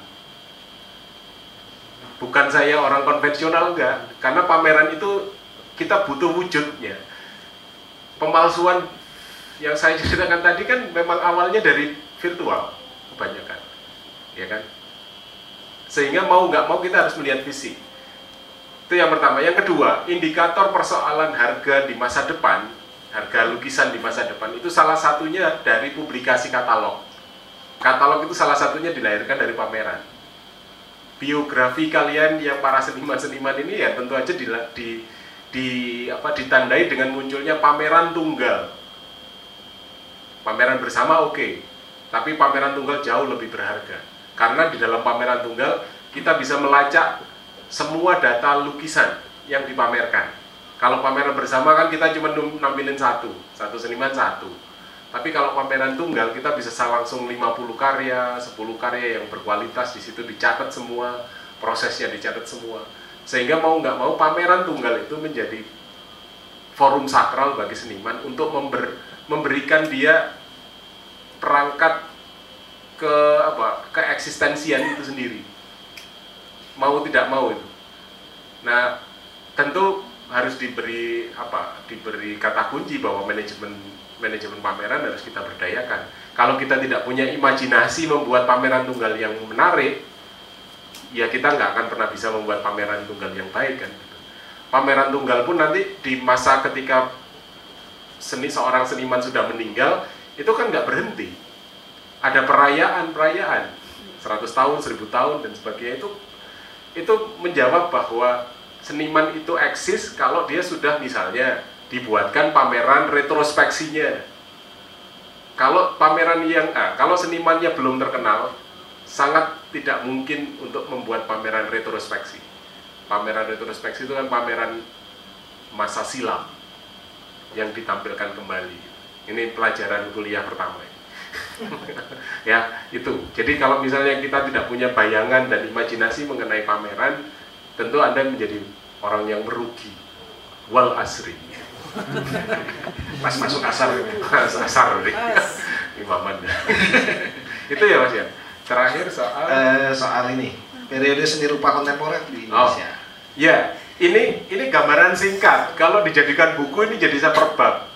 [SPEAKER 1] Bukan saya orang konvensional enggak, karena pameran itu kita butuh wujudnya. Pemalsuan yang saya ceritakan tadi kan memang awalnya dari virtual kebanyakan, ya kan? Sehingga mau nggak mau kita harus melihat fisik. Itu yang pertama. Yang kedua, indikator persoalan harga di masa depan, harga lukisan di masa depan itu salah satunya dari publikasi katalog. Katalog itu salah satunya dilahirkan dari pameran. biografi kalian yang para seniman-seniman ini ya tentu aja di, di, di apa ditandai dengan munculnya pameran tunggal. Pameran bersama oke, okay, tapi pameran tunggal jauh lebih berharga. Karena di dalam pameran tunggal kita bisa melacak semua data lukisan yang dipamerkan. Kalau pameran bersama kan kita cuma nampilin satu, satu seniman satu. Tapi kalau pameran tunggal kita bisa langsung lima puluh karya, sepuluh karya yang berkualitas, di situ dicatat semua, prosesnya dicatat semua. Sehingga mau nggak mau pameran tunggal itu menjadi forum sakral bagi seniman untuk member, memberikan dia perangkat ke apa keeksistensian itu sendiri, mau tidak mau itu. Nah, tentu harus diberi apa diberi kata kunci bahwa manajemen manajemen pameran harus kita berdayakan. Kalau kita tidak punya imajinasi membuat pameran tunggal yang menarik, ya kita nggak akan pernah bisa membuat pameran tunggal yang baik kan. Pameran tunggal pun nanti di masa ketika seni seorang seniman sudah meninggal, itu kan nggak berhenti. Ada perayaan-perayaan, seratus tahun, seribu tahun, dan sebagainya. Itu itu menjawab bahwa seniman itu eksis kalau dia sudah misalnya dibuatkan pameran retrospeksinya. Kalau pameran yang ah, kalau senimannya belum terkenal, sangat tidak mungkin untuk membuat pameran retrospeksi. Pameran retrospeksi itu kan pameran masa silam yang ditampilkan kembali. Ini pelajaran kuliah pertama. Ya, itu. Jadi kalau misalnya kita tidak punya bayangan dan imajinasi mengenai pameran, tentu Anda menjadi orang yang merugi. Wal asri.
[SPEAKER 3] Pas masuk asar.
[SPEAKER 1] Mas asar nih. Imaman. Itu ya Mas ya. Terakhir soal
[SPEAKER 3] uh, soal ini periode seni rupa kontemporer di Indonesia.
[SPEAKER 1] Oh, ya, ini ini gambaran singkat. Kalau dijadikan buku ini jadi saya per bab.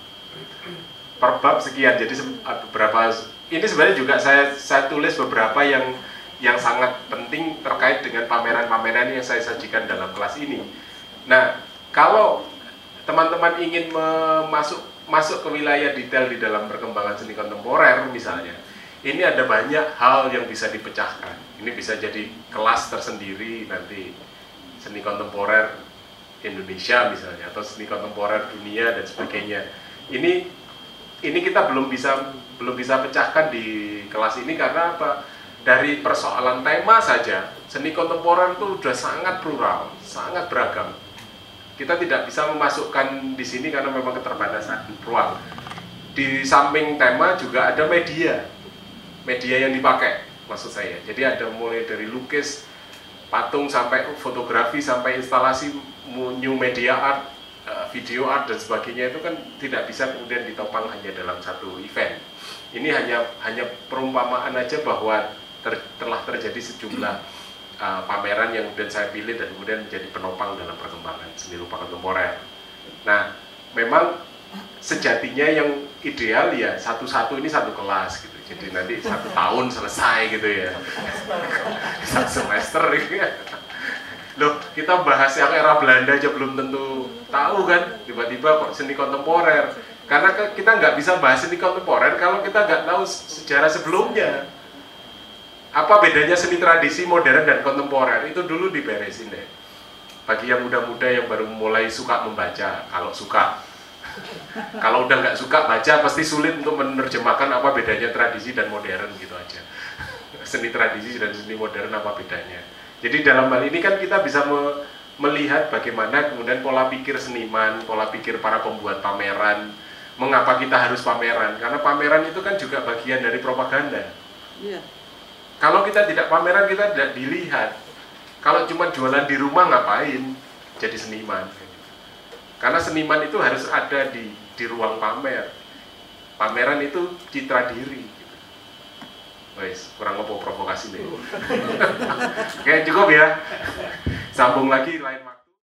[SPEAKER 1] Per bab sekian. Jadi beberapa ini sebenarnya juga saya saya tulis beberapa yang yang sangat penting terkait dengan pameran-pameran yang saya sajikan dalam kelas ini. Nah, kalau teman-teman ingin masuk masuk ke wilayah detail di dalam perkembangan seni kontemporer misalnya, ini ada banyak hal yang bisa dipecahkan. Ini bisa jadi kelas tersendiri nanti, seni kontemporer Indonesia misalnya, atau seni kontemporer dunia dan sebagainya. Ini ini kita belum bisa belum bisa pecahkan di kelas ini karena apa? Dari persoalan tema saja, seni kontemporer itu sudah sangat plural, sangat beragam. Kita tidak bisa memasukkan di sini karena memang keterbatasan ruang. Di samping tema juga ada media, media yang dipakai, maksud saya. Jadi ada mulai dari lukis, patung, sampai fotografi, sampai instalasi new media art, video art dan sebagainya, itu kan tidak bisa kemudian ditopang hanya dalam satu event. Ini hanya hanya perumpamaan aja bahwa ter, telah terjadi sejumlah Uh, pameran yang kemudian saya pilih dan kemudian menjadi penopang dalam perkembangan seni rupa kontemporer. Nah, memang sejatinya yang ideal ya satu-satu ini satu kelas gitu. Jadi nanti satu tahun selesai gitu ya. Satu semester gitu ya. Loh, kita bahas yang era Belanda aja belum tentu tahu kan, tiba-tiba kok seni kontemporer. Karena kita nggak bisa bahas seni kontemporer kalau kita nggak tahu sejarah sebelumnya. Apa bedanya seni tradisi, modern, dan kontemporer? Itu dulu diberesin deh. Bagi yang muda-muda yang baru mulai suka membaca, kalau suka. Kalau udah nggak suka baca, pasti sulit untuk menerjemahkan apa bedanya tradisi dan modern gitu aja. Seni tradisi dan seni modern apa bedanya. Jadi dalam hal ini kan kita bisa me melihat bagaimana kemudian pola pikir seniman, pola pikir para pembuat pameran, mengapa kita harus pameran. Karena pameran itu kan juga bagian dari propaganda.
[SPEAKER 4] Iya.
[SPEAKER 1] Kalau kita tidak pameran, kita tidak dilihat. Kalau cuma jualan di rumah, ngapain jadi seniman? Karena seniman itu harus ada di, di ruang pamer. Pameran itu citra diri. Wes, kurang apa provokasi nih. Oke, cukup ya. Sambung lagi lain